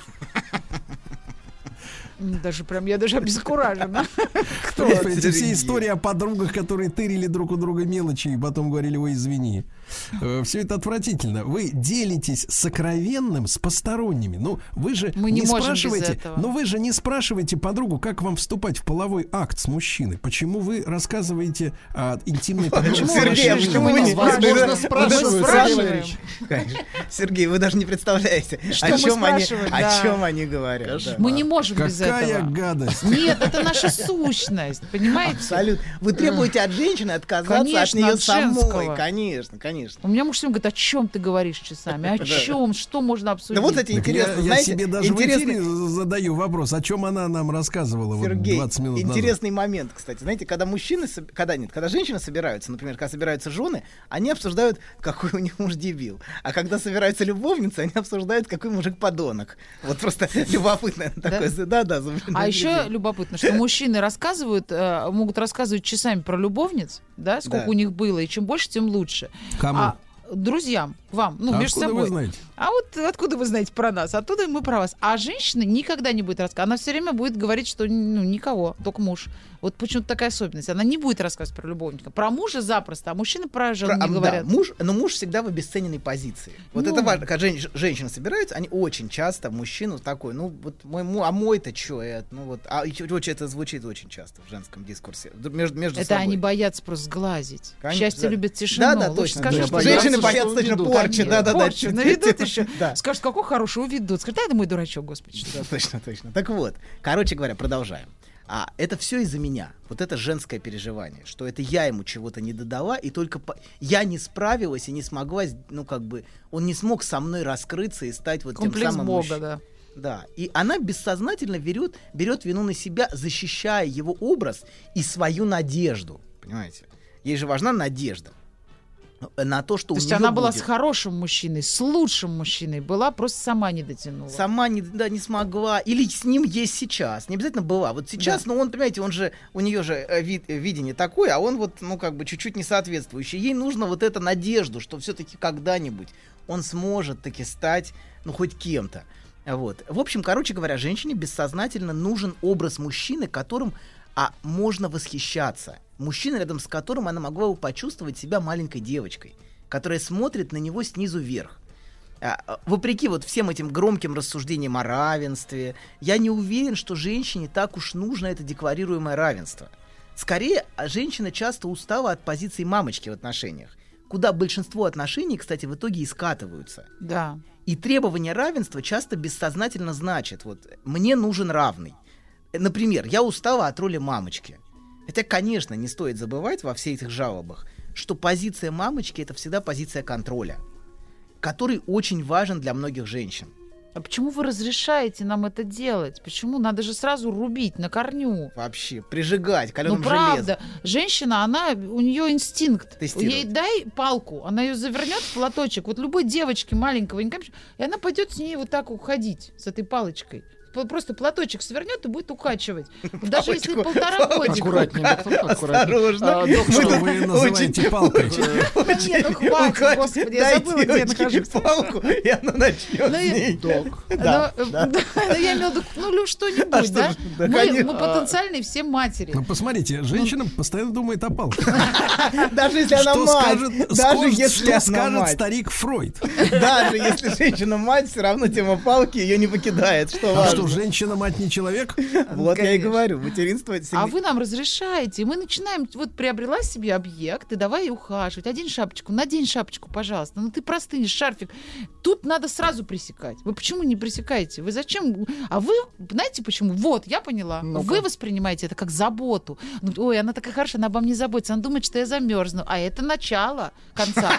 Даже прям, я даже обескуражена. Кто? Эти все истории о подругах, которые тырили друг у друга мелочи и потом говорили, ой, извини. Все это отвратительно. Вы делитесь сокровенным с посторонними. Ну, вы же Мы не, не можем спрашиваете, без этого. но вы же не спрашиваете подругу, как вам вступать в половой акт с мужчиной. Почему вы рассказываете о интимной подробности? Сергей, а почему вы не Возможно, спрашиваем. Сергей, вы даже не представляете, о чем они, о чем они говорят. Мы не можем без этого. Какая гадость. Нет, это наша сущность, понимаете? Абсолютно. Вы требуете от женщины отказаться Конечно, от нее от самой. женского. Конечно, конечно. У меня муж всем говорит, о чем ты говоришь часами? О чем? Что можно обсудить? Да вот эти интересно, я, знаете, я себе даже интересный... в эфире задаю вопрос, о чем она нам рассказывала Сергей, вот двадцать минут назад. Интересный момент, кстати. Знаете, когда мужчины, когда нет, когда женщины собираются, например, когда собираются жены, они обсуждают, какой у них муж дебил. А когда собираются любовницы, они обсуждают, какой мужик подонок. Вот просто любопытно такое. Да, да. А еще любопытно, что мужчины рассказывают, могут рассказывать часами про любовниц, да, сколько у них было, и чем больше, тем лучше. Кому? Друзьям, вам, ну, а между откуда собой. Вы знаете? А вот откуда вы знаете про нас? Оттуда мы про вас. А женщина никогда не будет рассказывать. Она все время будет говорить, что ну, никого, только муж. Вот почему-то такая особенность. Она не будет рассказывать про любовника. Про мужа запросто, а мужчины про жену про, не да, говорят. Муж, но муж всегда в обесцененной позиции. Вот ну. это важно. Когда жен, женщины собираются, они очень часто мужчину такой, ну вот мой, мой а мой-то что это? Ну вот, а очень это звучит очень часто в женском дискурсе. Между, между это собой. Они боятся просто сглазить. Конечно, Счастье да. любит тишину. Да, да, Лучше точно. скажи, Да, что женщины боятся точно порчи. Да, да, да. Порчу наведут еще. Да. Скажут, какой хороший, уведут. Скажут, да, это мой дурачок, господи. Да, точно, точно. Так вот, короче говоря, продолжаем. А это все из-за меня. Вот это женское переживание, что это я ему чего-то не додала, и только по... я не справилась и не смогла, ну как бы, он не смог со мной раскрыться и стать вот комплекс тем самым Бога, мужчиной. да. Да, и она бессознательно берет, берет вину на себя, защищая его образ и свою надежду, понимаете? Ей же важна надежда на то, что то у есть нее она была будет. с хорошим мужчиной, с лучшим мужчиной, была, просто сама не дотянула. Сама не, да, не смогла. Или с ним есть сейчас. Не обязательно была. Вот сейчас, да. ну он, понимаете, он же, у нее же вид, видение такое, а он вот, ну как бы чуть-чуть не соответствующий. Ей нужно вот эту надежду, что все-таки когда-нибудь он сможет таки стать, ну хоть кем-то. Вот. В общем, короче говоря, женщине бессознательно нужен образ мужчины, которым а, можно восхищаться. Мужчина, рядом с которым она могла бы почувствовать себя маленькой девочкой, которая смотрит на него снизу вверх. А, вопреки вот всем этим громким рассуждениям о равенстве, я не уверен, что женщине так уж нужно это декларируемое равенство. Скорее, женщина часто устала от позиции мамочки в отношениях, куда большинство отношений, кстати, в итоге и скатываются. Да. И требование равенства часто бессознательно значит, вот, мне нужен равный. Например, я устала от роли мамочки. Хотя, конечно, не стоит забывать во всех этих жалобах, что позиция мамочки — это всегда позиция контроля, который очень важен для многих женщин. А почему вы разрешаете нам это делать? Почему? Надо же сразу рубить на корню. Вообще, прижигать каленым железом. Ну, правда. железом. Женщина, она, у нее инстинкт. Тестировать. Ей дай палку, она ее завернет в платочек. Вот любой девочке маленького, и она пойдет с ней вот так уходить, с этой палочкой. п- просто платочек свернет и будет укачивать. Даже если полтора годика. Аккуратнее, доктор, аккуратнее. Осторожно. А, доктор, Что вы называете палкой? Нет, ну хватит, господи, я забыла, где я нахожусь. палку, и она начнет Ну, с и- ней. Док. Да, Ну, да. да, ну, я имела в виду, ну, Лёш, что-нибудь, А что да? ж, да, Мы конечно. мы потенциальные все матери. Ну, посмотрите, женщина постоянно думает о палке. Даже если она Что мать, скажет, даже скажет- если что она скажет мать, старик Фройд? даже если женщина мать, все равно тема палки ее не покидает. Что А важно. что, женщина-мать не человек? Вот я и Конечно. говорю, материнство это А всегда- вы нам разрешаете. И мы начинаем, вот приобрела себе объект, и давай ухаживать. Одень шапочку, надень шапочку, пожалуйста. Ну ты простынешь, шарфик. Тут надо сразу пресекать. Вы почему не пресекаете? Вы зачем? А вы, знаете почему? Вот, я поняла. Ну-ка. Вы воспринимаете это как заботу. Ну, ой, она такая хорошая, она обо мне заботится. Она думает, что я замерзну. А это начало конца.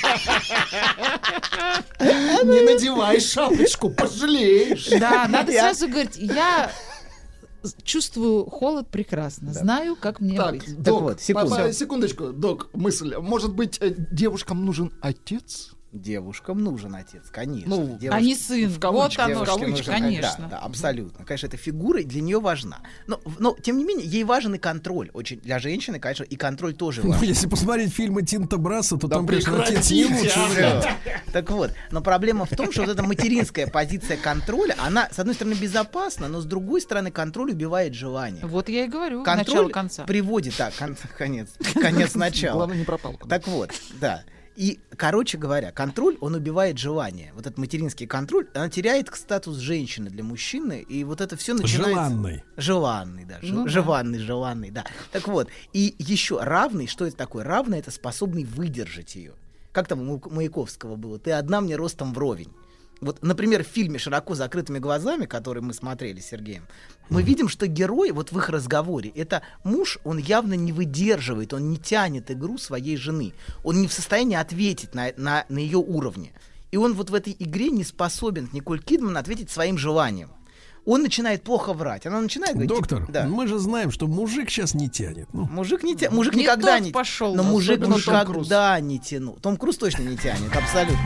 Не надевай шапочку, пожалеешь. Да, надо Я- сразу говорить, я чувствую холод прекрасно, знаю, как мне Так, быть. док, вот, секунду. по- по- секундочку, док, мысль. Может быть, э, девушкам нужен отец? Девушкам нужен отец, конечно. Ну, Девушке- А не сын. в кавычках, Вот оно, в что, кавычках, конечно. Да, да, абсолютно. Конечно, эта фигура для нее важна. Но, но, тем не менее, ей важен и контроль. Очень для женщины, конечно, и контроль тоже Ну, важен. если посмотреть фильмы Тинто Брасса, то Да там, конечно, отец прекратите, не лучший а. вариант. Так вот, но проблема в том, что вот эта материнская позиция контроля, она, с одной стороны, безопасна, но с другой стороны, контроль убивает желание. Вот я и говорю, Контроль начало конца. приводит, так, кон- конец, конец начала. Главное, не про палку. Так вот, да. И, короче говоря, контроль, он убивает желание. Вот этот материнский контроль, она теряет статус женщины для мужчины, и вот это все начинается... Желанный. Желанный, да. Ну да. Желанный, желанный, да. Так вот, и еще равный, что это такое? Равный — это способный выдержать ее. Как там у Маяковского было? Ты одна мне ростом вровень. Вот, например, в фильме «Широко закрытыми глазами», который мы смотрели с Сергеем, мы видим, что герой вот в их разговоре, это муж, он явно не выдерживает, он не тянет игру своей жены. Он не в состоянии ответить на, на, на ее уровне. И он вот в этой игре не способен, Николь Кидман, ответить своим желанием. Он начинает плохо врать. Она начинает говорить... Доктор, типа, да. мы же знаем, что мужик сейчас не тянет. Ну, Мужик не тянет. Мужик Не никогда тот не пошел, Но мужик особенно Том Круз. никогда не тянул. Том Круз точно не тянет, абсолютно.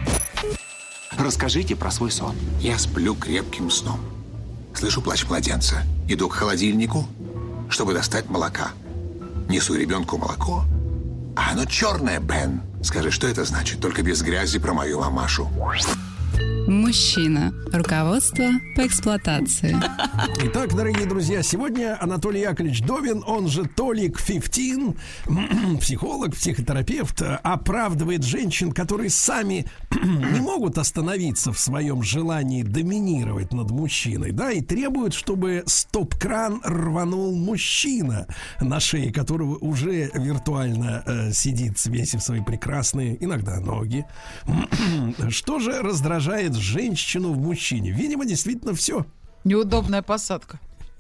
Расскажите про свой сон. Я сплю крепким сном. Слышу плач младенца. Иду к холодильнику, чтобы достать молока. Несу ребенку молоко. А оно черное, Бен. Скажи, что это значит? Только без грязи про мою мамашу. Мужчина. Руководство по эксплуатации. Итак, дорогие друзья, сегодня Анатолий Яковлевич Довин, он же Толик пятнадцать, психолог, психотерапевт, оправдывает женщин, которые сами не могут остановиться в своем желании доминировать над мужчиной, да, и требуют, чтобы стоп-кран рванул мужчина, на шее которого уже виртуально э, сидит, свесив свои прекрасные, иногда ноги. Что же раздражает женщину в мужчине? Видимо, действительно все. Неудобная посадка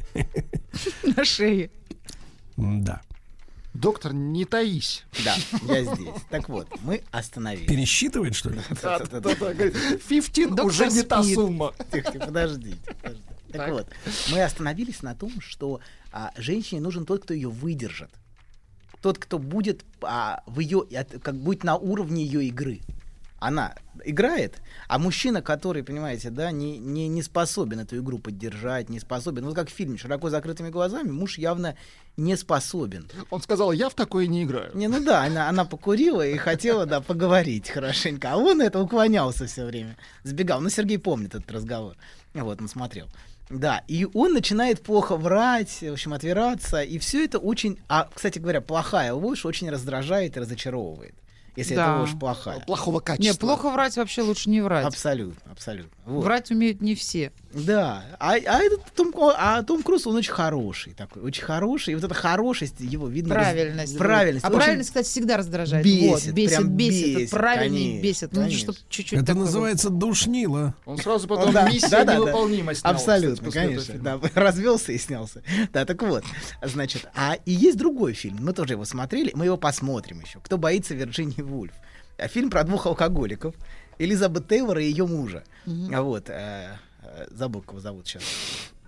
на шее. Да. Доктор, не таись. Да, я здесь. Так вот, мы остановились. Пересчитывает, что ли? Да-да-да, говорит, пятнадцать Доктор уже не та спит. сумма. Тихо, тихо, подождите, подождите. Так, Так. вот, мы остановились на том, что а, женщине нужен тот, кто ее выдержит. Тот, кто будет а, в ее, от- как будет на уровне ее игры. Она играет, а мужчина, который, понимаете, да, не, не, не способен эту игру поддержать, не способен. Вот как в фильме «Широко закрытыми глазами» муж явно не способен. Он сказал, я в такое не играю. Не, ну да, она, она покурила и хотела, да, поговорить хорошенько. А он это уклонялся все время. Сбегал. Ну, Сергей помнит этот разговор. Вот, он смотрел. Да, и он начинает плохо врать, в общем, отвираться. И все это очень... А, кстати говоря, плохая ложь очень раздражает и разочаровывает. Если Да. это ложь плохая. Плохого качества. Не, плохо врать вообще лучше не врать. Абсолютно, абсолютно. Вот. Врать умеют не все. Да, а, а этот Том, а Том Круз, он очень хороший такой, очень хороший, и вот эта хорошесть его видно. раз- Правильность. Правильность. А очень правильность, кстати, всегда раздражает. бесит, Вот, бесит, прям бесит. бесит, Правильный конечно, бесит. Ну, конечно. чтоб чуть-чуть Это такого. называется душнило. Он сразу потом Да, миссия да, да, да. невыполнима снял, Абсолютно, кстати, после этого конечно. фильма. Да, развелся и снялся. Да, так вот, значит, а и есть другой фильм, мы тоже его смотрели, мы его посмотрим еще. «Кто боится Вирджинии Вульф». А фильм про двух алкоголиков. Элизабет Тейлор и ее мужа. А вот, э, э, забыл, кого зовут сейчас.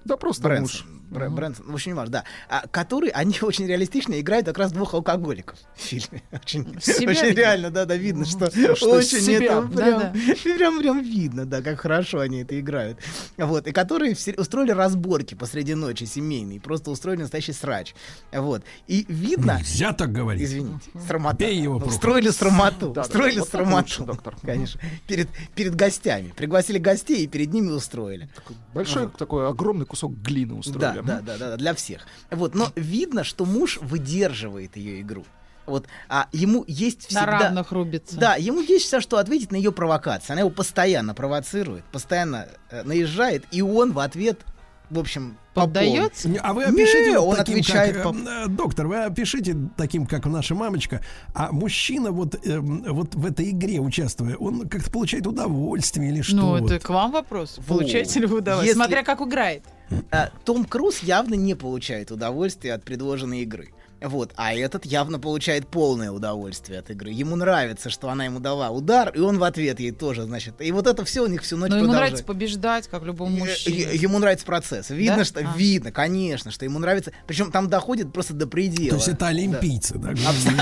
Да просто Брэнсон. муж. Бр- Брэнсон, в общем, не важно, да. А, которые, они очень реалистично играют как раз двух алкоголиков в фильме. Очень, очень реально, да, да, видно, что, что очень себя, это да, прям, да. прям, прям видно, да, как хорошо они это играют. Вот, и которые все, устроили разборки посреди ночи семейные, просто устроили настоящий срач. Вот, и видно... Нельзя так говорить. Извините, срамота. Бей его Ну, по устроили срамоту, Да, да, устроили вот так срамоту, лучше, доктор. конечно, перед, перед гостями. Пригласили гостей и перед ними устроили. Большой такой огромный кусок глины устроили. Да, да, да, да, для всех. Вот, но видно, что муж выдерживает ее игру. Вот, а ему есть всегда... На равных рубится. Да, ему есть все, что ответить на ее провокации. Она его постоянно провоцирует, постоянно э, наезжает, и он в ответ, в общем, поддается. Не, А вы опишите Не, вот он таким, отвечает как, по- э, доктор, вы опишите таким, как наша мамочка, а мужчина вот, э, вот в этой игре участвуя, он как-то получает удовольствие или что? Ну, вот? это к вам вопрос. Вот. Получаете ли вы удовольствие? Если- Смотря как играет. А, Том Круз явно не получает удовольствия от предложенной игры. Вот, а этот явно получает полное удовольствие от игры. Ему нравится, что она ему дала удар, и он в ответ ей тоже, значит. И вот это все у них всю ночь Но ему продолжается. нравится побеждать, как любому Е- мужчине. е- Ему нравится процесс. Видно, Да? что А. видно, конечно, что ему нравится. Причем там доходит просто до предела. То есть это олимпийцы, да?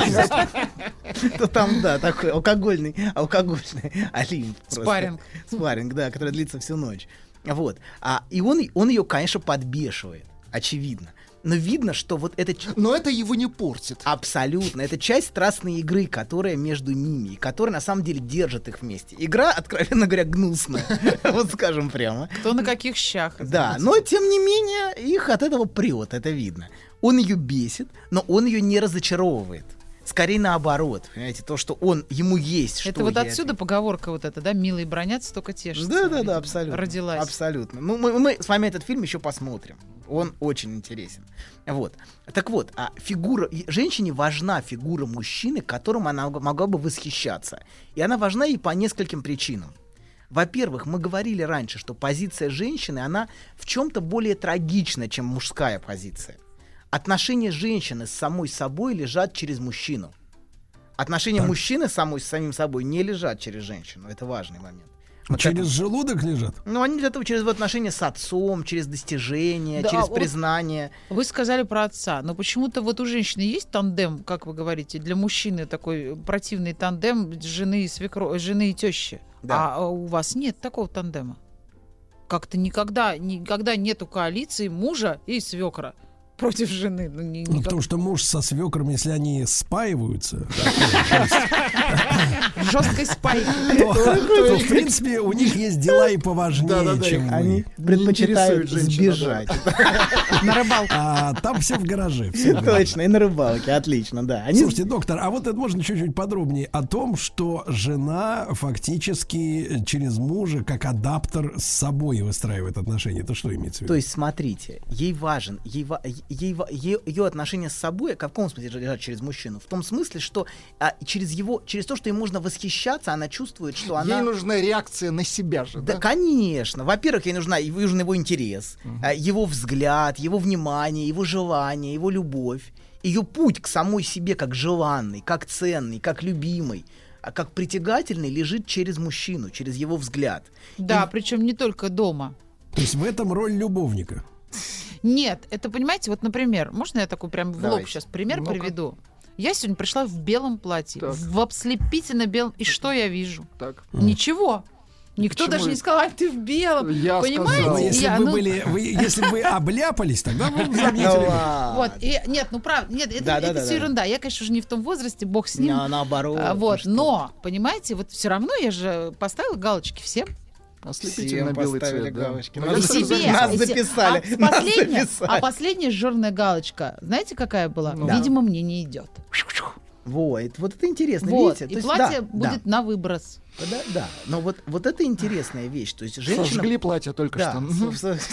То там, да, такой алкогольный, алкогольный олимп. просто. Спарринг. Спарринг, да, который длится всю ночь. Вот. А, и он, он ее, конечно, подбешивает, очевидно. Но видно, что вот это... ч- Но это его не портит. Абсолютно. Это часть страстной игры, которая между ними, и которая на самом деле держит их вместе. Игра, откровенно говоря, гнусная. Вот скажем прямо. Кто на каких щах. Да, но тем не менее их от этого прет, это видно. Он ее бесит, но он ее не разочаровывает. Скорее наоборот, понимаете, то, что он, ему есть что Это вот ей отсюда поговорка вот эта, да, милые бронятся, только тешатся. Да, да, да, видимо, абсолютно. Родилась. Абсолютно. Ну, мы, мы с вами этот фильм еще посмотрим. Он очень интересен. Вот. Так вот, а фигура... и женщине важна фигура мужчины, которым она г- могла бы восхищаться. И она важна ей по нескольким причинам. Во-первых, мы говорили раньше, что позиция женщины, она в чем-то более трагична, чем мужская позиция. Отношения женщины с самой собой лежат через мужчину. Отношения Так. мужчины с, самой, с самим собой не лежат через женщину. Это важный момент. Вот Через это- желудок лежат? Ну, они для того через отношения с отцом, через достижения, Да, через а вот признание. Вы сказали про отца, но почему-то вот у женщины есть тандем, как вы говорите, для мужчины такой противный тандем жены и свекро... жены и тещи. Да. А у вас нет такого тандема? Как-то никогда, никогда нету коалиции мужа и свекра против жены. Ну, ни- Ну, никак- потому что муж со свекром, если они спаиваются, В жесткой спайке. то, то, в принципе, у них есть дела и поважнее, Да-да-да, чем вы. Они предпочитают интересует женщина, сбежать. На рыбалку. А там все в гараже. всё в гараже. Точно, и на рыбалке, отлично, да. Они... Слушайте, доктор, а вот это можно чуть-чуть подробнее о том, что жена фактически через мужа как адаптер с собой выстраивает отношения. Это что имеется в виду? То есть, смотрите, ей важен, ей, ва- ей, ва- е- ее отношения с собой, в каком смысле лежат через мужчину? В том смысле, что а, через его, через то, что ей можно восхищаться, она чувствует, что она... Ей нужна реакция на себя же, Да, да? конечно. Во-первых, ей нужна, ей нужен его интерес, а, его взгляд, его внимание, его желание, его любовь. Ее путь к самой себе как желанный, как ценный, как любимый, а как притягательный лежит через мужчину, через его взгляд. Да, причем не только дома. То есть в этом роль любовника. Нет, это, понимаете, вот, например, можно я такой прям в лоб Давайте. сейчас пример Ну-ка. приведу? Я сегодня пришла в белом платье, Так. в ослепительно белом, и что я вижу? Так. Ничего. Никто Почему даже не это? сказал, «Ай, ты в белом». Я Понимаете? сказал. Но если Я, бы ну, были, вы, если бы вы обляпались, тогда вы бы Ну заметили. ладно. Вот, и, нет, ну правда, нет, это, Да, да, это да, все да. ерунда. Я, конечно, уже не в том возрасте, бог с ним. На- наоборот. А, ну вот, что. но, понимаете, вот все равно я же поставила галочки всем. Ослепительно Всем белый поставили цвет, да. галочки. Ну, Нас я И тоже записали. себе. Нас Эти- записали, А, нас последняя, записали. а последняя жирная галочка, знаете, какая была? Ну. Видимо, мне не идет. Вот, вот это интересно, Вот, видите? То и есть, платье да, будет на выброс. Да, да, да. Но вот, вот это интересная вещь. То есть женщина... Сожгли платье только Да, что. Мгм. с- с-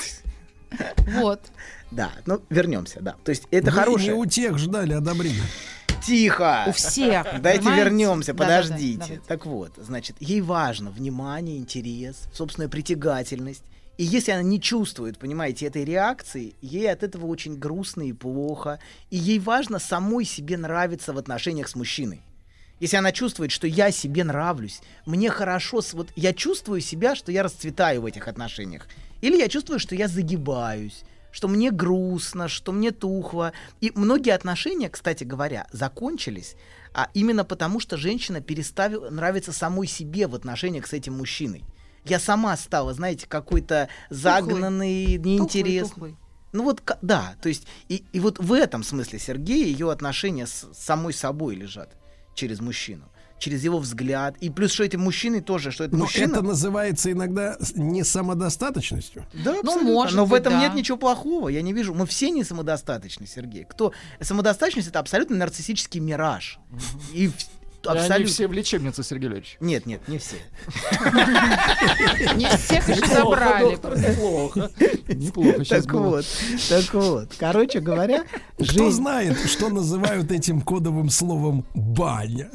Вот. да, ну вернемся, да. То есть это Вы хорошее. не у тех ждали одобрения. Тихо! У всех. Дайте понимаете? вернемся, Да-да-да, подождите. давайте. Так вот, значит, ей важно внимание, интерес, собственная притягательность. И если она не чувствует, понимаете, этой реакции, ей от этого очень грустно и плохо. И ей важно самой себе нравиться в отношениях с мужчиной. Если она чувствует, что я себе нравлюсь, мне хорошо, с- вот я чувствую себя, что я расцветаю в этих отношениях. Или я чувствую, что я загибаюсь, что мне грустно, что мне тухло. И многие отношения, кстати говоря, закончились а именно потому, что женщина перестала нравиться самой себе в отношениях с этим мужчиной. Я сама стала, знаете, какой-то загнанный, неинтересный. Тухлый, тухлый. Ну вот, к- да, то есть, и, и вот в этом смысле Сергея ее отношения с самой собой лежат через мужчину, через его взгляд. И плюс, что эти мужчины тоже, что это Но мужчина... это называется иногда с- не самодостаточностью. Да, Ну, абсолютно. может Но в быть, этом да. нет ничего плохого. Я не вижу. Мы все не самодостаточны, Сергей. Кто? Самодостаточность — это абсолютно нарциссический мираж. И в- И они абсолютно... все в лечебнице, Сергей Леонидович. Нет, нет, не все. Не всех еще забрали. Неплохо. Неплохо сейчас Так было. вот, так вот. Короче говоря, Кто жизнь... знает, что называют этим кодовым словом «баня»?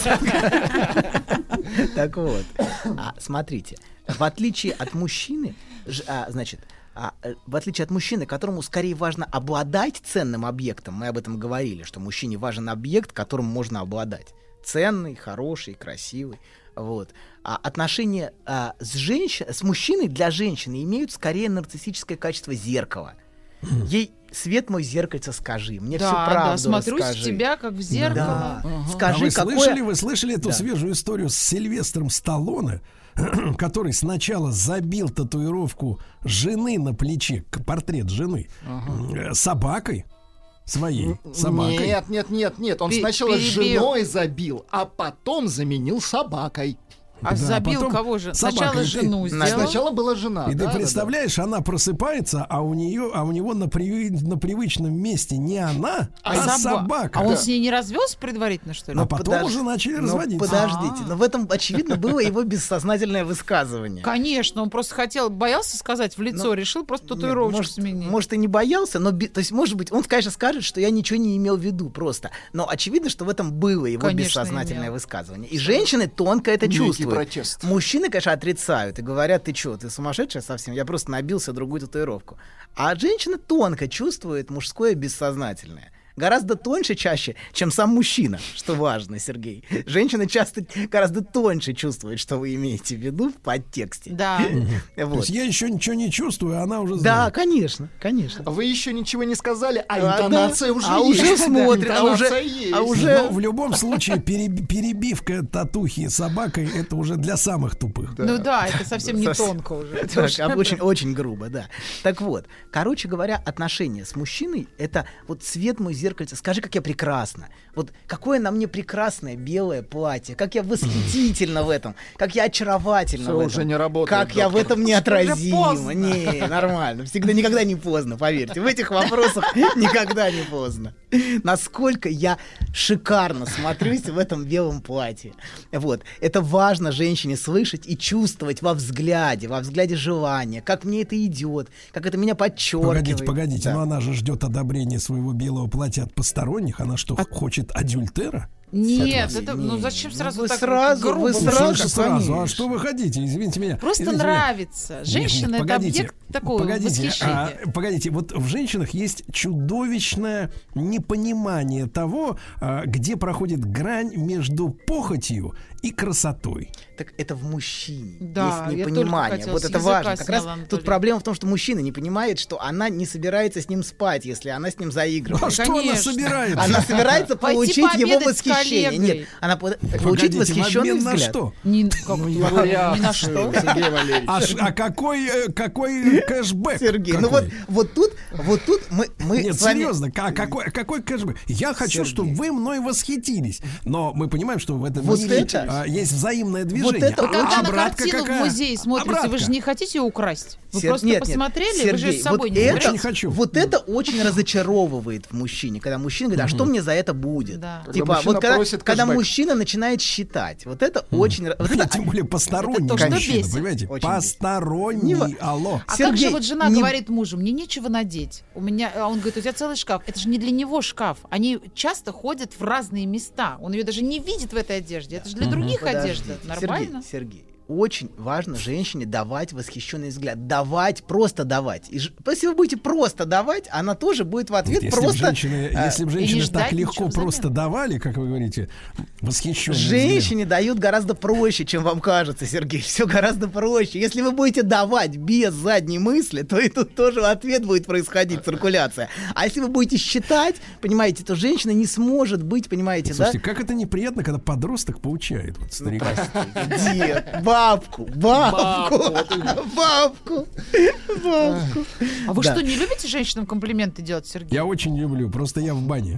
Так вот, а, смотрите, в отличие от мужчины, ж- а, значит, а, э, в отличие от мужчины, которому скорее важно обладать ценным объектом, мы об этом говорили, что мужчине важен объект, которым можно обладать. Ценный, хороший, красивый. Вот. А отношения а, с, женщин, с мужчиной для женщины имеют скорее нарциссическое качество зеркала. Ей: свет мой, зеркальце, скажи, мне Да, всю да, правду смотрюсь в расскажи. тебя, как в зеркало. Да. Ага. Скажи, а вы какое... слышали, вы слышали эту Да. свежую историю с Сильвестром Сталлоне, который сначала забил татуировку жены на плече, к- портрет жены, э, собакой своей, собакой. Нет, нет, нет, нет. Он Пе- сначала перебил. женой забил, а потом заменил собакой. А Да, забил потом кого же? собака, Сначала и ты- жену сделал. Сначала была жена. И да, ты да, представляешь, она просыпается, а у нее, а у него на, при- на привычном месте не она, а, А соба- собака. А он Да. с ней не развелся предварительно, что ли? А потом подож- уже начали Ну, разводиться. подождите, А. но в этом, очевидно, было его бессознательное высказывание. Конечно, он просто хотел, боялся сказать в лицо, Ну, решил просто Нет, татуировочку может, сменить. может, и не боялся, но, би- то есть, может быть, он, конечно, скажет, что я ничего не имел в виду просто. Но очевидно, что в этом было его Конечно, бессознательное имел. высказывание. И женщины тонко это Некий чувствуют. протест. Мужчины, конечно, отрицают и говорят: ты что, ты сумасшедшая совсем? Я просто набился другую татуировку. А женщина тонко чувствует мужское бессознательное. Гораздо тоньше чаще, чем сам мужчина, что важно, Сергей. Женщина часто гораздо тоньше чувствует, что вы имеете в виду в подтексте. Да. То Вот. есть я еще ничего не чувствую, а она уже Да, знает. конечно, конечно. Вы еще ничего не сказали, а А, да. интонация уже А есть. уже смотрит, а уже- Интонация есть. а уже- Но в любом случае переб- перебивка татухи собакой — это уже для самых тупых. Ну да, это совсем не Совсем. тонко уже. Это Так, уже а очень, очень грубо, да. Так вот, короче говоря, отношения с мужчиной — это вот свет мой, зеркальце, скажи, как я прекрасна. Вот какое на мне прекрасное белое платье, как я восхитительна в этом, как я очаровательна Всё в этом. уже не работает, Как я в доктор. этом Уже неотразима. поздно. Не, нормально. Всегда, никогда не поздно, поверьте. В этих вопросах никогда не поздно. Насколько я шикарно смотрюсь в этом белом платье. Вот. Это важно женщине слышать и чувствовать во взгляде, во взгляде желания, как мне это идет, как это меня подчеркивает. Погодите, погодите, Да. но она же ждет одобрения своего белого платья от посторонних. Она что, хочет адюльтера? Нет, Согласен. это, ну Не, зачем ну сразу вы так сразу- грубо? вы Ну, сразу, что же сразу? А конечно. что вы хотите? Извините меня. Просто Извините меня. нравится. Нет, Женщина нет, это погодите, объект такого погодите, восхищения. а, погодите, вот в женщинах есть чудовищное непонимание того, а, где проходит грань между похотью и красотой. Так это в мужчине. Да, есть я только непонимание. хотела Вот с это языка важно. Как раз сняла, тут Анатолий. проблема в том, что мужчина не понимает, что она не собирается с ним спать, если она с ним заигрывает. А что она Конечно. собирается? Она собирается Пойти получить его пообедать с восхищение. коллегой. Нет, она по- получить Погодите, в восхищенный обмен на взгляд. что? Ни, как, Ну, ни его на реакцию, что. Сергей Валерьевич. А, ш- а какой, э, какой кэшбэк? Сергей, ну Какой? вот, вот тут, вот тут мы, мы Нет, с вами... серьезно, а какой, какой кэшбэк? Я хочу, Сергей. чтобы вы мной восхитились. Но мы понимаем, что в этом Вот мире это- а, есть взаимное движение. Вот это А Вы когда на обратка картину какая? в музее смотрите, вы Обратка. же не хотите ее украсть? Вы Сер- просто нет, нет, посмотрели, вы же Сергей, с собой вот не это, берете. не хочу. Вот это очень разочаровывает в мужчине, когда мужчина говорит: а что мне за это будет? Да. Когда Типа, мужчина вот когда, просит когда кэшбэк. мужчина начинает считать, вот это очень... ра- Вот Нет, это, тем более посторонний то, что мужчина, бесит. понимаете? Очень Посторонний, Не во- алло. А как Сергей, же вот жена не- говорит мужу: мне нечего надеть. У меня, а он говорит: у тебя целый шкаф. Это же не для него шкаф. Они часто ходят в разные места. Он ее даже не видит в этой одежде. Это же для других Подождите, одежда. Нормально? Сергей, Сергей, очень важно женщине давать восхищенный взгляд. Давать, просто давать. И ж... Если вы будете просто давать, она тоже будет в ответ если просто... Б женщины, а, если бы женщины так легко просто давали, как вы говорите, восхищенный Женщине взгляд. дают гораздо проще, чем вам кажется, Сергей. Все гораздо проще. Если вы будете давать без задней мысли, то и тут тоже в ответ будет происходить циркуляция. А если вы будете считать, понимаете, то женщина не сможет быть, понимаете, Слушайте, да? как это неприятно, когда подросток поучает вот, старика. Дед, бабку, бабку, бабку, бабку. А вы Да. что, не любите женщинам комплименты делать, Сергей? Я очень люблю, просто я в бане.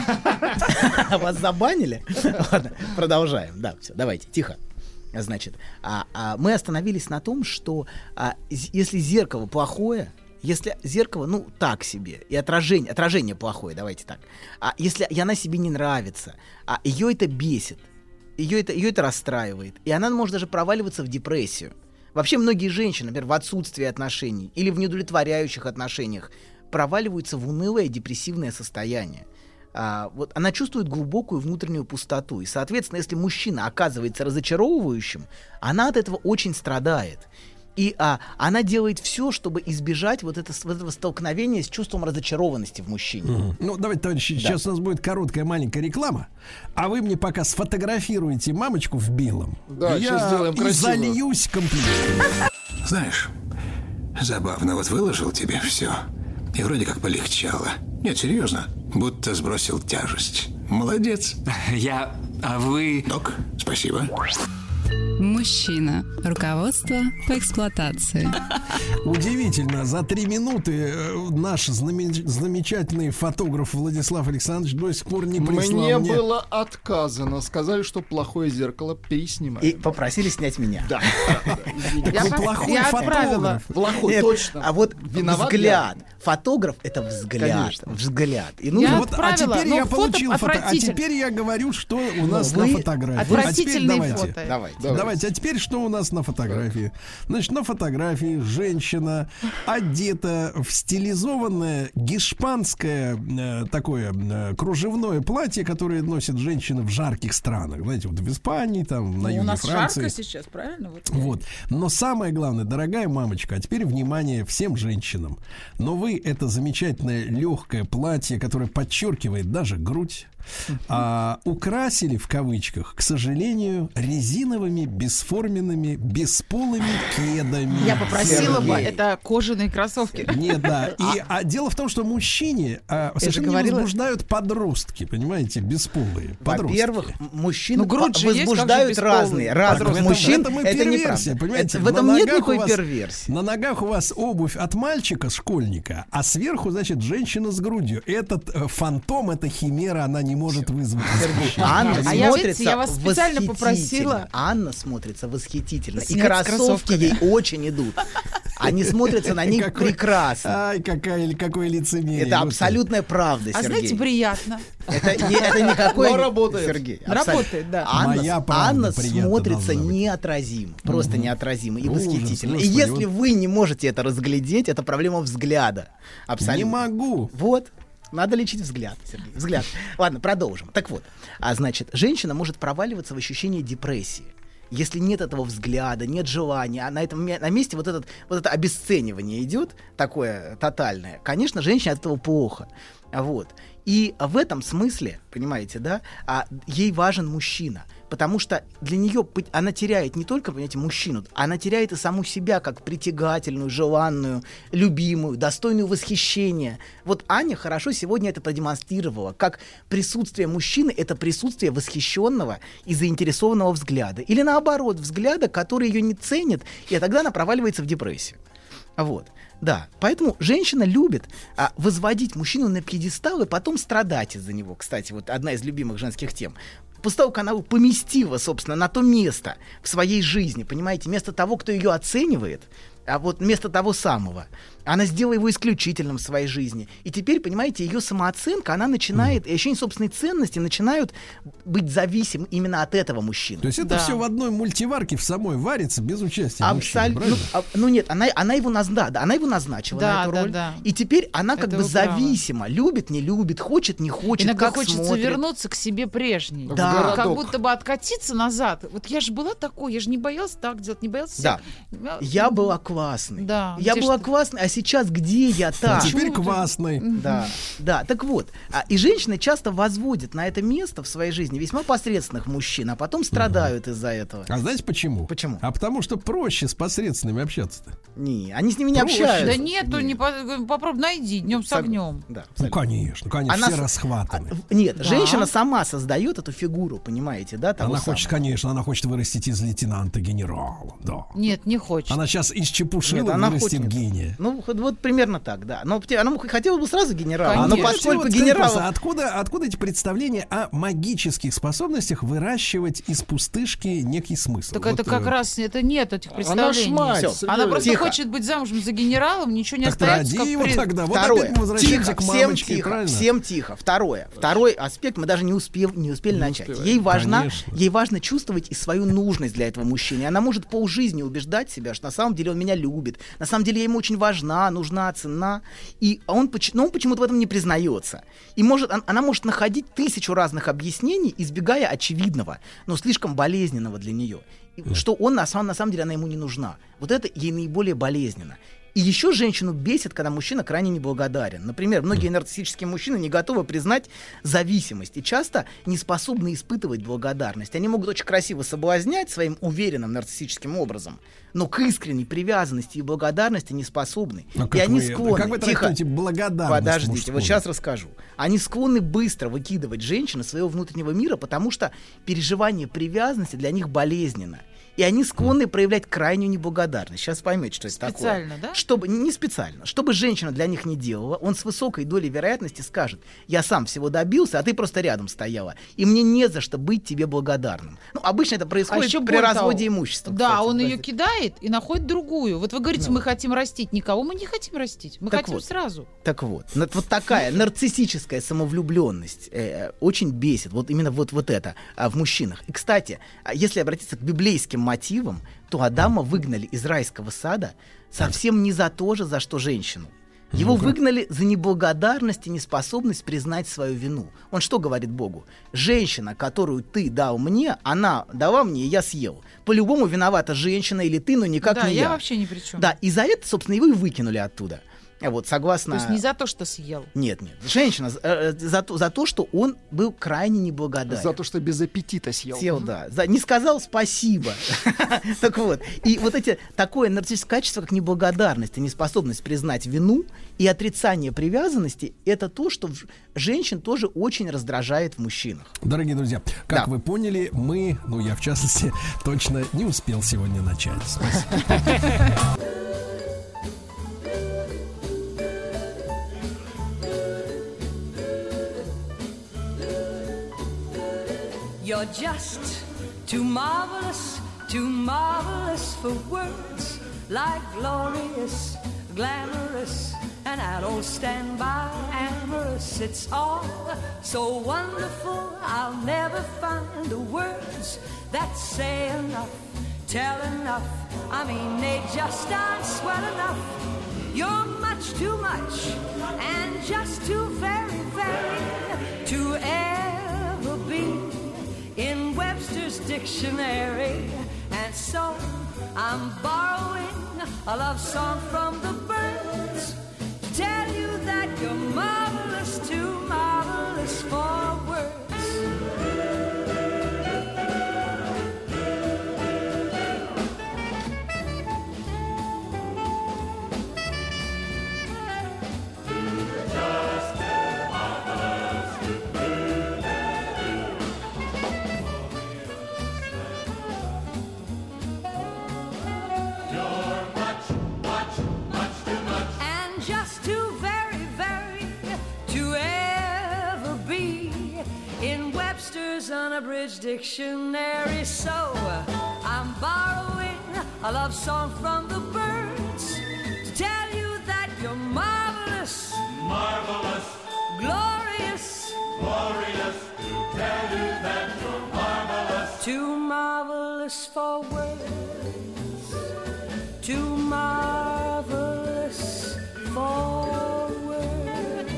Вас забанили? Ладно, продолжаем. Да, все, давайте, тихо. Значит, а, а мы остановились на том, что а, з- если зеркало плохое, если зеркало, ну, так себе, и отражение, отражение плохое, давайте так, а если и она себе не нравится, а ее это бесит, ее это, ее это расстраивает, и она может даже проваливаться в депрессию. Вообще многие женщины, например, в отсутствии отношений или в неудовлетворяющих отношениях проваливаются в унылое депрессивное состояние. А, вот она чувствует глубокую внутреннюю пустоту. И, соответственно, если мужчина оказывается разочаровывающим, она от этого очень страдает. И а, она делает все, чтобы избежать вот, это, вот этого столкновения с чувством разочарованности в мужчине. Мгм. Ну, давайте, товарищи, Да. сейчас у нас будет короткая маленькая реклама, а вы мне пока сфотографируете мамочку в белом. Да, я сейчас сделаем и красиво. зальюсь комплиментами. Знаешь, забавно, вот выложил тебе все, и вроде как полегчало. Нет, серьезно, будто сбросил тяжесть. Молодец. Я... А вы... Док, спасибо. Мужчина. Руководство по эксплуатации. Удивительно, за три минуты э, наш знаме- замечательный фотограф Владислав Александрович до сих пор не прислал Мне мне... было отказано. Сказали, что плохое зеркало переснимаем. И попросили снять меня. Да. Я, вы по- плохой я фотограф. отправила. Плохой, Нет, точно. А вот Виноват взгляд. Фотограф — это взгляд. Конечно. Взгляд. И Я нужно Вот, а отправила, теперь но я фото получил фото, а отвратительно. теперь я говорю, что у нас вы на фотографии. А теперь Отвратительные давайте. фото. Давайте. Давайте. а теперь что у нас на фотографии? Значит, на фотографии женщина одета в стилизованное гешпанское э, такое э, кружевное платье, которое носят женщины в жарких странах. Знаете, вот в Испании, там, на Ну, у юге нас Франции. жарко сейчас, правильно? Вот. Вот. Но самое главное, дорогая мамочка, а теперь внимание всем женщинам. Но вы это замечательное легкое платье, которое подчеркивает даже грудь, а, украсили в кавычках, к сожалению, резиновыми, бесформенными, бесполыми кедами. Я попросила бы, Сергей. это кожаные кроссовки. Нет, да. И, а дело в том, что мужчине а, совершенно не говорила- возбуждают подростки, понимаете, бесполые. Подростки. Во-первых, м- мужчин Ну, грудь по- же есть, как же возбуждают бесполый? разные. Так, Разных в этом- мужчин. в этом и это перверсия, неправда. понимаете? Это- в этом На нет ногах никакой у вас- перверсии. На ногах у вас обувь от мальчика, школьника, а сверху, значит, женщина с грудью. Этот э, фантом, эта химера, она не может вызвать восхищение. Анна А я, смотрится видите, я вас специально восхитительно. попросила. Анна смотрится восхитительно. И Снять с кроссовки кроссовками. ей очень идут. Они смотрятся на них Какой- прекрасно. Ай, какая, какое лицемерие. Это Господи. абсолютная правда, А Сергей. знаете, приятно. Это не, это никакой... Но работает. Сергей, абсолютно. Работает, да. Анна, Моя правда Анна приятно смотрится должна быть. неотразимо. Просто неотразимо и Ужас, восхитительно. И господи, если вот- вы не можете это разглядеть, это проблема взгляда. Абсолютно. Не могу. Вот. Надо лечить взгляд, Сергей. Взгляд. Ладно, продолжим. Так вот, а значит, женщина может проваливаться в ощущение депрессии. Если нет этого взгляда, нет желания, а на этом ме- на месте вот, этот, вот это обесценивание идет, такое тотальное, конечно, женщине от этого плохо. Вот. И в этом смысле, понимаете, да, а, ей важен мужчина. Потому что для нее пы- она теряет не только, понимаете, мужчину, она теряет и саму себя как притягательную, желанную, любимую, достойную восхищения. Вот Аня хорошо сегодня это продемонстрировала, как присутствие мужчины — это присутствие восхищенного и заинтересованного взгляда. Или наоборот, взгляда, который ее не ценит, и тогда она проваливается в депрессию. Вот. Да, поэтому женщина любит а, возводить мужчину на пьедестал и потом страдать из-за него. Кстати, вот одна из любимых женских тем. После того, как она его поместила, собственно, на то место в своей жизни, понимаете, вместо того, кто ее оценивает, а вот вместо того самого. Она сделала его исключительным в своей жизни. И теперь, понимаете, ее самооценка, она начинает, и ощущение собственной ценности начинают быть зависимы именно от этого мужчины. То есть это Да. все в одной мультиварке в самой варится без участия Абсолютно. мужчины, Ну, правильно? а- ну нет, она, она, его назна, да, она его назначила Да, на эту да, роль. да. И теперь она как Это бы вы правы. зависима. Любит, не любит, хочет, не хочет, Иногда как хочется смотрит. вернуться к себе прежней. Да. Как будто бы откатиться назад. Вот я же была такой, я же не боялась так делать, не боялась... Да. Я- Я была классной. Да. Я Где была ж- классной, а сейчас где я там? А теперь квасный. Да, да, так вот. А, и женщины часто возводят на это место в своей жизни весьма посредственных мужчин, а потом страдают из-за этого. А знаете почему? Почему? А потому что проще с посредственными общаться-то. Не, они с ними не Проще. общаются. Да нету, не по- попробуй найди днем с Сог- огнем. Да, Ну, конечно, конечно, Она все с- расхватаны. Нет, Да. женщина сама создает эту фигуру, понимаете, да? того Она самого. хочет, конечно, она хочет вырастить из лейтенанта генерала, да. Нет, не хочет. Она сейчас из чепушила Нет, она вырастет хочет. гения. Ну, вот, вот примерно так, да. Но те- она хотела бы сразу генерала, Конечно. но Знаете, поскольку вот скажите, генерал... пожалуйста, откуда, откуда эти представления о магических способностях выращивать из пустышки некий смысл? Так Вот, это как э, раз, это нет этих Она представлений. ж мать, Всё. Сергей Она просто Тихо. хочет быть замужем за генералом, ничего не Так остается, роди как его при- тогда. Вот Второе. опять мы возвращаемся Тихо, к всем мамочке, тихо, правильно? всем тихо. Второе. Второй аспект мы даже не, успел, не успели начать. Ей важно, Конечно. ей важно чувствовать и свою нужность для этого мужчины. И она может полжизни убеждать себя, что на самом деле он меня любит. На самом деле я ему очень важна, нужна, ценна. И он, поч- но он почему-то в этом не признается. И может, он- она может находить тысячу разных объяснений, избегая очевидного, но слишком болезненного для нее. И Что он на самом, на самом деле она ему не нужна. Вот это ей наиболее болезненно. И еще женщину бесит, когда мужчина крайне неблагодарен. Например, многие нарциссические мужчины не готовы признать зависимость и часто не способны испытывать благодарность. Они могут очень красиво соблазнять своим уверенным нарциссическим образом, но к искренней привязанности и благодарности не способны. А и как они вы- склонны... как вы Тихо. трактуете благодарность Подождите, мужскую? вот сейчас расскажу. Они склонны быстро выкидывать женщин из своего внутреннего мира, потому что переживание привязанности для них болезненно. И они склонны проявлять крайнюю неблагодарность. Сейчас поймете, что это такое. Специально, да? Чтобы, не специально. Чтобы женщина для них не делала, он с высокой долей вероятности скажет: я сам всего добился, а ты просто рядом стояла. И мне не за что быть тебе благодарным. Ну, обычно это происходит еще при более разводе того, имущества. Да, кстати. он ее Подожди. кидает и находит другую. Вот вы говорите, мы хотим растить. Никого мы не хотим растить. Мы Так хотим вот. сразу. Так вот, на- вот такая нарциссическая самовлюбленность э, очень бесит. Вот именно вот, вот это а, в мужчинах. И, кстати, а, если обратиться к библейским мотивам, то Адама выгнали из райского сада совсем не за то же, за что женщину. Его Ну-ка. выгнали за неблагодарность и неспособность признать свою вину. Он что говорит Богу? Женщина, которую ты дал мне, она дала мне, и я съел. По-любому виновата женщина или ты, но никак Да, не я я. вообще ни при чем. Да, и за это, собственно, его и выкинули оттуда. А Вот, согласно... То есть не за то, что съел. Нет, нет. Женщина э, за, то, за то, что он был крайне неблагодарен. За то, что без аппетита съел. Съел, да. За- не сказал спасибо. Так вот. И вот эти такое нарциссическое качество, как неблагодарность и неспособность признать вину и отрицание привязанности, это то, что в- женщин тоже очень раздражает в мужчинах. Дорогие друзья, как Да. вы поняли, мы, ну я в частности, точно не успел сегодня начать. Спасибо. You're just too marvelous, too marvelous for words, like glorious, glamorous, and I don't stand by amorous. It's all so wonderful, I'll never find the words that say enough, tell enough. I mean, they just aren't swell enough. You're much too much, and just too very, very to ever be in Webster's dictionary. And so I'm borrowing a love song from the birds to tell you that you're marvelous, too marvelous for words. And just too very, very to ever be in Webster's unabridged dictionary. So I'm borrowing a love song from the birds to tell you that you're marvelous, Marvelous, glorious, glorious, to tell you that you're marvelous. too marvelous for words, too marvelous for words.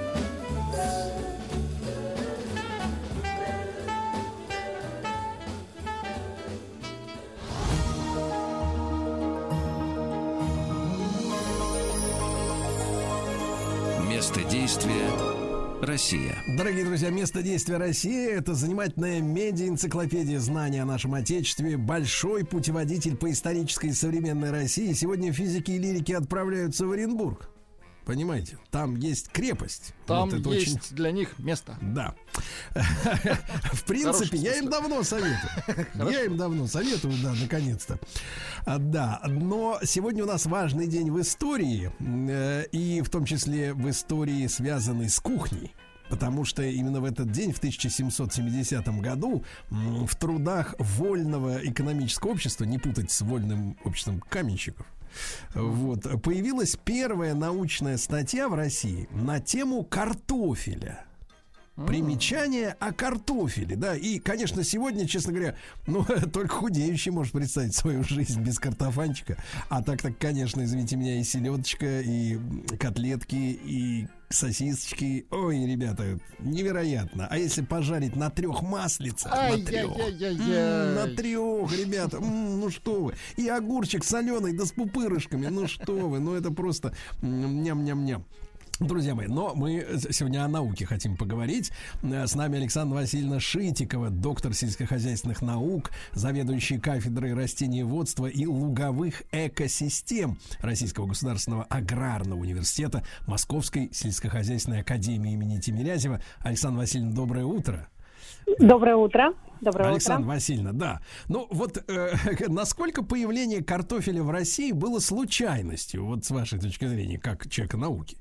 Место действия – Россия. Дорогие друзья, место действия Россия — это занимательная медиа-энциклопедия знаний о нашем Отечестве, большой путеводитель по исторической и современной России. Сегодня физики и лирики отправляются в Оренбург. Понимаете, там есть крепость. Там вот это есть очень... для них место. Да. В принципе, я им давно советую. Я им давно советую, да, наконец-то. Да, но сегодня у нас важный день в истории, и в том числе в истории, связанной с кухней. Потому что именно в этот день, в тысяча семьсот семидесятом году, в трудах Вольного экономического общества, не путать с Вольным обществом каменщиков, вот, появилась первая научная статья в России на тему картофеля. Примечание о картофеле, да, и, конечно, сегодня, честно говоря, ну, только худеющий может представить свою жизнь без картофанчика, а так-так, конечно, извините меня, и селедочка, и котлетки, и сосисочки, ой, ребята, невероятно, а если пожарить на трех маслицах, на трех, м-м, на трех, ребята, м-м, ну что вы, и огурчик соленый, да с пупырышками, ну что вы, ну это просто ням-ням-ням. Друзья мои, но мы сегодня о науке хотим поговорить. С нами Александра Васильевна Шитикова, доктор сельскохозяйственных наук, заведующий кафедрой растениеводства и луговых экосистем Российского государственного аграрного университета Московской сельскохозяйственной академии имени Тимирязева. Александра Васильевна, доброе утро. Доброе утро. Доброе Александра утро. Васильевна, да. Ну вот э, насколько появление картофеля в России было случайностью, вот с вашей точки зрения, как человека науки?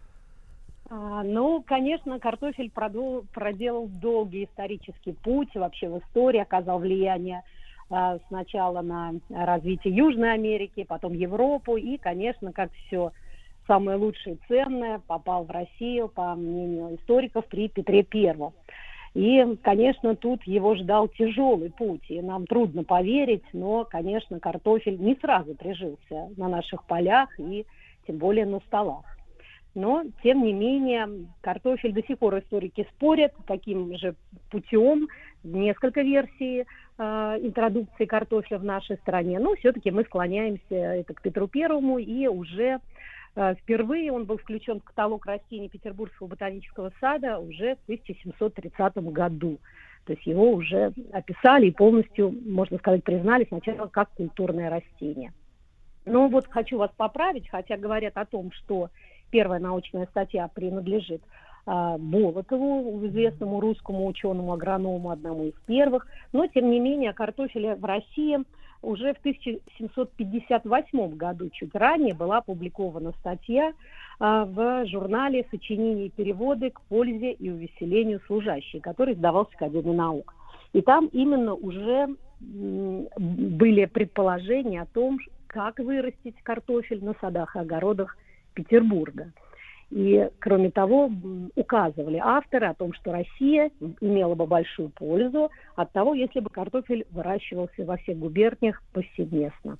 А, ну, конечно, картофель продол- проделал долгий исторический путь вообще в истории, оказал влияние а, сначала на развитие Южной Америки, потом Европу, и, конечно, как все самое лучшее и ценное, попал в Россию, по мнению историков, при Петре Первом. И, конечно, тут его ждал тяжелый путь, и нам трудно поверить, но, конечно, картофель не сразу прижился на наших полях и тем более на столах. Но, тем не менее, картофель до сих пор историки спорят, каким же путем, несколько версий э, интродукции картофеля в нашей стране. Но все-таки мы склоняемся это к Петру Первому, и уже э, впервые он был включен в каталог растений Петербургского ботанического сада уже в тысяча семьсот тридцатом году. То есть его уже описали и полностью, можно сказать, признали сначала как культурное растение. Но вот хочу вас поправить, хотя говорят о том, что первая научная статья принадлежит а, Болотову, известному русскому ученому-агроному, одному из первых. Но, тем не менее, о картофеле в России уже в тысяча семьсот пятьдесят восьмом году, чуть ранее, была опубликована статья а, в журнале «Сочинения и переводы к пользе и увеселению служащей», который издавался в Академии наук. И там именно уже м, были предположения о том, как вырастить картофель на садах и огородах Петербурга. И, кроме того, указывали авторы о том, что Россия имела бы большую пользу от того, если бы картофель выращивался во всех губерниях повсеместно.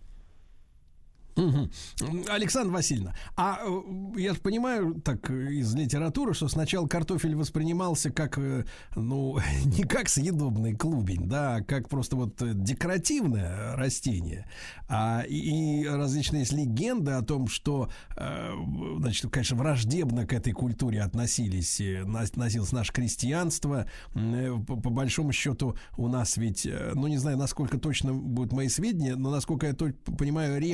Угу. Александра Васильевна, а я же понимаю так из литературы, что сначала картофель воспринимался как, ну, не как съедобный клубень, да, а как просто вот декоративное растение. А, и, и различные есть легенды о том, что, значит, конечно, враждебно к этой культуре относились, относилось наше крестьянство. По, по большому счету у нас ведь, ну, не знаю, насколько точно будут мои сведения, но, насколько я понимаю, репа выполняет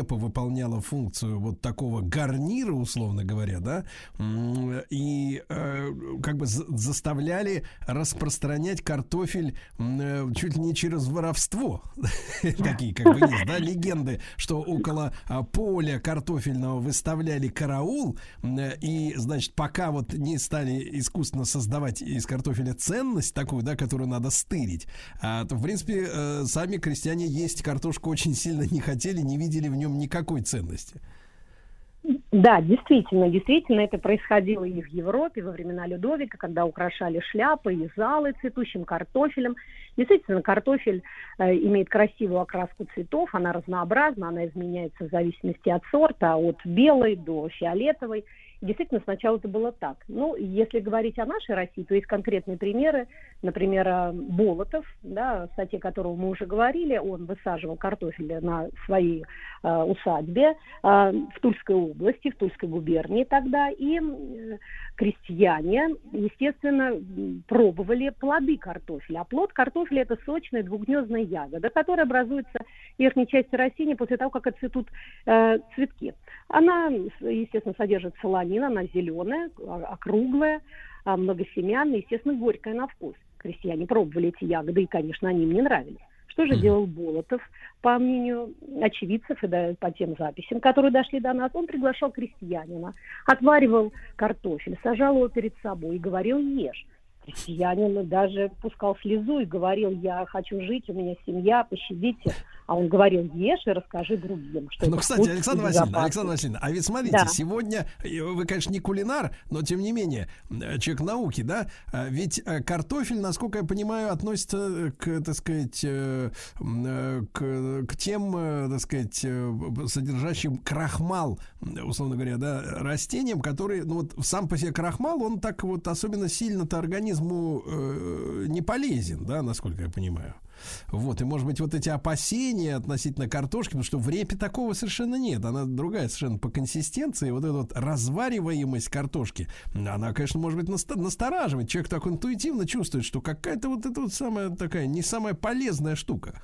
выполняла функцию вот такого гарнира, условно говоря, да, и э, как бы заставляли распространять картофель э, чуть ли не через воровство. Такие как бы есть, да, легенды, что около а, поля картофельного выставляли караул, э, и, значит, пока вот не стали искусственно создавать из картофеля ценность такую, да, которую надо стырить, а, то, в принципе, э, сами крестьяне есть картошку очень сильно не хотели, не видели в нем никакой ценности. Да, действительно, действительно, это происходило и в Европе во времена Людовика, когда украшали шляпы и залы цветущим картофелем. Действительно, картофель э, имеет красивую окраску цветов, она разнообразна, она изменяется в зависимости от сорта, от белой до фиолетовой. Действительно, сначала это было так. Ну, если говорить о нашей России, то есть конкретные примеры. Например, Болотов, да, о статье которого мы уже говорили, он высаживал картофель на своей э, усадьбе э, в Тульской области, в Тульской губернии тогда. И э, крестьяне, естественно, пробовали плоды картофеля. А плод картофеля – это сочная двухгнездная ягода, которая образуется в верхней части растения после того, как отцветут э, цветки. Она, естественно, содержит солонин, она зеленая, округлая, многосемянная, естественно, горькая на вкус. Крестьяне пробовали эти ягоды, и, конечно, они им не нравились. Что же делал Болотов, по мнению очевидцев и да, по тем записям, которые дошли до нас? Он приглашал крестьянина, отваривал картофель, сажал его перед собой и говорил: ешь. Крестьянин даже пускал слезу и говорил: я хочу жить, у меня семья, пощадите. А он говорил: ешь и расскажи другим. Что ну, кстати, Александра Васильевна, Александра Васильевна, а ведь смотрите, да. сегодня, вы, конечно, не кулинар, но, тем не менее, человек науки, да, ведь картофель, насколько я понимаю, относится к, так сказать, к, к тем, так сказать, содержащим крахмал, условно говоря, да, растениям, которые, ну, вот сам по себе крахмал, он так вот особенно сильно-то организму э, не полезен, да, насколько я понимаю. Вот, и, может быть, вот эти опасения относительно картошки, потому что в репе такого совершенно нет, она другая совершенно по консистенции, вот эта вот развариваемость картошки, она, конечно, может быть, настораживает, человек так интуитивно чувствует, что какая-то вот эта вот самая такая, не самая полезная штука.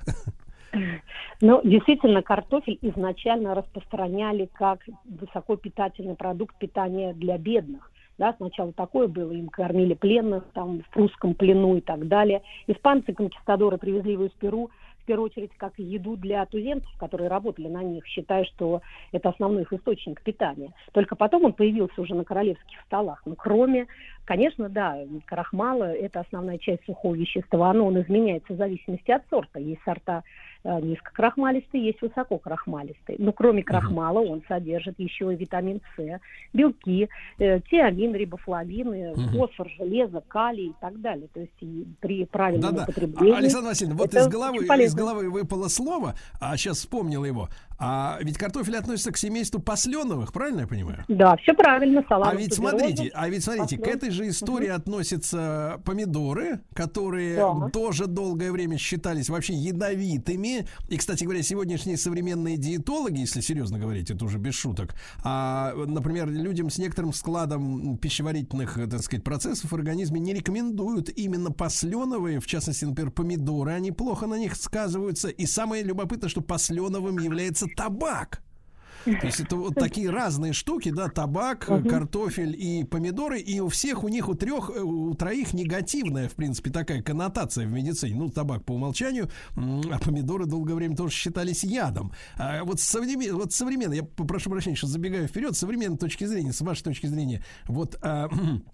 Ну, действительно, картофель изначально распространяли как высокопитательный продукт питания для бедных. Да, сначала такое было, им кормили пленных там, в прусском плену и так далее. Испанцы, конкистадоры, привезли его из Перу, в первую очередь, как еду для туземцев, которые работали на них, считая, что это основной их источник питания. Только потом он появился уже на королевских столах. Но кроме, конечно, да, крахмала – это основная часть сухого вещества, но он изменяется в зависимости от сорта. Есть сорта низкокрахмалистый, есть высококрахмалистый. Но кроме крахмала он содержит еще и витамин С, белки, э, тиамин, рибофлавин, uh-huh. фосфор, железо, калий и так далее. То есть и при правильном Да-да. употреблении... Александра Васильевна, вот из головы, из головы выпало слово, а сейчас вспомнил его. А ведь картофель относится к семейству посленовых, правильно я понимаю? Да, все правильно. А ведь смотрите, а ведь смотрите, послен. К этой же истории uh-huh. относятся помидоры, которые да. тоже долгое время считались вообще ядовитыми. И, кстати говоря, сегодняшние современные диетологи, если серьезно говорить, это уже без шуток, а, например, людям с некоторым складом пищеварительных, так сказать, процессов в организме не рекомендуют именно посленовые, в частности, например, помидоры, они плохо на них сказываются. И самое любопытное, что посленовым является табак. То есть это вот такие разные штуки, да, табак, uh-huh. картофель и помидоры, и у всех, у них, у трех, у троих негативная, в принципе, такая коннотация в медицине. Ну, табак по умолчанию, а помидоры долгое время тоже считались ядом. А вот, современ... вот современно, я попрошу прощения, что забегаю вперед, с современной точки зрения, с вашей точки зрения, вот... А,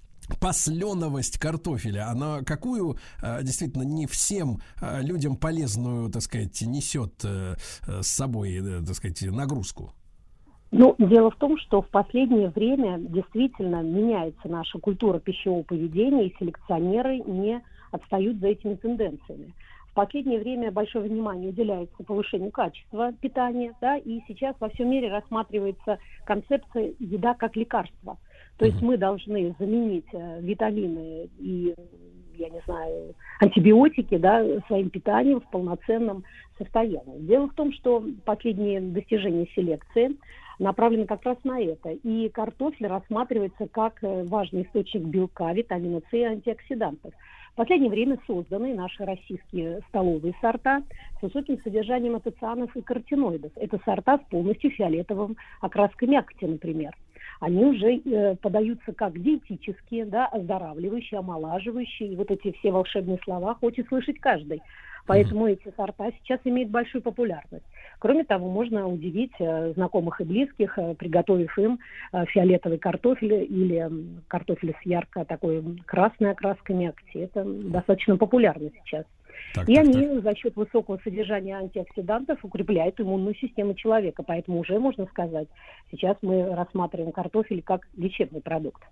посленовость картофеля, она какую действительно не всем людям полезную, так сказать, несет с собой, так сказать, нагрузку? Ну, дело в том, что в последнее время действительно меняется наша культура пищевого поведения, и селекционеры не отстают за этими тенденциями. В последнее время большое внимание уделяется повышению качества питания, да, и сейчас во всем мире рассматривается концепция еда как лекарство. То есть мы должны заменить э, витамины и, я не знаю, антибиотики, да, своим питанием в полноценном состоянии. Дело в том, что последние достижения селекции направлены как раз на это. И картофель рассматривается как важный источник белка, витамина С и антиоксидантов. В последнее время созданы наши российские столовые сорта с высоким содержанием ацетонов и каротиноидов. Это сорта с полностью фиолетовым окраской мякоти, например. Они уже э, подаются как диетические, да, оздоравливающие, омолаживающие. И вот эти все волшебные слова хочет слышать каждый. Поэтому mm-hmm. эти сорта сейчас имеют большую популярность. Кроме того, можно удивить э, знакомых и близких, э, приготовив им э, фиолетовый картофель или э, картофель с ярко такой красной окраской мякоти. Это достаточно популярно сейчас. Так, и так, они так. за счет высокого содержания антиоксидантов укрепляют иммунную систему человека. Поэтому уже можно сказать, сейчас мы рассматриваем картофель как лечебный продукт.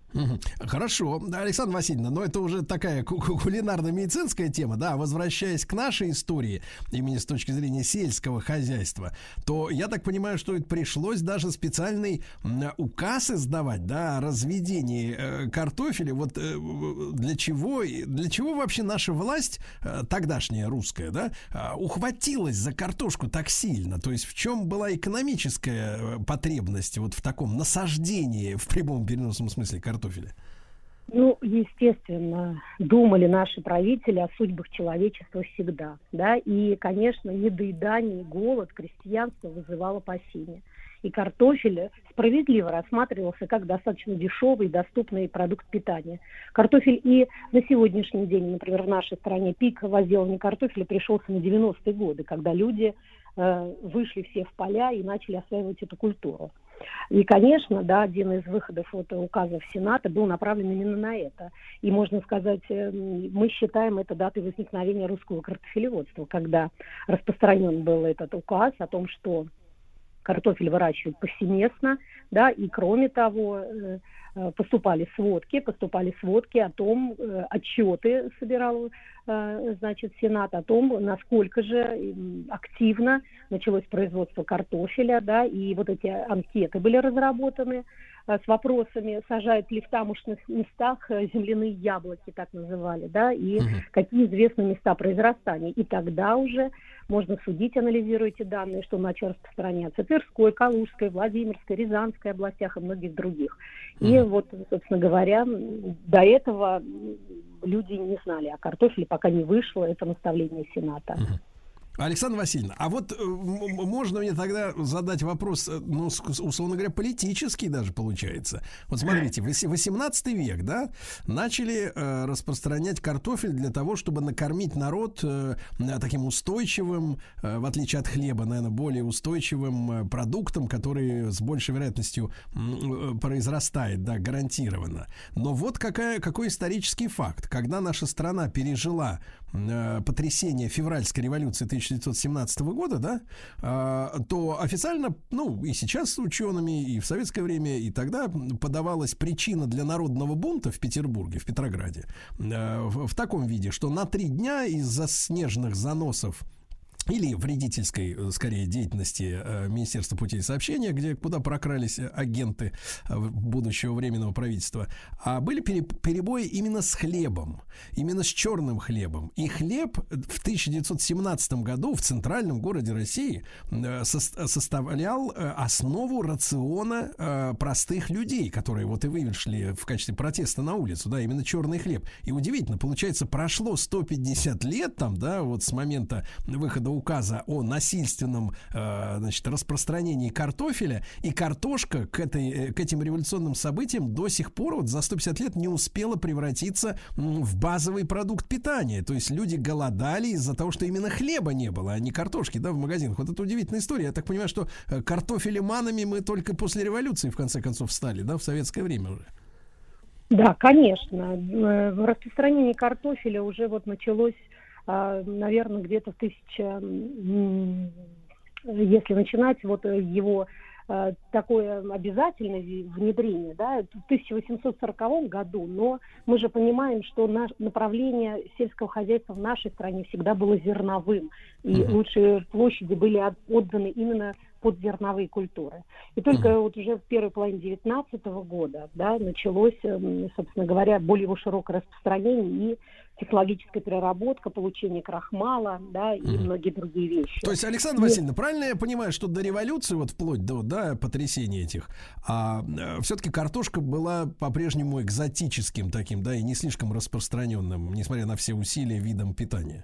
Хорошо, Александра Васильевна, но это уже такая кулинарно-медицинская тема, да, возвращаясь к нашей истории, именно с точки зрения сельского хозяйства, то я так понимаю, что это пришлось даже специальный указ издавать, да, о разведении э, картофеля, вот э, для чего, для чего вообще наша власть, э, тогдашняя русская, да, э, ухватилась за картошку так сильно, то есть в чем была экономическая потребность вот в таком насаждении, в прямом переносном смысле, картофеля? Ну, естественно, думали наши правители о судьбах человечества всегда, да, и, конечно, недоедание и голод крестьянства вызывало опасения. И картофель справедливо рассматривался как достаточно дешевый и доступный продукт питания. Картофель и на сегодняшний день, например, в нашей стране пик возделывания картофеля пришелся на девяностые годы, когда люди э, вышли все в поля и начали осваивать эту культуру. И, конечно, да, один из выходов вот, указов Сената был направлен именно на это. И, можно сказать, мы считаем это датой возникновения русского картофелеводства, когда распространен был этот указ о том, что картофель выращивают повсеместно, да, и, кроме того, поступали сводки, поступали сводки о том, отчеты собирал, значит, Сенат, о том, насколько же активно началось производство картофеля, да, и вот эти анкеты были разработаны с вопросами, сажают ли в тамошних местах земляные яблоки, так называли, да, и uh-huh. какие известны места произрастания. И тогда уже можно судить, анализируя эти данные, что начал распространяться в Тверской, Калужской, Владимирской, Рязанской областях и многих других. Uh-huh. И вот, собственно говоря, до этого люди не знали о картофеле, пока не вышло это наставление Сената. Uh-huh. Александра Васильевна, а вот можно мне тогда задать вопрос, ну, условно говоря, политический даже получается. Вот смотрите, восемнадцатый век, да, начали э, распространять картофель для того, чтобы накормить народ э, таким устойчивым, э, в отличие от хлеба, наверное, более устойчивым э, продуктом, который с большей вероятностью э, произрастает, да, гарантированно. Но вот какая, какой исторический факт. Когда наша страна пережила э, потрясение февральской революции тысяча девятьсот семнадцатого года, да, э, то официально, ну, и сейчас с учеными, и в советское время, и тогда подавалась причина для народного бунта в Петербурге, в Петрограде, э, в, в таком виде, что на три дня из-за снежных заносов или вредительской, скорее, деятельности э, Министерства путей сообщения, где, куда прокрались агенты э, будущего временного правительства, а были пере, перебои именно с хлебом, именно с черным хлебом. И хлеб в тысяча девятьсот семнадцатом году в центральном городе России э, со, составлял э, основу рациона э, простых людей, которые вот и вышли в качестве протеста на улицу, да, именно черный хлеб. И удивительно, получается, прошло сто пятьдесят лет там, да, вот с момента выхода указа о насильственном, э, значит, распространении картофеля, и картошка к, этой, к этим революционным событиям до сих пор, вот за сто пятьдесят лет, не успела превратиться в базовый продукт питания. То есть люди голодали из-за того, что именно хлеба не было, а не картошки, да, в магазинах. Вот это удивительная история. Я так понимаю, что картофелеманами мы только после революции, в конце концов, стали, да, в советское время уже. Да, конечно. Распространение картофеля уже вот началось, наверное, где-то в тысяча, если начинать вот его такое обязательное внедрение, да, в тысяча восемьсот сороковом году, но мы же понимаем, что наше направление сельского хозяйства в нашей стране всегда было зерновым, и mm-hmm. лучшие площади были отданы именно под зерновые культуры. И только mm-hmm. вот уже в первой половине девятнадцатого года, да, началось, собственно говоря, более его широкое распространение, и технологическая переработка, получение крахмала, да, и mm. многие другие вещи. То есть, Александра Васильевна, правильно я понимаю, что до революции, вот вплоть до, да, потрясений этих, а, все-таки картошка была по-прежнему экзотическим таким, да, и не слишком распространенным, несмотря на все усилия, видом питания?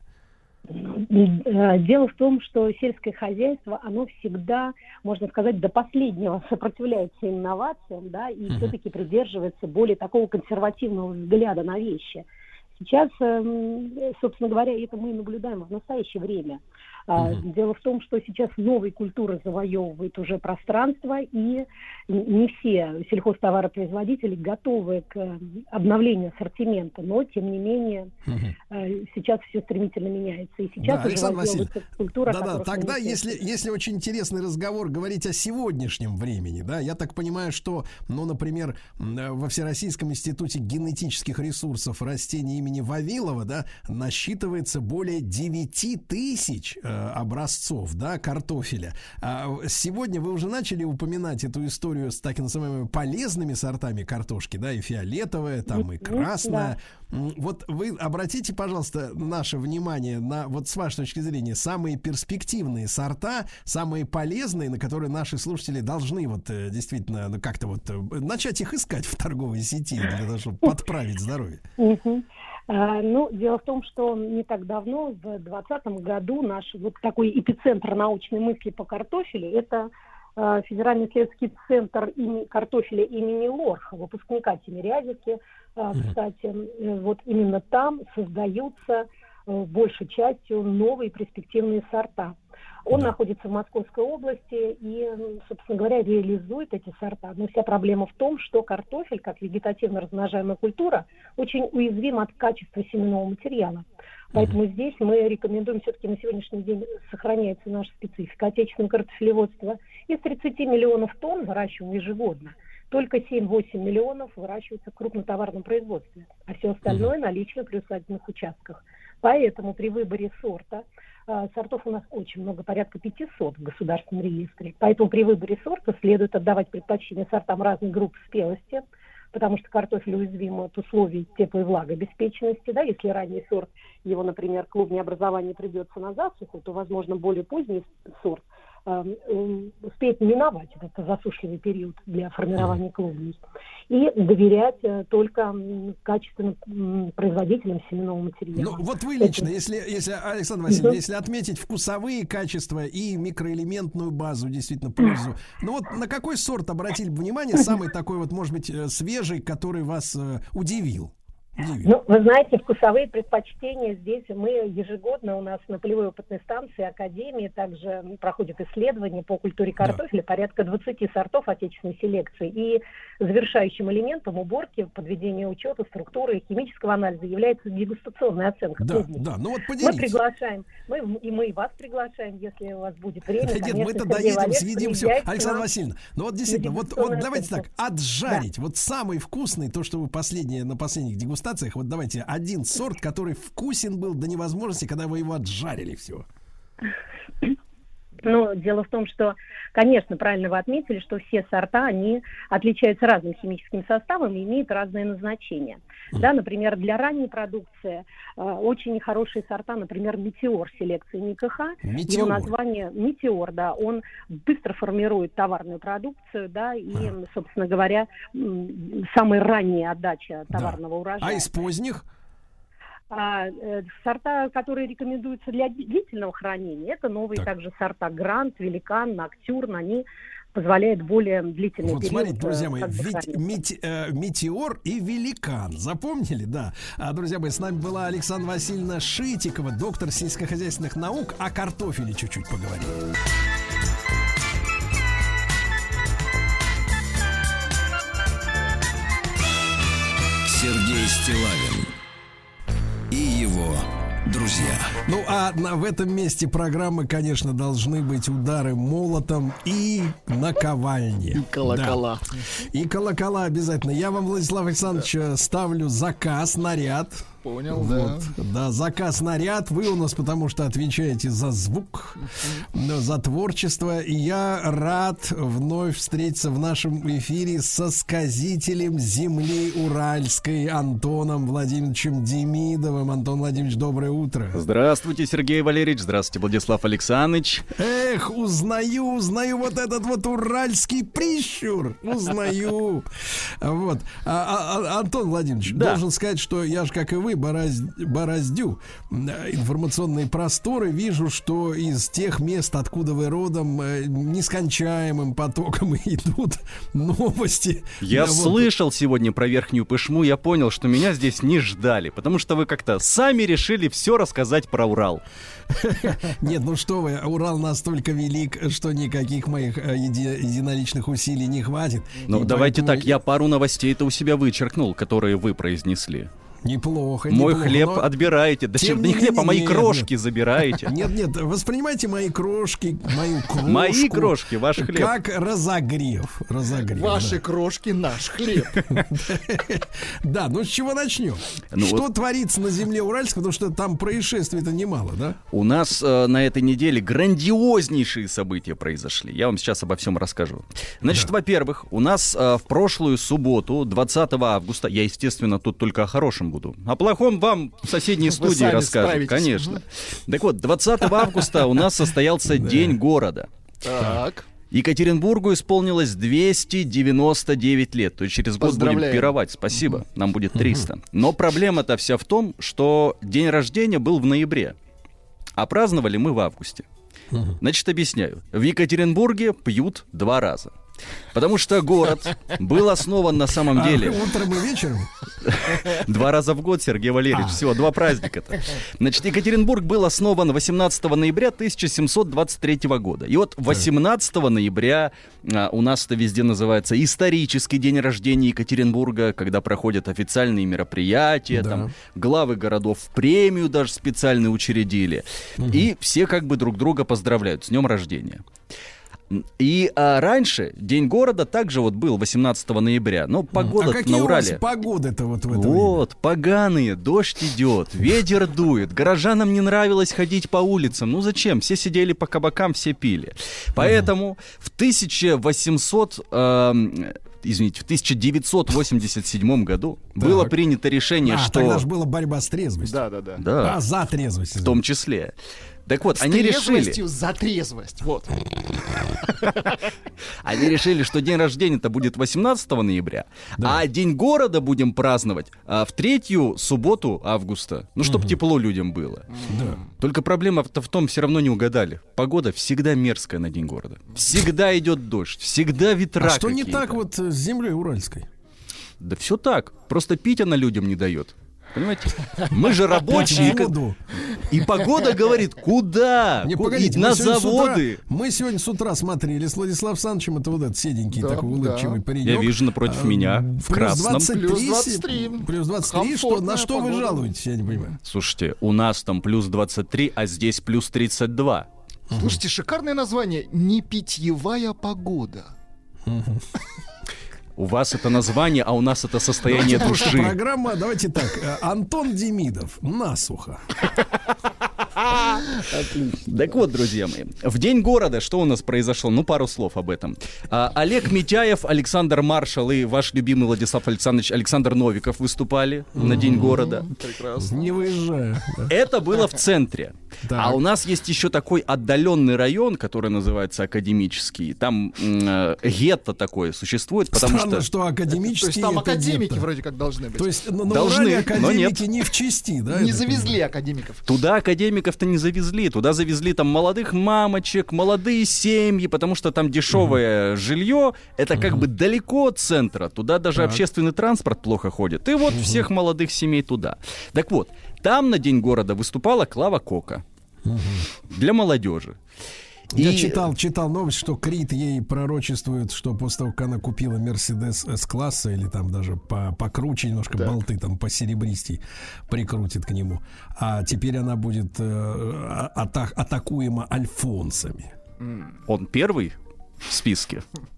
Дело в том, что сельское хозяйство, оно всегда, можно сказать, до последнего сопротивляется инновациям, да, и uh-huh. все-таки придерживается более такого консервативного взгляда на вещи. Сейчас, собственно говоря, это мы наблюдаем в настоящее время. Uh-huh. Дело в том, что сейчас новые культуры завоевывают уже пространство, и не все сельхозтоваропроизводители готовы к обновлению ассортимента, но, тем не менее, uh-huh. сейчас все стремительно меняется. И сейчас да, уже завоевывается культура. Да, да, тогда, если, если очень интересный разговор говорить о сегодняшнем времени, да, я так понимаю, что, ну, например, во Всероссийском институте генетических ресурсов растений имени Вавилова, да, насчитывается более девять тысяч э, образцов, да, картофеля. А сегодня вы уже начали упоминать эту историю с так называемыми полезными сортами картошки, да, и фиолетовая, там, и красная. Да. Вот вы обратите, пожалуйста, наше внимание на, вот с вашей точки зрения, самые перспективные сорта, самые полезные, на которые наши слушатели должны вот действительно ну, как-то вот начать их искать в торговой сети для того, чтобы подправить здоровье. Uh, ну, дело в том, что не так давно, в двадцатом году, наш вот такой эпицентр научной мысли по картофелю, это uh, Федеральный исследовательский центр имени, картофеля имени Лорха, выпускника Тимирязевки. Uh, mm-hmm. Кстати, вот именно там создаются uh, большей частью новые перспективные сорта. Он да. находится в Московской области и, собственно говоря, реализует эти сорта. Но вся проблема в том, что картофель, как вегетативно размножаемая культура, очень уязвим от качества семенного материала. Поэтому mm-hmm. здесь мы рекомендуем, все-таки на сегодняшний день сохраняется наша специфика отечественного картофелеводства. Из тридцати миллионов тонн выращиваем ежегодно. Только семь-восемь миллионов выращиваются в крупнотоварном производстве, а все остальное mm-hmm. на лично-приусадебных участках. Поэтому при выборе сорта, сортов у нас очень много, порядка пятисот в государственном реестре. Поэтому при выборе сорта следует отдавать предпочтение сортам разных групп спелости, потому что картофель уязвим от условий теплой влагообеспеченности. Да? Если ранний сорт, его, например, клубнеобразование придется на засуху, то, возможно, более поздний сорт э, э, успеет миновать этот засушливый период для формирования клубней. И доверять э, только э, качественным э, производителям семенного материала. Ну, вот вы лично, если, если Александра Васильевна, если отметить вкусовые качества и микроэлементную базу, действительно, пользу, ну вот на какой сорт обратили бы внимание, самый такой вот, может быть, свежий, который вас э, удивил? Ну, вы знаете, вкусовые предпочтения здесь мы ежегодно у нас на полевой опытной станции Академии также проходят исследования по культуре картофеля, да. порядка двадцати сортов отечественной селекции. И завершающим элементом уборки, подведения учета, структуры и химического анализа является дегустационная оценка. Да, да, ну вот поделитесь. Мы приглашаем, мы, и мы и вас приглашаем, если у вас будет время. Нет, конечно, мы-то доедем, съедим все. Александра Васильевна, ну вот действительно, вот, вот давайте так, отжарить, да. вот самый вкусный, то, что вы последние, на последних дегустациях, вот давайте один сорт, который вкусен был до невозможности, когда вы его отжарили всего. Ну, дело в том, что, конечно, правильно вы отметили, что все сорта, они отличаются разным химическим составом и имеют разное назначение. Mm. Да, например, для ранней продукции э, очень хорошие сорта, например, Метеор селекции НИКХ. Метеор. Его название Метеор, да, он быстро формирует товарную продукцию, да, и, mm. собственно говоря, самая ранняя отдача товарного да. урожая. А из поздних? А, э, сорта, которые рекомендуются для длительного хранения, это новые так. также сорта Грант, Великан, Ноктюрн, они позволяют более длительный вот период. Вот смотрите, друзья мои, ведь мете, э, Метеор и Великан, запомнили, да? А, друзья мои, с нами была Александра Васильевна Шитикова, доктор сельскохозяйственных наук, о картофеле чуть-чуть поговорим. Сергей Стиллавин и его друзья. Ну, а на, в этом месте программы, конечно, должны быть удары молотом и наковальни. И колокола. Да. И колокола обязательно. Я вам, Владислав Александрович, ставлю заказ, наряд. Понял, вот. да. Да, заказ наряд. Вы у нас потому что отвечаете за звук, uh-huh. за творчество. И я рад вновь встретиться в нашем эфире со сказителем земли уральской Антоном Владимировичем Демидовым. Антон Владимирович, доброе утро. Здравствуйте, Сергей Валерьевич. Здравствуйте, Владислав Александрович. Эх, узнаю, узнаю вот этот вот уральский прищур. Узнаю. Вот. А, а, Антон Владимирович, да. должен сказать, что я же, как и вы, бораз... бороздю информационные просторы. Вижу, что из тех мест, откуда вы родом, нескончаемым потоком идут новости. Я да, слышал вот. сегодня про Верхнюю Пышму. Я понял, что меня здесь не ждали, потому что вы как-то сами решили все рассказать про Урал. Нет, ну что вы, Урал настолько велик, что никаких моих еди- единоличных усилий не хватит. Ну, давайте поэтому... так, я пару новостей-то у себя вычеркнул, которые вы произнесли. Неплохо. Мой неплохо, хлеб но... отбираете. Да не, не хлеб, а мои нет, крошки нет. забираете. Нет, нет, воспринимайте мои крошки, мою крошку. Мои крошки, ваш хлеб. Как разогрев. разогрев Ваши да. крошки, наш хлеб. Да, ну с чего начнем? Что творится на земле уральской, потому что там происшествий-то немало, да? У нас на этой неделе грандиознейшие события произошли. Я вам сейчас обо всем расскажу. Значит, во-первых, у нас в прошлую субботу, двадцатого августа, я, естественно, тут только о хорошем буду. О плохом вам в соседней студии расскажут, конечно. Так вот, двадцатого августа у нас состоялся День города. Так. Екатеринбургу исполнилось двести девяносто девять лет. То есть через год будем пировать. Спасибо. Нам будет триста. Но проблема-то вся в том, что день рождения был в ноябре, а праздновали мы в августе. Значит, объясняю. В Екатеринбурге пьют два раза. Потому что город был основан на самом деле... А, утром и вечером? Два раза в год, Сергей Валерьевич. А. Всего, два праздника-то. Значит, Екатеринбург был основан восемнадцатого ноября тысяча семьсот двадцать третьего года. И вот восемнадцатого ноября а, у нас это везде называется исторический день рождения Екатеринбурга, когда проходят официальные мероприятия, да. там главы городов премию даже специально учредили. Угу. И все как бы друг друга поздравляют с днем рождения. И а, раньше День города также вот был восемнадцатого ноября, но погода а на Урале... А какие погоды-то вот в это Вот, время? поганые, дождь идет, ветер дует, горожанам не нравилось ходить по улицам. Ну зачем? Все сидели по кабакам, все пили. Поэтому uh-huh. в тысяча восемьсот... Э, Извините, в тысяча девятьсот восемьдесят седьмом году так. было принято решение, а, что... тогда же была борьба с трезвостью. Да, да, да. да. А, за трезвость. В том числе. Так вот, с они решили... трезвостью за трезвость, вот. Они решили, что день рождения-то будет восемнадцатого ноября, да. а День города будем праздновать а, в третью субботу августа. Ну, чтобы угу. тепло людям было. Да. Только проблема-то в том, все равно не угадали. Погода всегда мерзкая на День города. Всегда идет дождь, всегда ветра А что какие-то. не так вот с землей уральской? Да все так. Просто пить она людям не дает. Понимаете? Мы же рабочие. И погода говорит, куда? Не, погодите, на мы заводы. Утра, мы сегодня с утра смотрели с Владиславом Александровичем, это вот этот седенький, да, такой улыбчивый да. паренек. Я вижу напротив а, меня, в красном. двадцать три, плюс двадцать три. Плюс двадцать три, что, на что погода. Вы жалуетесь, я не понимаю. Слушайте, у нас там плюс двадцать три, а здесь плюс тридцать два. Слушайте, шикарное название. Не питьевая погода. У вас это название, а у нас это состояние души. Программа, давайте так, Антон Демидов, насухо. Отлично. Так вот, друзья мои, в День города что у нас произошло? Ну, пару слов об этом. А, Олег Митяев, Александр Маршал и ваш любимый Владислав Александрович Александр Новиков выступали mm-hmm. на День города. Прекрасно. Не выезжая. Это было в центре. Так. А у нас есть еще такой отдаленный район, который называется Академический. Там э, гетто такое существует, потому Странно, что... что академический. То есть там академики гетто. Вроде как должны быть. То есть на должны, Урале академики не в части, да? Не завезли академиков. Туда академиков-то не завезли. Туда завезли там молодых мамочек, молодые семьи, потому что там дешевое угу. жилье. Это угу. как бы далеко от центра. Туда даже так. общественный транспорт плохо ходит. И вот угу. всех молодых семей туда. Так вот, там на День города выступала Клава Кока. Угу. Для молодежи. Я и... читал, читал новость, что Крид ей пророчествует, что после того, как она купила Мерседес С-класса, или там даже по, покруче немножко, так. болты там посеребристей прикрутит к нему, а теперь она будет э, ата- атакуема альфонсами. Он первый в списке?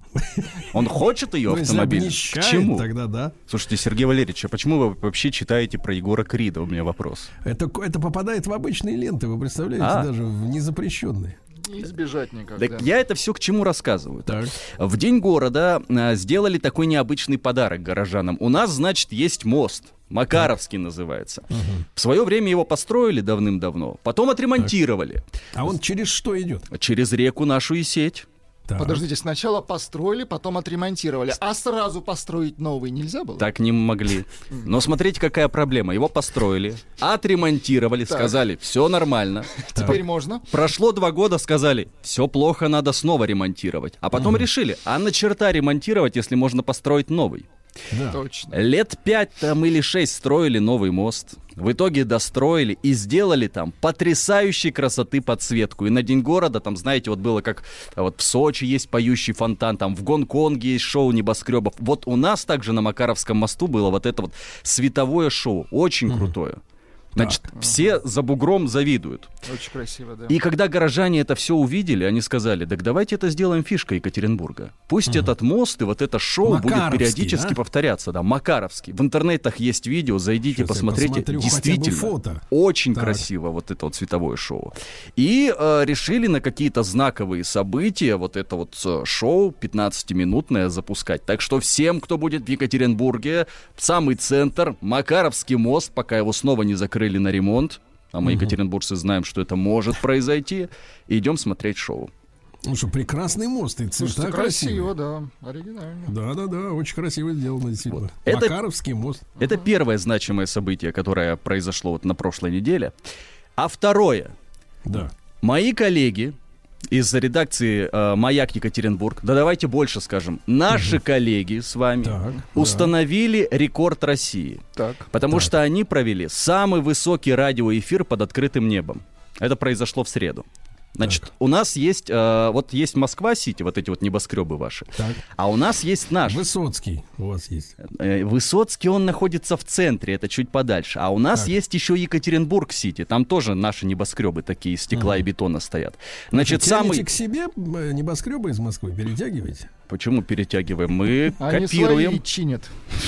Он хочет ее Ну, если автомобиль? К обнищает, чему? тогда да. Слушайте, Сергей Валерьевич, а почему вы вообще читаете про Егора Крида? У меня вопрос. Это, это попадает в обычные ленты, вы представляете, А. даже в незапрещенные. Не избежать никогда. Так я это все к чему рассказываю. В День города а, сделали такой необычный подарок горожанам. У нас, значит, есть мост. Макаровский называется. В свое время его построили давным-давно, потом отремонтировали. А он через что идет? Через реку нашу и сеть. Подождите, сначала построили, потом отремонтировали. А сразу построить новый нельзя было? Так не могли. Но смотрите, какая проблема. Его построили, отремонтировали, Так. сказали, все нормально. Теперь можно? Прошло два года, сказали, все плохо, надо снова ремонтировать. А потом решили, а на черта ремонтировать, если можно построить новый. Да. Точно. Лет пять там или шесть строили новый мост. В итоге достроили и сделали там потрясающей красоты подсветку. И на День города, там, знаете, вот было как а вот в Сочи есть поющий фонтан, там в Гонконге есть шоу небоскребов. Вот у нас также на Макаровском мосту было вот это вот световое шоу, очень крутое. Значит, все за бугром завидуют. Очень красиво, да. И когда горожане это все увидели, они сказали, так давайте это сделаем фишкой Екатеринбурга. Пусть этот мост и вот это шоу будет Макаровский, периодически да? повторяться. Да, Макаровский. В интернетах есть видео, зайдите, Сейчас я посмотрите. посмотрю хотя бы Действительно, фото. очень Так. красиво вот это вот световое шоу. И э, решили на какие-то знаковые события вот это вот э, шоу пятнадцатиминутное запускать. Так что всем, кто будет в Екатеринбурге, самый центр, Макаровский мост, пока его снова не закрыли на ремонт, а мы, екатеринбуржцы, знаем, что это может произойти, идем смотреть шоу. Ну что, прекрасный мост, и цвета Слушайте, красивые. красиво, да. Оригинально. Да-да-да, очень красиво сделано, действительно. Это- Макаровский мост. Это первое значимое событие, которое произошло вот на прошлой неделе. А второе. Да. Мои коллеги из редакции э, «Маяк Екатеринбург», да давайте больше скажем, наши коллеги с вами установили рекорд России. Так. Потому что они провели самый высокий радиоэфир под открытым небом. Это произошло в среду. Значит, у нас есть, э, вот есть Москва-Сити, вот эти вот небоскребы ваши, Так. а у нас есть наш. Высоцкий у вас есть. Э, Высоцкий, он находится в центре, это чуть подальше. А у нас Так. есть еще Екатеринбург-Сити, там тоже наши небоскребы такие из стекла и бетона стоят. Значит, Тянете самый... к себе э, небоскребы из Москвы, перетягиваете? Почему перетягиваем? Мы Они копируем. свои чинят.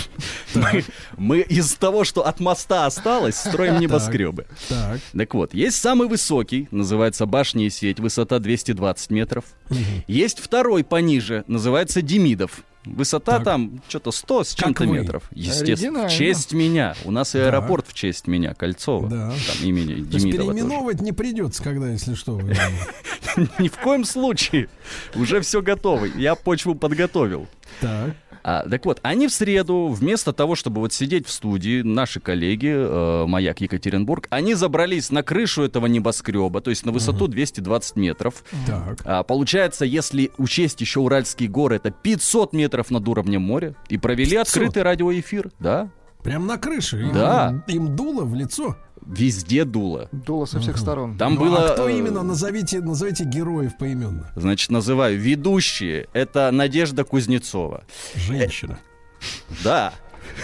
Мы, мы из того, что от моста осталось, строим небоскребы. Так. Так вот, есть самый высокий, называется «Башня и сеть», высота двести двадцать метров. Есть второй пониже, называется «Демидов». Высота Так. там что-то сто с Как чем-то вы? метров. Естественно. Оригинально. В честь меня. У нас и Да. аэропорт в честь меня, Кольцово. Да. Там имени То есть Демидова тоже. переименовывать не придется, когда, если что. вы- Ни в коем случае. Уже все готово. Я почву подготовил. Так. А, так вот, они в среду, вместо того, чтобы вот сидеть в студии, наши коллеги, э, «Маяк Екатеринбург», они забрались на крышу этого небоскреба, то есть на высоту двести двадцать метров. Так. А, получается, если учесть еще Уральские горы, это пятьсот метров над уровнем моря. И провели пятьсот? открытый радиоэфир, да. Прям на крыше? Им- Да. Им дуло в лицо? Везде дуло. Дуло со всех сторон. Там Ну, было... а кто э, именно? Назовите, назовите героев поименно. Значит, называю ведущие. Это Надежда Кузнецова. Женщина. Да.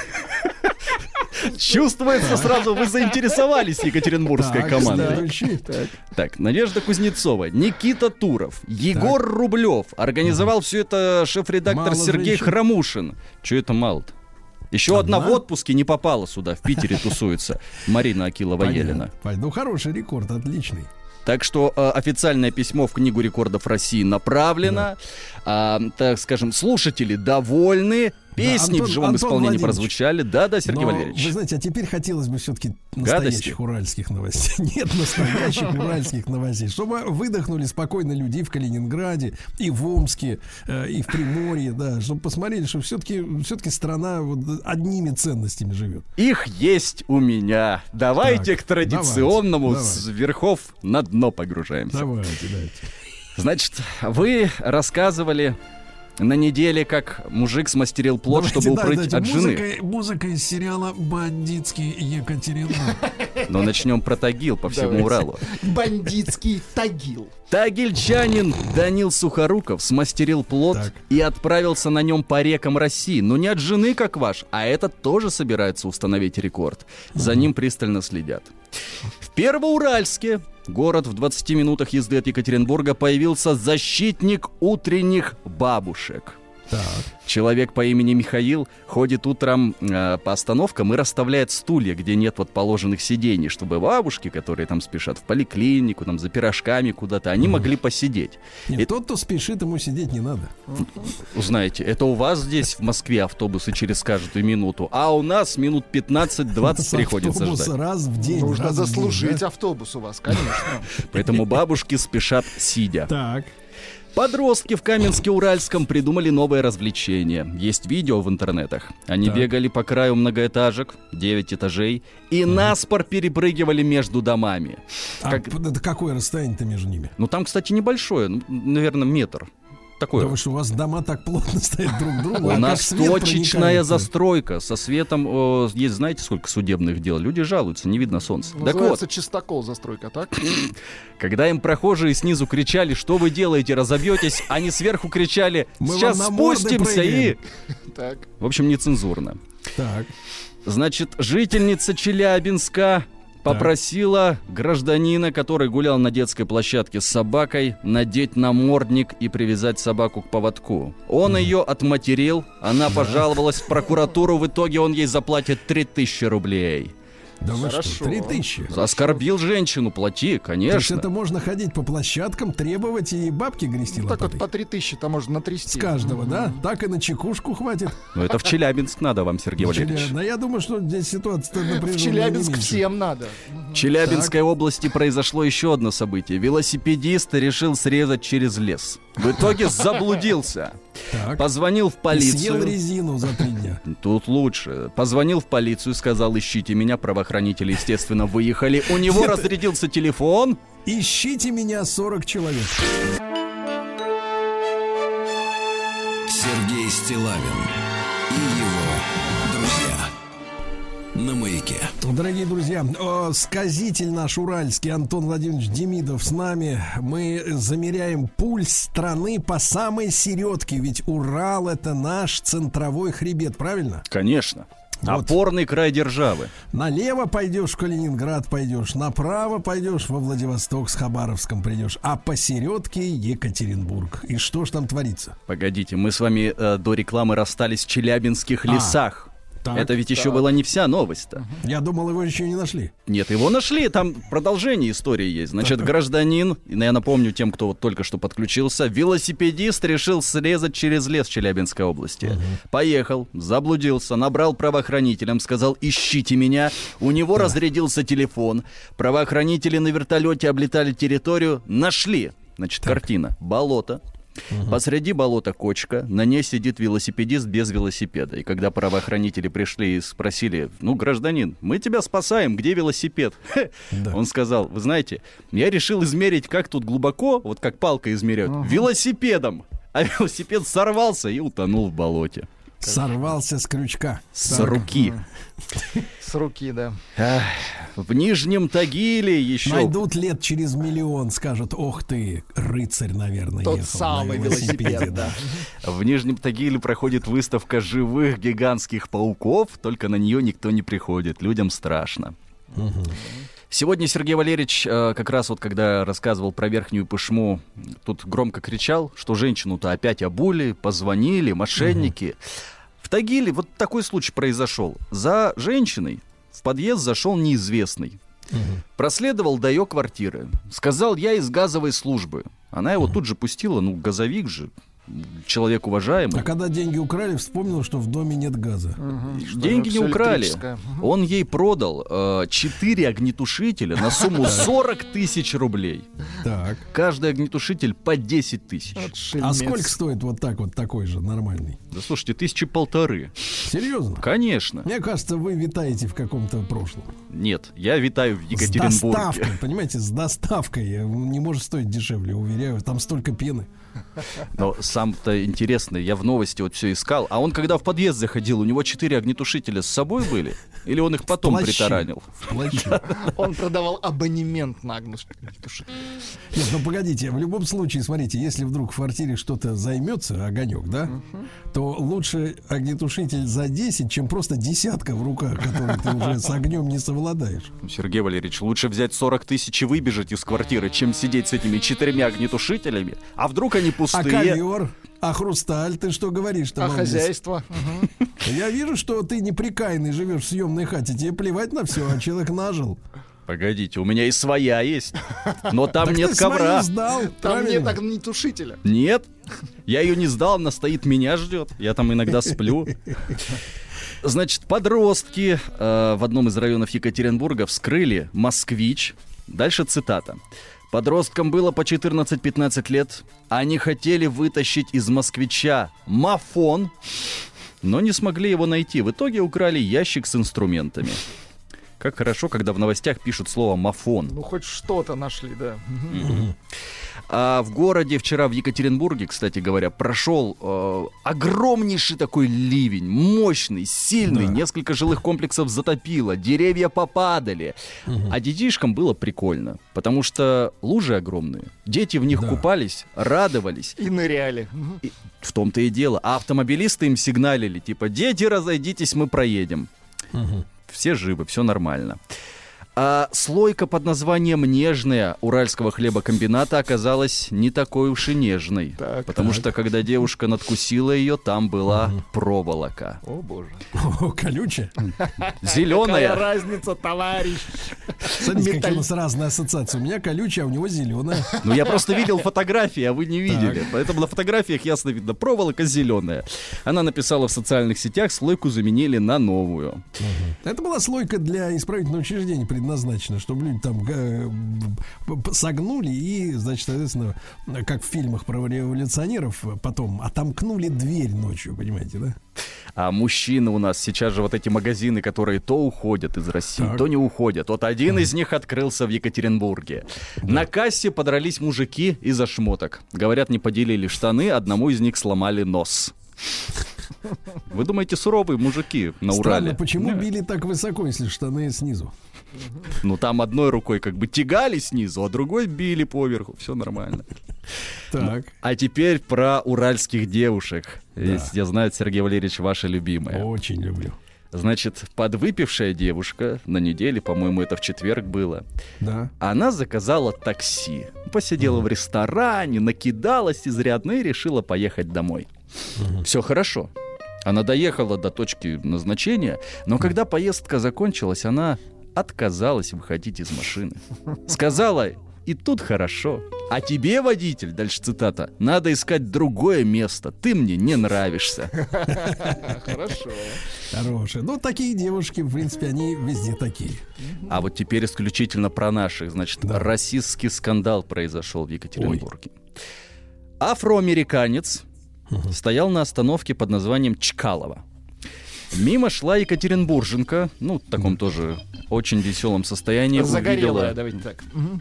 Чувствуется сразу, вы заинтересовались екатеринбургской Так, командой. следующий. Так, Надежда Кузнецова, Никита Туров, Егор Рублев. Организовал все это шеф-редактор Мало Сергей женщин. Храмушин. Че это мало-то? Еще одна в отпуске не попала сюда, в Питере тусуется. Марина Акилова-Елена. Понятно. Ну, хороший рекорд, отличный. Так что э, официальное письмо в Книгу рекордов России направлено. А, так скажем, слушатели довольны. Песни Антон- в живом Антон исполнении Владимирович, прозвучали. Да, да, Сергей Но, Валерьевич. Вы знаете, а теперь хотелось бы все-таки Гадости? настоящих уральских новостей. Нет настоящих уральских новостей. Чтобы выдохнули спокойно люди в Калининграде, и в Омске, э, и в Приморье, да, чтобы посмотрели, что все-таки все-таки страна вот одними ценностями живет. Их есть у меня. Давайте Так, к традиционному давайте, с верхов на дно погружаемся. Давайте, давайте. Значит, вы рассказывали на неделе, как мужик смастерил плод, Давайте, чтобы да, укрыть давайте. от жены. Музыка, музыка из сериала «Бандитский Екатеринбург». Но начнем про Тагил по всему Давайте. Уралу. Бандитский Тагил. Тагильчанин Данил Сухоруков смастерил плод Так. и отправился на нем по рекам России. Но не от жены, как ваш, а этот тоже собирается установить рекорд. За ним пристально следят. В Первоуральске, город в двадцати минутах езды от Екатеринбурга, появился защитник утренних бабушек. Так. Человек по имени Михаил ходит утром э, по остановкам и расставляет стулья, где нет вот положенных сидений, чтобы бабушки, которые там спешат в поликлинику, там за пирожками куда-то, они mm. могли посидеть. Нет, и... тот, кто спешит, ему сидеть не надо. Знаете, это у вас здесь в Москве автобусы через каждую минуту, а у нас минут пятнадцать-двадцать приходится ждать. Раз в день. Нужно раз заслужить день, да? автобус у вас, конечно. Поэтому бабушки спешат сидя. Так. Подростки в Каменске-Уральском придумали новое развлечение. Есть видео в интернетах. Они так. бегали по краю многоэтажек, девять этажей, и mm. наспор перепрыгивали между домами. А как... это какое расстояние-то между ними? Ну, там, кстати, небольшое, ну, наверное, метр. Такое. Да вы что, у вас дома так плотно стоят друг к другу? У а нас точечная застройка. Со светом э, есть, знаете, сколько судебных дел? Люди жалуются, не видно солнца. Называется вот, чистокол застройка, так? Когда им прохожие снизу кричали, что вы делаете, разобьетесь, они сверху кричали, сейчас спустимся и... Так. В общем, нецензурно. Так. Значит, жительница Челябинска попросила гражданина, который гулял на детской площадке с собакой, надеть намордник и привязать собаку к поводку. Он mm. ее отматерил, она пожаловалась в прокуратуру, в итоге он ей заплатит три тысячи рублей. Да вы что, три тысячи? Оскорбил женщину, плати, конечно. То есть это можно ходить по площадкам, требовать и бабки грести ну, лопатой? Так вот по три тысячи-то можно натрясти. С каждого, mm-hmm. да? Так и на чекушку хватит. Ну это в Челябинск надо вам, Сергей Валерьевич. Да я думаю, что здесь ситуация напряженная. В Челябинск всем надо. В Челябинской так. области произошло еще одно событие. Велосипедист решил срезать через лес. В итоге заблудился. Так. Позвонил в полицию. И съел резину за три дня. Тут лучше. Позвонил в полицию, сказал, ищите меня. Правоохранители, естественно, выехали. У него Нет. разрядился телефон. Ищите меня, сорок человек. Сергей Стиллавин и его друзья. На Маяке. Дорогие друзья, о, сказитель наш уральский Антон Владимирович Демидов с нами. Мы замеряем пульс страны по самой середке. Ведь Урал — это наш центровой хребет, правильно? Конечно. Вот. Опорный край державы. Налево пойдешь, в Калининград пойдешь, направо пойдешь, во Владивосток с Хабаровском придешь, а посередке Екатеринбург. И что ж там творится? Погодите, мы с вами э, до рекламы расстались в челябинских лесах. А. Так, это ведь так. еще была не вся новость-то. Я думал, его еще не нашли. Нет, его нашли, там продолжение истории есть. Значит, гражданин, я напомню тем, кто вот только что подключился, велосипедист решил срезать через лес в Челябинской области. Угу. Поехал, заблудился, набрал правоохранителям, сказал, ищите меня. У него да. разрядился телефон. Правоохранители на вертолете облетали территорию, нашли. Значит, так. картина. Болото. Угу. Посреди болота кочка, на ней сидит велосипедист без велосипеда. И когда правоохранители пришли и спросили, ну, гражданин, мы тебя спасаем, где велосипед? Да. Он сказал, вы знаете, я решил измерить, как тут глубоко, вот как палкой измеряют, угу. велосипедом. А велосипед сорвался и утонул в болоте. Сорвался с крючка. С так. руки. С руки, да. Ах, в Нижнем Тагиле еще... Найдут лет через миллион, скажут, ох ты, рыцарь, наверное, Тот ехал самый на велосипеде. велосипед, да. В Нижнем Тагиле проходит выставка живых гигантских пауков, только на нее никто не приходит, людям страшно. Угу. Сегодня Сергей Валерьевич, как раз вот когда рассказывал про Верхнюю Пышму, тут громко кричал, что женщину-то опять обули, позвонили, мошенники. Угу. В Тагиле вот такой случай произошел. За женщиной в подъезд зашел неизвестный. Угу. Проследовал до ее квартиры. Сказал, я из газовой службы. Она его угу. тут же пустила, ну, газовик же. Человек уважаемый. А когда деньги украли, вспомнил, что в доме нет газа. Угу. Деньги не украли. Угу. Он ей продал э, четыре огнетушителя на сумму сорок тысяч рублей. Так. Каждый огнетушитель по десять тысяч. А сколько стоит вот так вот такой же нормальный? Да слушайте, тысячи полторы. Серьезно? Конечно. Мне кажется, вы витаете в каком-то прошлом. Нет, я витаю в Екатеринбурге. С доставкой, понимаете, с доставкой. Не может стоить дешевле, уверяю. Там столько пены. Но сам-то интересный, я в новости вот все искал. А он, когда в подъезд заходил, у него четыре огнетушителя с собой были? Или он их потом Плащи. притаранил? Он продавал абонемент на огнетушитель. Нет, ну погодите, в любом случае, смотрите, если вдруг в квартире что-то займется, огонек, да, то лучше огнетушитель за десять, чем просто десятка в руках, который ты уже с огнем не совладаешь. Сергей Валерьевич, лучше взять сорок тысяч и выбежать из квартиры, чем сидеть с этими четырьмя огнетушителями. А вдруг они пустые? А ковер? А Хрусталь, ты что говоришь-то? А балбес? хозяйство? Угу. Я вижу, что ты неприкаянный, живешь в съемной хате. Тебе плевать на все, а человек нажил. Погодите, у меня и своя есть. Но там Так нет ты свою ковра. сдал, Там правильно? нет огнетушителя. Нет. Я ее не сдал, она стоит, меня ждет. Я там иногда сплю. Значит, подростки э, в одном из районов Екатеринбурга вскрыли «Москвич». Дальше цитата. Подросткам было по четырнадцать-пятнадцать лет. Они хотели вытащить из «Москвича» мафон, но не смогли его найти. В итоге украли ящик с инструментами. Как хорошо, когда в новостях пишут слово «мафон». Ну, хоть что-то нашли, да. Мгм. А в городе вчера, в Екатеринбурге, кстати говоря, прошел э, огромнейший такой ливень, мощный, сильный, Да. несколько жилых комплексов затопило, деревья попадали. Мгм. А детишкам было прикольно, потому что лужи огромные, дети в них Да. купались, радовались. И ныряли. Мгм. И в том-то и дело. А автомобилисты им сигналили, типа, дети, разойдитесь, мы проедем. Мгм. Все живы, все нормально. А слойка под названием «Нежная» уральского хлебокомбината оказалась не такой уж и нежной. Так, потому так. что, когда девушка надкусила ее, там была проволока. О, боже. О, колючая. Какая Зеленая. разница, товарищ? Смотрите, какие Металл- у нас разные ассоциации. У меня колючая, а у него зеленая. Ну, я просто видел фотографии, а вы не видели. Поэтому на фотографиях ясно видно, проволока зеленая. Она написала в социальных сетях, слойку заменили на новую. Это была слойка для исправительного учреждения предназначена, чтобы люди там э, п- согнули и, значит, соответственно, как в фильмах про революционеров, потом отомкнули дверь ночью, понимаете, да? А мужчины у нас сейчас же вот эти магазины, которые то уходят из России, Так. то не уходят. Вот один из них открылся в Екатеринбурге. На кассе подрались мужики из-за шмоток. Говорят, не поделили штаны, одному из них сломали нос. Вы думаете, суровые мужики на Странно, Урале? почему Не. били так высоко, если штаны снизу? Ну, там одной рукой как бы тягали снизу, а другой били поверху. Все нормально. Так. А теперь про уральских девушек. Да. Есть, я знаю, Сергей Валерьевич, ваша любимая. Очень люблю. Значит, подвыпившая девушка, на неделе, по-моему, это в четверг было, Да. она заказала такси. Посидела в ресторане, накидалась изрядно и решила поехать домой. Все хорошо. Она доехала до точки назначения, но когда поездка закончилась, она отказалась выходить из машины. Сказала: и тут хорошо. А тебе, водитель, дальше цитата, надо искать другое место. Ты мне не нравишься. Хорошо. Хорошие. Ну, такие девушки, в принципе, они везде такие. А вот теперь исключительно про наших. Значит, Да. расистский скандал произошел в Екатеринбурге. Афроамериканец стоял на остановке под названием Чкалова. Мимо шла екатеринбурженка, ну, в таком тоже очень веселом состоянии. Загорелая, увидела- давайте так. Мгм.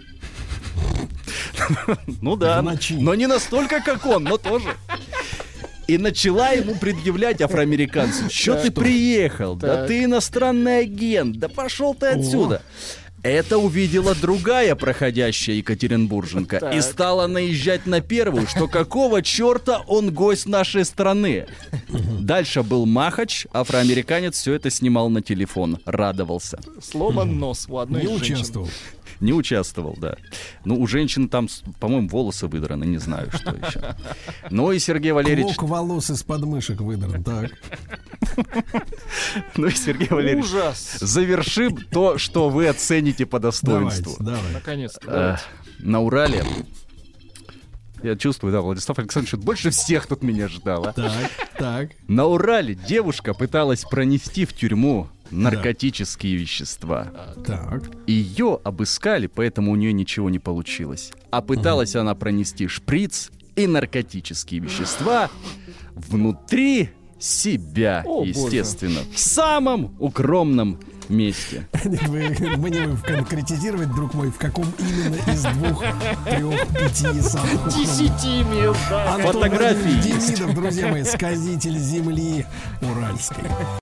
Ну да, В ночи. но не настолько, как он, но тоже. И начала ему предъявлять афроамериканцу: что ты приехал? Да Так. ты иностранный агент, да пошел ты отсюда. Это увидела другая проходящая екатеринбурженка и Так. стала наезжать на первую, что какого черта он гость нашей страны. Дальше был махач, афроамериканец все это снимал на телефон, радовался. Сломан нос у одной Не из женщин. участвовал. Не участвовал, да. Ну, у женщины там, с- по-моему, волосы выдраны, не знаю, что еще. Ну и Сергей Валерьевич... Клок волос из подмышек выдран. Так. Ну и Сергей Валерьевич, Ужас. завершим то, что вы оцените по достоинству. Давайте, давай. Наконец-то. Э, давайте. На Урале... Я чувствую, да, Владислав Александрович больше всех тут меня ждал. а. Так, так. На Урале девушка пыталась пронести в тюрьму наркотические вещества. Так. Ее обыскали, поэтому у нее ничего не получилось. А пыталась она пронести шприц и наркотические вещества внутри себя, О, боже. естественно, в самом укромном месте. Вы, мы не будем конкретизировать, друг мой, в каком именно из двух, трех, пяти самых. Десяти мест, да. Антон Фотографии Владимирович есть. Демидов, друзья мои, сказитель земли уральской.